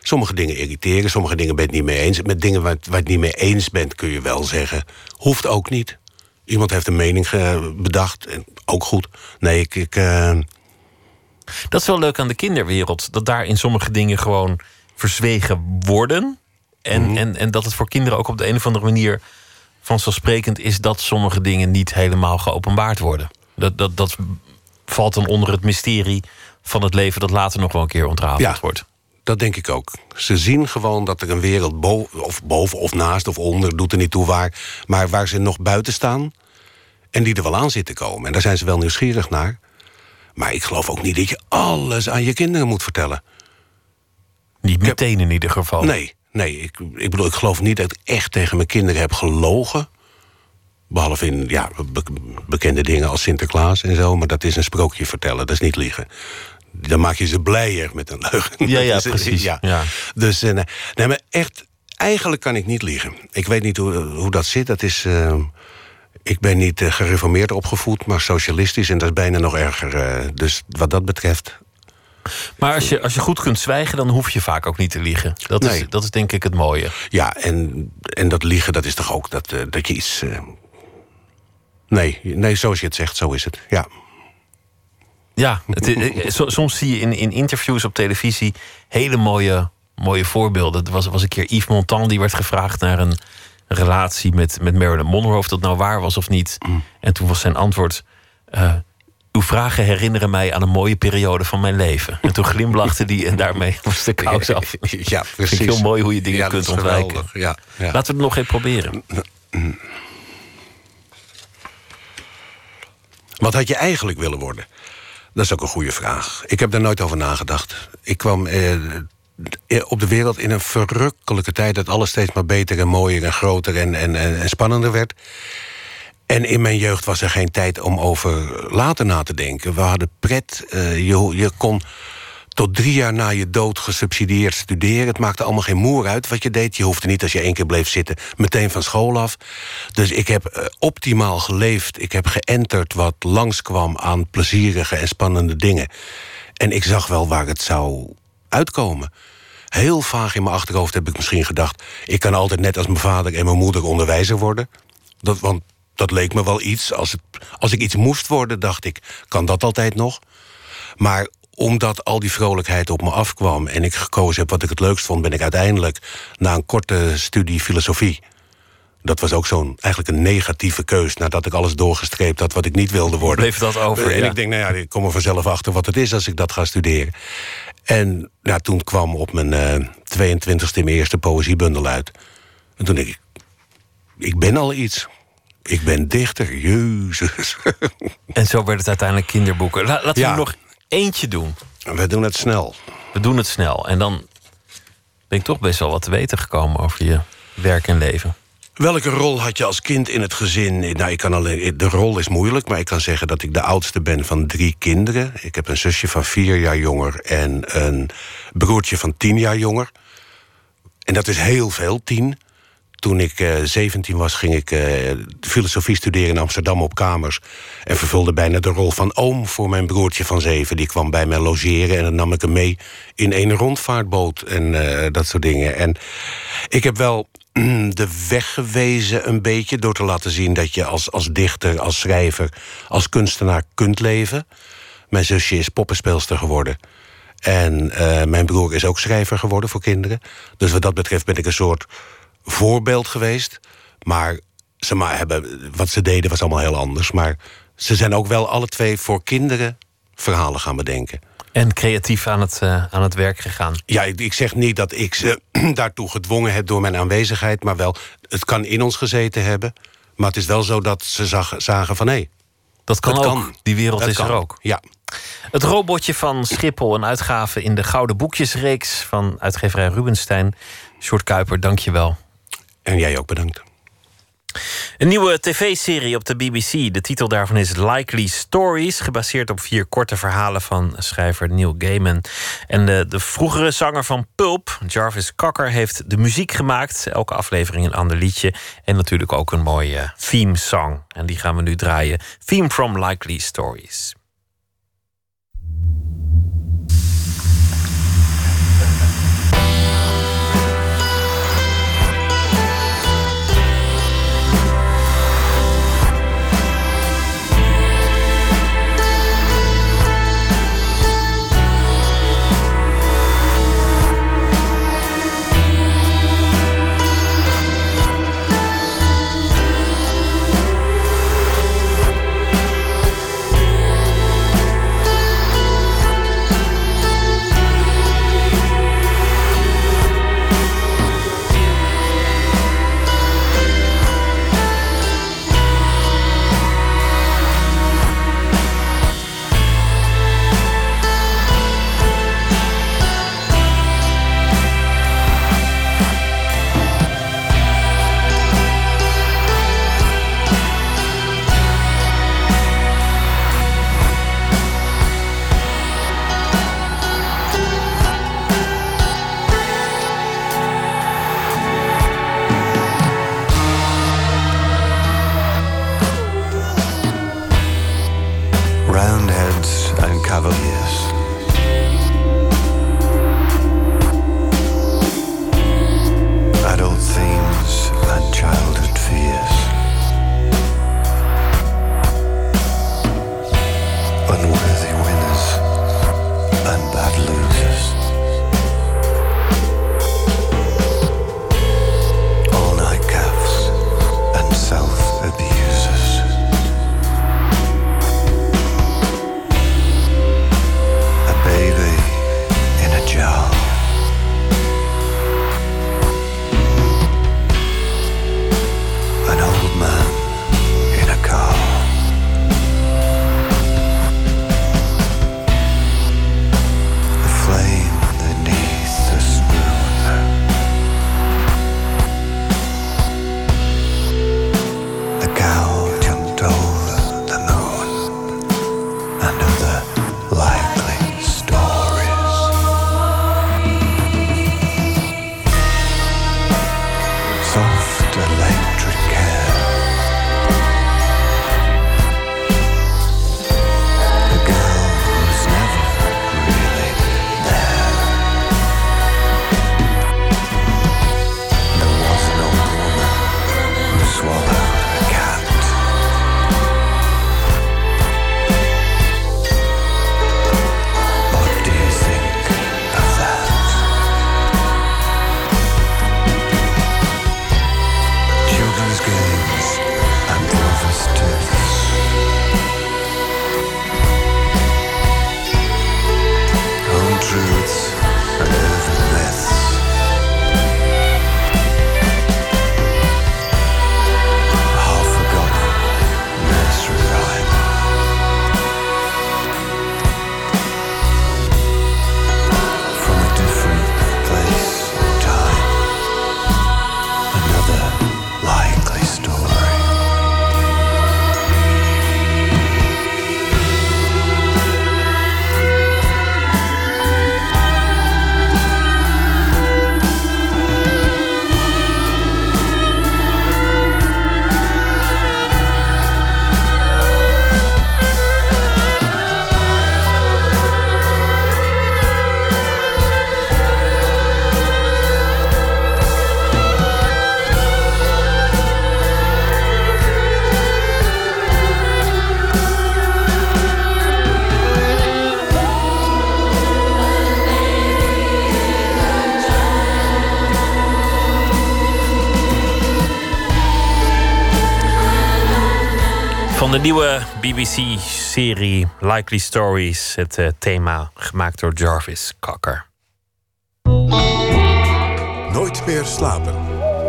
M: Sommige dingen irriteren, sommige dingen ben je het niet mee eens. Met dingen waar, waar je het niet mee eens bent kun je wel zeggen. Hoeft ook niet. Iemand heeft een mening ge- bedacht, en ook goed. Nee, ik... ik uh...
D: Dat is wel leuk aan de kinderwereld. Dat daar in sommige dingen gewoon verzwegen worden. En, mm-hmm. en, en dat het voor kinderen ook op de een of andere manier vanzelfsprekend is dat sommige dingen niet helemaal geopenbaard worden. Dat, dat, dat valt dan onder het mysterie van het leven dat later nog wel een keer ontrafeld
M: ja,
D: wordt.
M: Dat denk ik ook. Ze zien gewoon dat er een wereld boven of, boven of naast of onder, doet er niet toe waar, maar waar ze nog buiten staan en die er wel aan zitten komen. En daar zijn ze wel nieuwsgierig naar. Maar ik geloof ook niet dat je alles aan je kinderen moet vertellen.
D: Niet meteen in ieder geval.
M: Nee, nee ik, ik bedoel, ik geloof niet dat ik echt tegen mijn kinderen heb gelogen. Behalve in ja, be- bekende dingen als Sinterklaas en zo. Maar dat is een sprookje vertellen, dat is niet liegen. Dan maak je ze blijer met een leugen.
D: Ja, ja, precies. Ja. Ja.
M: Dus uh, nee, maar echt, eigenlijk kan ik niet liegen. Ik weet niet hoe, hoe dat zit. Dat is, uh, ik ben niet uh, gereformeerd opgevoed, maar socialistisch. En dat is bijna nog erger. Uh, dus wat dat betreft.
D: Maar als je, als je goed kunt zwijgen, dan hoef je vaak ook niet te liegen. Dat,
M: nee.
D: is, dat is denk ik het mooie.
M: Ja, en, en dat liegen, dat is toch ook dat, uh, dat je iets... Uh, nee, nee, zoals je het zegt, zo is het. Ja.
D: Ja, het, soms zie je in, in interviews op televisie hele mooie, mooie voorbeelden. Er was, was een keer Yves Montand die werd gevraagd naar een relatie met, met Marilyn Monroe, of dat nou waar was of niet. Mm. En toen was zijn antwoord: uh, uw vragen herinneren mij aan een mooie periode van mijn leven. En toen glimlachte hij en daarmee was de kous af.
M: Ja, precies.
D: Vind ik heel mooi hoe je dingen ja, kunt ontwijken.
M: Ja, ja.
D: Laten we het nog even proberen.
M: Wat had je eigenlijk willen worden? Dat is ook een goede vraag. Ik heb daar nooit over nagedacht. Ik kwam eh, op de wereld in een verrukkelijke tijd dat alles steeds maar beter en mooier en groter en, en, en spannender werd. En in mijn jeugd was er geen tijd om over later na te denken. We hadden pret. Uh, je, je kon tot drie jaar na je dood gesubsidieerd studeren. Het maakte allemaal geen moer uit wat je deed. Je hoefde niet, als je één keer bleef zitten, meteen van school af. Dus ik heb uh, optimaal geleefd. Ik heb geënterd wat langskwam aan plezierige en spannende dingen. En ik zag wel waar het zou uitkomen. Heel vaag in mijn achterhoofd heb ik misschien gedacht, ik kan altijd net als mijn vader en mijn moeder onderwijzer worden. Dat, want dat leek me wel iets. Als, het, als ik iets moest worden, dacht ik, kan dat altijd nog? Maar omdat al die vrolijkheid op me afkwam en ik gekozen heb wat ik het leukst vond, ben ik uiteindelijk na een korte studie filosofie. Dat was ook zo'n eigenlijk een negatieve keus, nadat ik alles doorgestreept had wat ik niet wilde worden.
D: Bleef dat over?
M: En
D: ja.
M: ik denk, nou ja, ik kom er vanzelf achter wat het is als ik dat ga studeren. En nou, toen kwam op mijn uh, tweeëntwintigste mijn eerste poëziebundel uit. En toen denk ik, ik ben al iets. Ik ben dichter, jezus.
D: En zo werd het uiteindelijk kinderboeken. La, laten we ja. er nog eentje doen.
M: We doen het snel.
D: We doen het snel. En dan ben ik toch best wel wat te weten gekomen over je werk en leven.
M: Welke rol had je als kind in het gezin? Nou, ik kan alleen, de rol is moeilijk, maar ik kan zeggen dat ik de oudste ben van drie kinderen. Ik heb een zusje van vier jaar jonger en een broertje van tien jaar jonger. En dat is heel veel, tien. Toen ik uh, zeventien was, ging ik uh, filosofie studeren in Amsterdam op kamers. En vervulde bijna de rol van oom voor mijn broertje van zeven. Die kwam bij mij logeren en dan nam ik hem mee in een rondvaartboot en uh, dat soort dingen. En ik heb wel de weg gewezen een beetje door te laten zien dat je als, als dichter, als schrijver, als kunstenaar kunt leven. Mijn zusje is poppenspeelster geworden. En uh, mijn broer is ook schrijver geworden voor kinderen. Dus wat dat betreft ben ik een soort voorbeeld geweest. Maar ze maar hebben, wat ze deden was allemaal heel anders. Maar ze zijn ook wel alle twee voor kinderen verhalen gaan bedenken.
D: En creatief aan het, uh, aan het werk gegaan.
M: Ja, ik, ik zeg niet dat ik ze daartoe gedwongen heb door mijn aanwezigheid. Maar wel, het kan in ons gezeten hebben. Maar het is wel zo dat ze zag, zagen van hé. Hey,
D: dat kan ook. Kan. Die wereld
M: dat
D: is
M: kan.
D: er ook.
M: Ja.
D: Het robotje van Schiphol, een uitgave in de Gouden Boekjesreeks van uitgeverij Rubenstein. Sjoerd Kuiper, dank je wel.
M: En jij ook bedankt.
D: Een nieuwe tv-serie op de B B C. De titel daarvan is Likely Stories, gebaseerd op vier korte verhalen van schrijver Neil Gaiman. En de, de vroegere zanger van Pulp, Jarvis Cocker, heeft de muziek gemaakt. Elke aflevering een ander liedje. En natuurlijk ook een mooie theme song. En die gaan we nu draaien. Theme from Likely Stories.
N: cavaliers. Adult themes and childhood fears. Unworthy winners and bad losers. All-night gaffes and self-abusers. A baby in a jar. An old man in a car. A flame beneath the spoon. The cow jumped over the moon. And other likely stories. Soft electric hair. A girl who's never really there. There was an old woman who swallowed a cat. What do you think of that? Children's games and lovers' tips. Home truths and urban myths. Half-forgotten nursery rhyme. From a different place and time. Another likely story.
D: Van de nieuwe B B C-serie Likely Stories. Het uh, thema gemaakt door Jarvis Cocker.
B: Nooit meer slapen.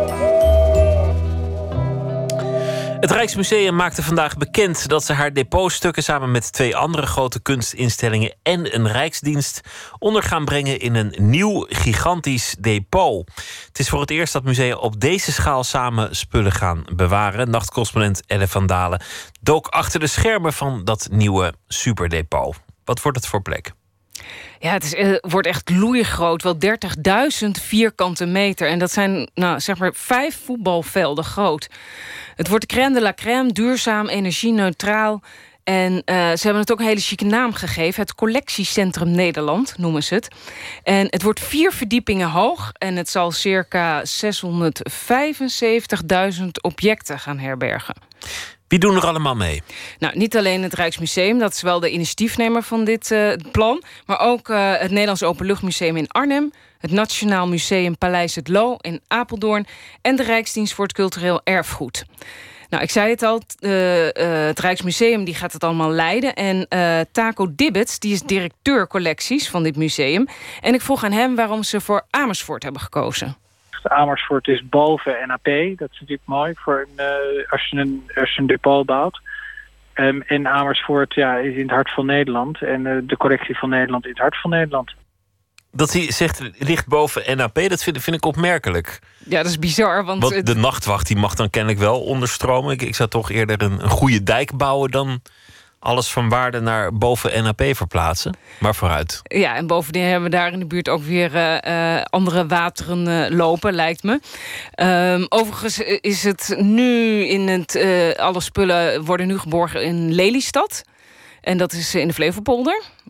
D: Het Rijksmuseum maakte vandaag bekend dat ze haar depotstukken samen met twee andere grote kunstinstellingen en een rijksdienst onder gaan brengen in een nieuw gigantisch depot. Het is voor het eerst dat musea op deze schaal samen spullen gaan bewaren. Nachtcorrespondent Elle van Dalen dook achter de schermen van dat nieuwe superdepot. Wat wordt het voor plek?
O: Ja, het is, uh, wordt echt loeigroot, wel dertigduizend vierkante meter. En dat zijn, nou, zeg maar, vijf voetbalvelden groot. Het wordt de crème de la crème, duurzaam, energie-neutraal. En uh, ze hebben het ook een hele chique naam gegeven. Het Collectiecentrum Nederland noemen ze het. En het wordt vier verdiepingen hoog. En het zal circa zeshonderdvijfenzeventigduizend objecten gaan herbergen.
D: Wie doen er allemaal mee?
O: Nou, niet alleen het Rijksmuseum, dat is wel de initiatiefnemer van dit uh, plan, maar ook uh, het Nederlands Openluchtmuseum in Arnhem, het Nationaal Museum Paleis het Loo in Apeldoorn en de Rijksdienst voor het Cultureel Erfgoed. Nou, ik zei het al, uh, uh, het Rijksmuseum die gaat het allemaal leiden. En uh, Taco Dibbets, die is directeur collecties van dit museum. En ik vroeg aan hem waarom ze voor Amersfoort hebben gekozen.
P: Amersfoort is boven N A P. Dat is natuurlijk mooi voor een, uh, als, je een, als je een depot bouwt. Um, en Amersfoort ja, is in het hart van Nederland. En uh, de collectie van Nederland in het hart van Nederland.
D: Dat hij zegt, ligt boven N A P, dat vind, vind ik opmerkelijk.
O: Ja, dat is bizar. Want,
D: want
O: het...
D: de nachtwacht die mag dan kennelijk wel onderstromen. Ik, ik zou toch eerder een, een goede dijk bouwen dan alles van waarde naar boven N A P verplaatsen. Maar vooruit.
O: Ja, en bovendien hebben we daar in de buurt ook weer uh, andere wateren uh, lopen, lijkt me. Um, overigens is het nu in het... Uh, alle spullen worden nu geborgen in Lelystad. En dat is in de Flevopolder.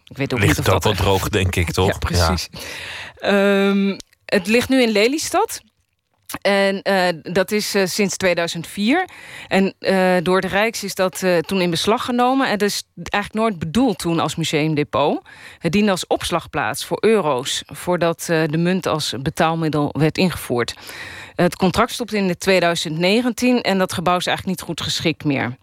O: Ik weet ook
D: ligt
O: niet of
D: het ook
O: dat
D: wel droog, denk ik, toch?
O: Ja, precies. Ja. Um, het ligt nu in Lelystad. En uh, dat is uh, sinds tweeduizend vier. En uh, door de Rijks is dat uh, toen in beslag genomen. En dat is eigenlijk nooit bedoeld toen als museumdepot. Het diende als opslagplaats voor euro's, voordat uh, de munt als betaalmiddel werd ingevoerd. Het contract stopte in tweeduizend negentien en dat gebouw is eigenlijk niet goed geschikt meer.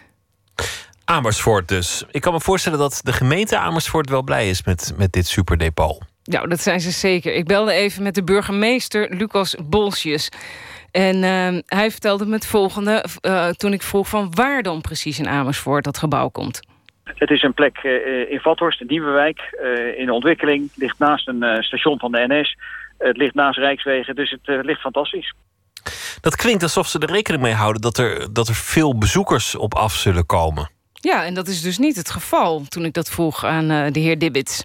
D: Amersfoort dus. Ik kan me voorstellen dat de gemeente Amersfoort wel blij is met, met dit superdepot.
O: Nou, dat zijn ze zeker. Ik belde even met de burgemeester Lucas Bolsjes. En uh, hij vertelde me het volgende uh, toen ik vroeg van waar dan precies in Amersfoort dat gebouw komt.
Q: Het is een plek uh, in Vathorst, een nieuwe wijk, uh, in de ontwikkeling. Het ligt naast een uh, station van de N S. Uh, het ligt naast Rijkswegen, dus het uh, ligt fantastisch.
D: Dat klinkt alsof ze er rekening mee houden dat er, dat er veel bezoekers op af zullen komen.
O: Ja, en dat is dus niet het geval toen ik dat vroeg aan uh, de heer Dibbits.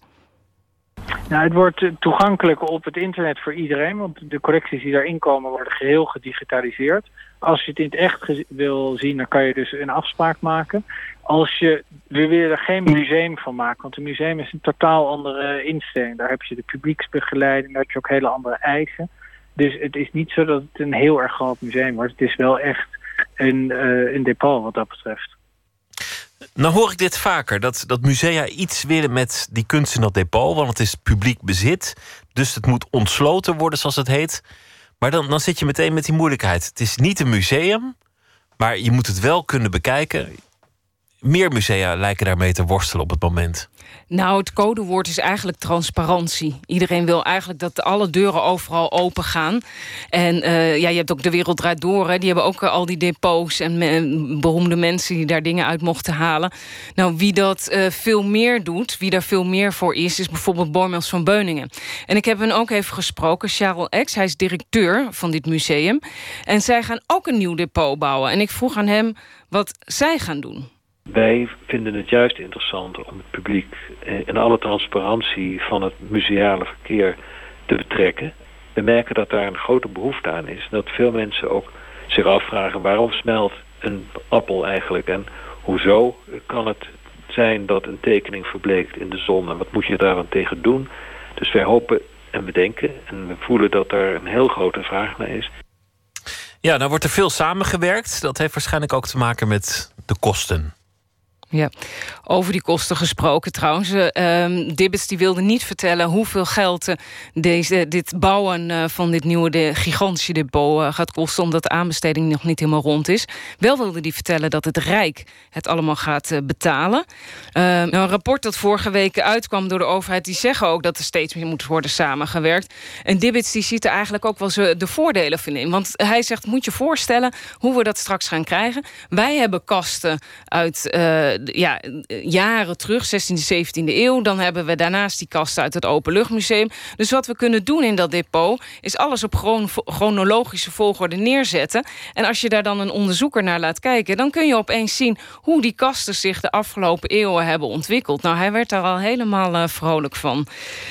P: Nou, het wordt toegankelijk op het internet voor iedereen, want de collecties die daarin komen worden geheel gedigitaliseerd. Als je het in het echt wil zien, dan kan je dus een afspraak maken. Als je, we willen er geen museum van maken, want een museum is een totaal andere instelling. Daar heb je de publieksbegeleiding, daar heb je ook hele andere eisen. Dus het is niet zo dat het een heel erg groot museum wordt. Het is wel echt een, uh, een depot wat dat betreft.
D: Nou hoor ik dit vaker, dat, dat musea iets willen met die kunst in dat depot, want het is publiek bezit, dus het moet ontsloten worden, zoals het heet. Maar dan, dan zit je meteen met die moeilijkheid. Het is niet een museum, maar je moet het wel kunnen bekijken. Meer musea lijken daarmee te worstelen op het moment.
O: Nou, het codewoord is eigenlijk transparantie. Iedereen wil eigenlijk dat alle deuren overal open gaan. En uh, ja, je hebt ook De Wereld Draait Door. Hè. Die hebben ook uh, al die depots en me- beroemde mensen die daar dingen uit mochten halen. Nou, wie dat uh, veel meer doet, wie daar veel meer voor is, is bijvoorbeeld Boijmans van Beuningen. En ik heb hem ook even gesproken, Charles X. Hij is directeur van dit museum. En zij gaan ook een nieuw depot bouwen. En ik vroeg aan hem wat zij gaan doen.
R: Wij vinden het juist interessant om het publiek in alle transparantie van het museale verkeer te betrekken. We merken dat daar een grote behoefte aan is. Dat veel mensen ook zich afvragen waarom smelt een appel eigenlijk en hoezo kan het zijn dat een tekening verbleekt in de zon en wat moet je daar dan tegen doen. Dus wij hopen en we denken en we voelen dat er een heel grote vraag naar is.
D: Ja, nou wordt er veel samengewerkt. Dat heeft waarschijnlijk ook te maken met de kosten.
O: Ja, over die kosten gesproken trouwens. Uh, Dibbets die wilde niet vertellen hoeveel geld uh, deze, dit bouwen uh, van dit nieuwe de, gigantische depot uh, gaat kosten, omdat de aanbesteding nog niet helemaal rond is. Wel wilde hij vertellen dat het Rijk het allemaal gaat uh, betalen. Uh, nou, een rapport dat vorige week uitkwam door de overheid, die zeggen ook dat er steeds meer moet worden samengewerkt. En Dibbets die ziet er eigenlijk ook wel zo de voordelen van in. Want hij zegt, moet je voorstellen hoe we dat straks gaan krijgen. Wij hebben kasten uit Uh, ja, jaren terug, zestiende, zeventiende eeuw. Dan hebben we daarnaast die kasten uit het Openluchtmuseum. Dus wat we kunnen doen in dat depot is alles op chron- chronologische volgorde neerzetten. En als je daar dan een onderzoeker naar laat kijken, dan kun je opeens zien hoe die kasten zich de afgelopen eeuwen hebben ontwikkeld. Nou, hij werd daar al helemaal uh, vrolijk van.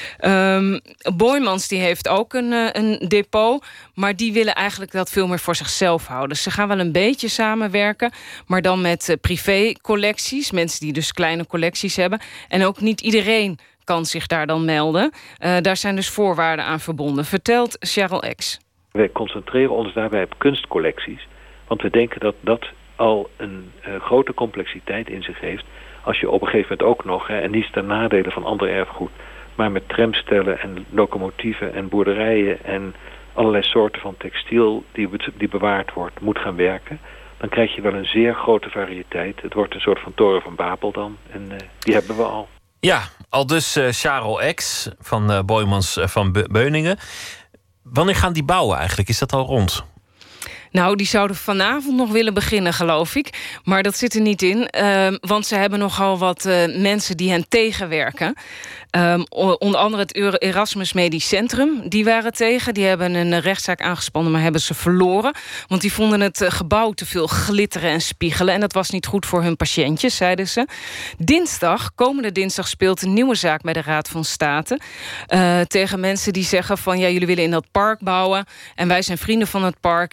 O: Um, Boijmans die heeft ook een, uh, een depot, maar die willen eigenlijk dat veel meer voor zichzelf houden. Ze gaan wel een beetje samenwerken, maar dan met uh, privécollecties. Mensen die dus kleine collecties hebben. En ook niet iedereen kan zich daar dan melden. Uh, daar zijn dus voorwaarden aan verbonden. Vertelt Charles X.
R: Wij concentreren ons daarbij op kunstcollecties. Want we denken dat dat al een uh, grote complexiteit in zich heeft. Als je op een gegeven moment ook nog, hè, en niet ten nadele van ander erfgoed, maar met tramstellen en locomotieven en boerderijen en allerlei soorten van textiel die, die bewaard wordt, moet gaan werken, dan krijg je wel een zeer grote variëteit. Het wordt een soort van toren van Babel dan. En uh, die hebben we al.
D: Ja, al dus uh, Charles X van uh, Boijmans uh, van Be- Beuningen. Wanneer gaan die bouwen eigenlijk? Is dat al rond?
O: Nou, die zouden vanavond nog willen beginnen, geloof ik. Maar dat zit er niet in, uh, want ze hebben nogal wat uh, mensen die hen tegenwerken. Um, onder andere het Erasmus Medisch Centrum, die waren tegen. Die hebben een rechtszaak aangespannen, maar hebben ze verloren. Want die vonden het gebouw te veel glitteren en spiegelen. En dat was niet goed voor hun patiëntjes, zeiden ze. Dinsdag, komende dinsdag, speelt een nieuwe zaak bij de Raad van State. Uh, tegen mensen die zeggen van, ja, jullie willen in dat park bouwen. En wij zijn vrienden van het park. En wij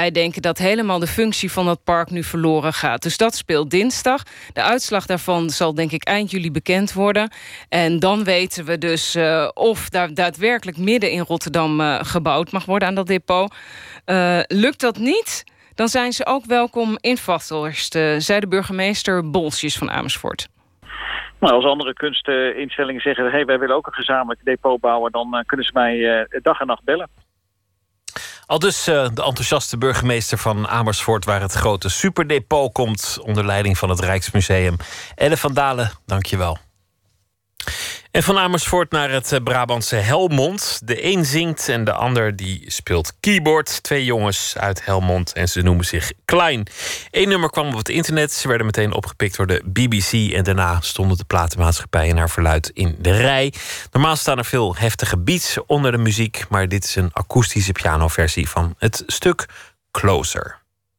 O: wij denken dat helemaal de functie van dat park nu verloren gaat. Dus dat speelt dinsdag. De uitslag daarvan zal denk ik eind juli bekend worden. En dan weten we dus uh, of daar daadwerkelijk midden in Rotterdam uh, gebouwd mag worden aan dat depot. Uh, lukt dat niet, dan zijn ze ook welkom in Vathorst, uh, zei de burgemeester Bolsjes van Amersfoort.
Q: Nou, als andere kunstinstellingen zeggen, hey, wij willen ook een gezamenlijk depot bouwen, dan uh, kunnen ze mij uh, dag en nacht bellen.
D: Al dus uh, de enthousiaste burgemeester van Amersfoort, waar het grote superdepot komt onder leiding van het Rijksmuseum. Elle van Dalen, dank je wel. En van Amersfoort naar het Brabantse Helmond. De een zingt en de ander die speelt keyboard. Twee jongens uit Helmond en ze noemen zich Klein. Eén nummer kwam op het internet. Ze werden meteen opgepikt door de B B C. En daarna stonden de platenmaatschappijen naar verluid in de rij. Normaal staan er veel heftige beats onder de muziek. Maar dit is een akoestische pianoversie van het stuk Closer.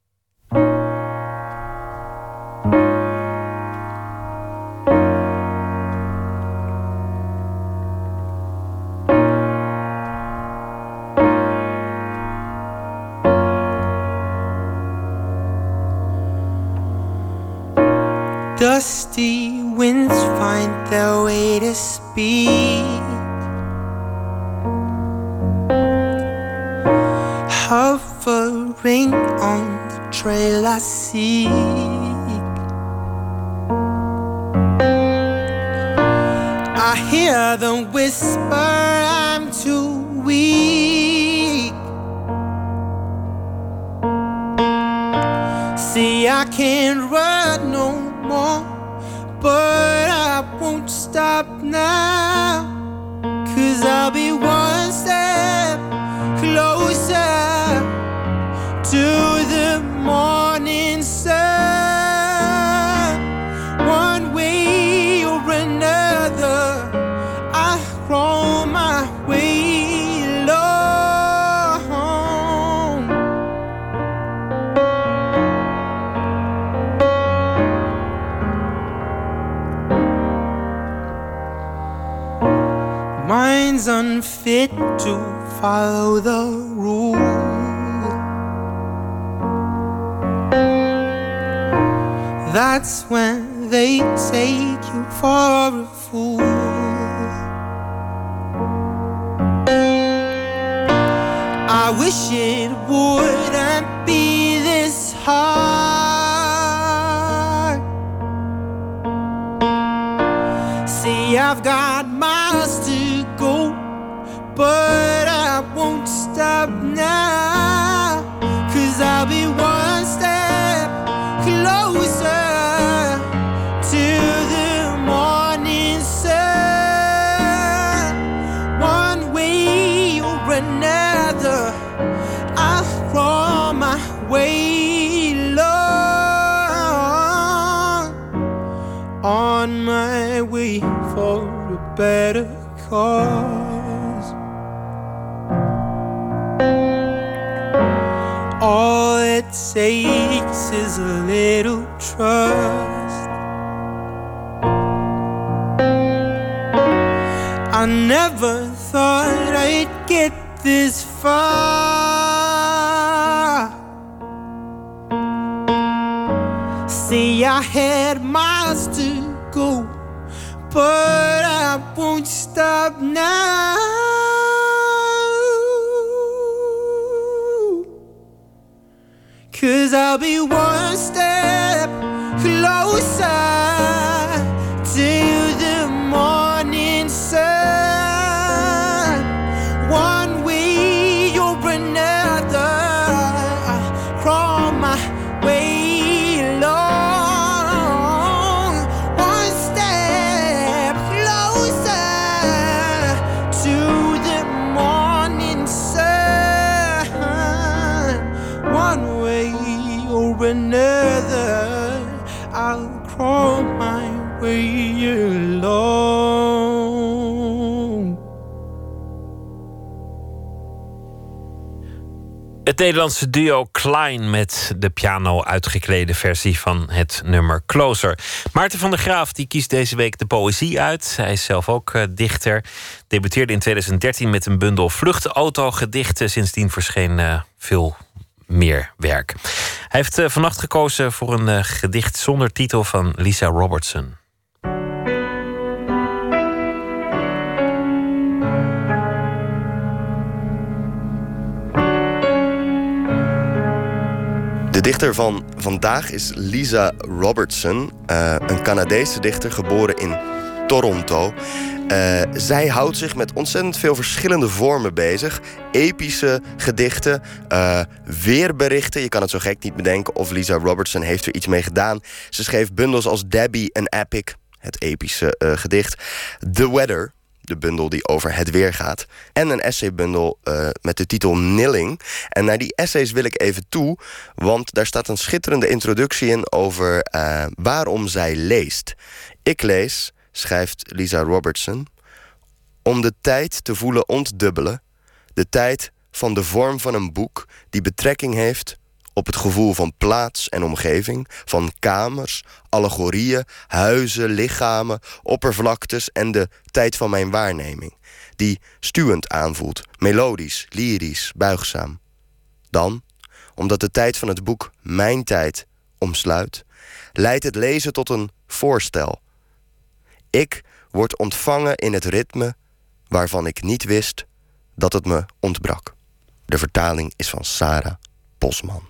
S: Dusty winds find their way to speak, hovering on the trail I seek. I hear them whisper I'm too weak. See, I can't run no more, but I won't stop now, 'cause I'll be one step closer to the morning sun. One way or another, I crawl my way along. Mind's unfit to follow the rule. That's when they take you for a fool. I wish it wouldn't be this hard. See, I've got miles to go, but I won't stop now, 'cause I'll be one step closer to the morning sun. One way or another, I crawl my way along, on my way for a better cause. All it takes is a little trust. I never thought I'd get this far. See, I had miles to go, but I won't stop now, 'cause I'll be one step closer to the morning sun. One way or another, I crawl my way along, one step closer to the morning sun. One way or another, I'll crawl my way along.
D: Het Nederlandse duo Klein met de piano uitgeklede versie van het nummer Closer. Maarten van der Graaf die kiest deze week de poëzie uit. Hij is zelf ook uh, dichter. Debuteerde in tweeduizend dertien met een bundel vluchtautogedichten. Sindsdien verscheen uh, veel meer werk. Hij heeft uh, vannacht gekozen voor een uh, gedicht zonder titel van Lisa Robertson.
T: De dichter van vandaag is Lisa Robertson, uh, een Canadese dichter geboren in Toronto. Uh, zij houdt zich met ontzettend veel verschillende vormen bezig. Epische gedichten, uh, weerberichten. Je kan het zo gek niet bedenken of Lisa Robertson heeft er iets mee gedaan. Ze schreef bundels als Debbie, een epic, het epische uh, gedicht. The Weather, de bundel die over het weer gaat. En een essaybundel uh, met de titel Nilling. En naar die essays wil ik even toe, want daar staat een schitterende introductie in over uh, waarom zij leest. Ik lees, schrijft Lisa Robertson, om de tijd te voelen ontdubbelen. De tijd van de vorm van een boek die betrekking heeft op het gevoel van plaats en omgeving, van kamers, allegorieën, huizen, lichamen, oppervlaktes en de tijd van mijn waarneming, die stuwend aanvoelt, melodisch, lyrisch, buigzaam. Dan, omdat de tijd van het boek mijn tijd omsluit, leidt het lezen tot een voorstel. Ik word ontvangen in het ritme waarvan ik niet wist dat het me ontbrak. De vertaling is van Sarah Bosman.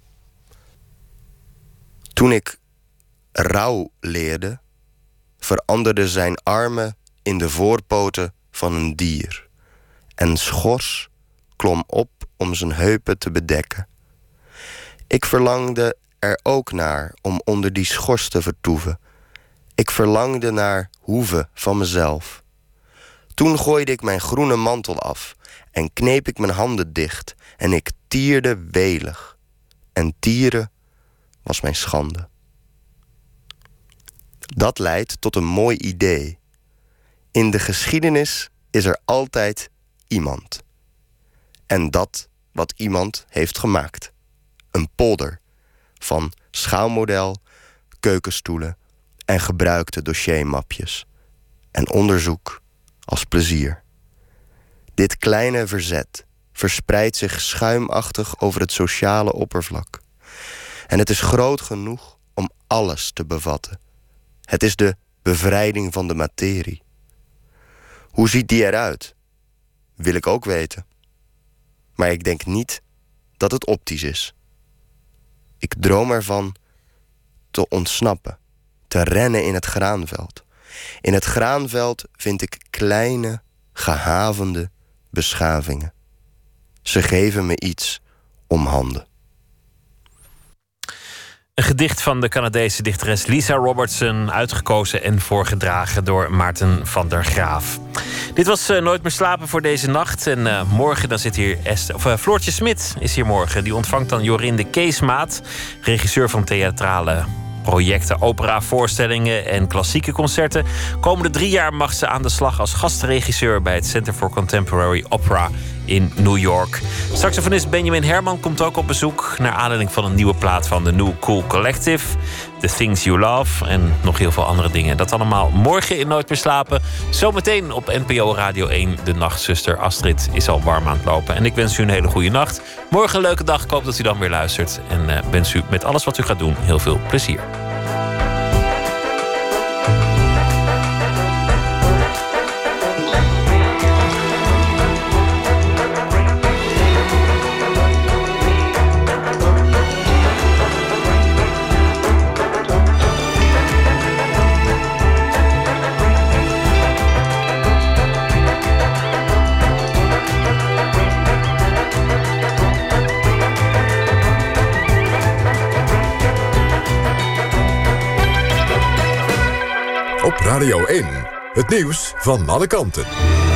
T: Toen ik rouw leerde, veranderden zijn armen in de voorpoten van een dier. En schors klom op om zijn heupen te bedekken. Ik verlangde er ook naar om onder die schors te vertoeven. Ik verlangde naar hoeven van mezelf. Toen gooide ik mijn groene mantel af en kneep ik mijn handen dicht en ik tierde welig. En tieren was mijn schande. Dat leidt tot een mooi idee. In de geschiedenis is er altijd iemand. En dat wat iemand heeft gemaakt. Een polder van schaalmodel, keukenstoelen en gebruikte dossiermapjes. En onderzoek als plezier. Dit kleine verzet verspreidt zich schuimachtig over het sociale oppervlak. En het is groot genoeg om alles te bevatten. Het is de bevrijding van de materie. Hoe ziet die eruit? Wil ik ook weten. Maar ik denk niet dat het optisch is. Ik droom ervan te ontsnappen, te rennen in het graanveld. In het graanveld vind ik kleine, gehavende beschavingen. Ze geven me iets om handen.
D: Een gedicht van de Canadese dichteres Lisa Robertson, uitgekozen en voorgedragen door Maarten van der Graaf. Dit was uh, Nooit meer slapen voor deze nacht. En uh, morgen dan zit hier Esther, of, uh, Floortje Smit is hier morgen. Die ontvangt dan Jorinde Keesmaat, regisseur van theatrale projecten, operavoorstellingen en klassieke concerten. Komende drie jaar mag ze aan de slag als gastregisseur bij het Center for Contemporary Opera in New York. Saxofonist Benjamin Herman komt ook op bezoek naar aanleiding van een nieuwe plaat van de New Cool Collective, The Things You Love en nog heel veel andere dingen. Dat allemaal morgen in Nooit meer slapen. Zometeen op N P O Radio één. De nachtzuster Astrid is al warm aan het lopen. En ik wens u een hele goede nacht. Morgen een leuke dag. Ik hoop dat u dan weer luistert. En uh, wens u met alles wat u gaat doen heel veel plezier.
B: Radio één, het nieuws van alle kanten.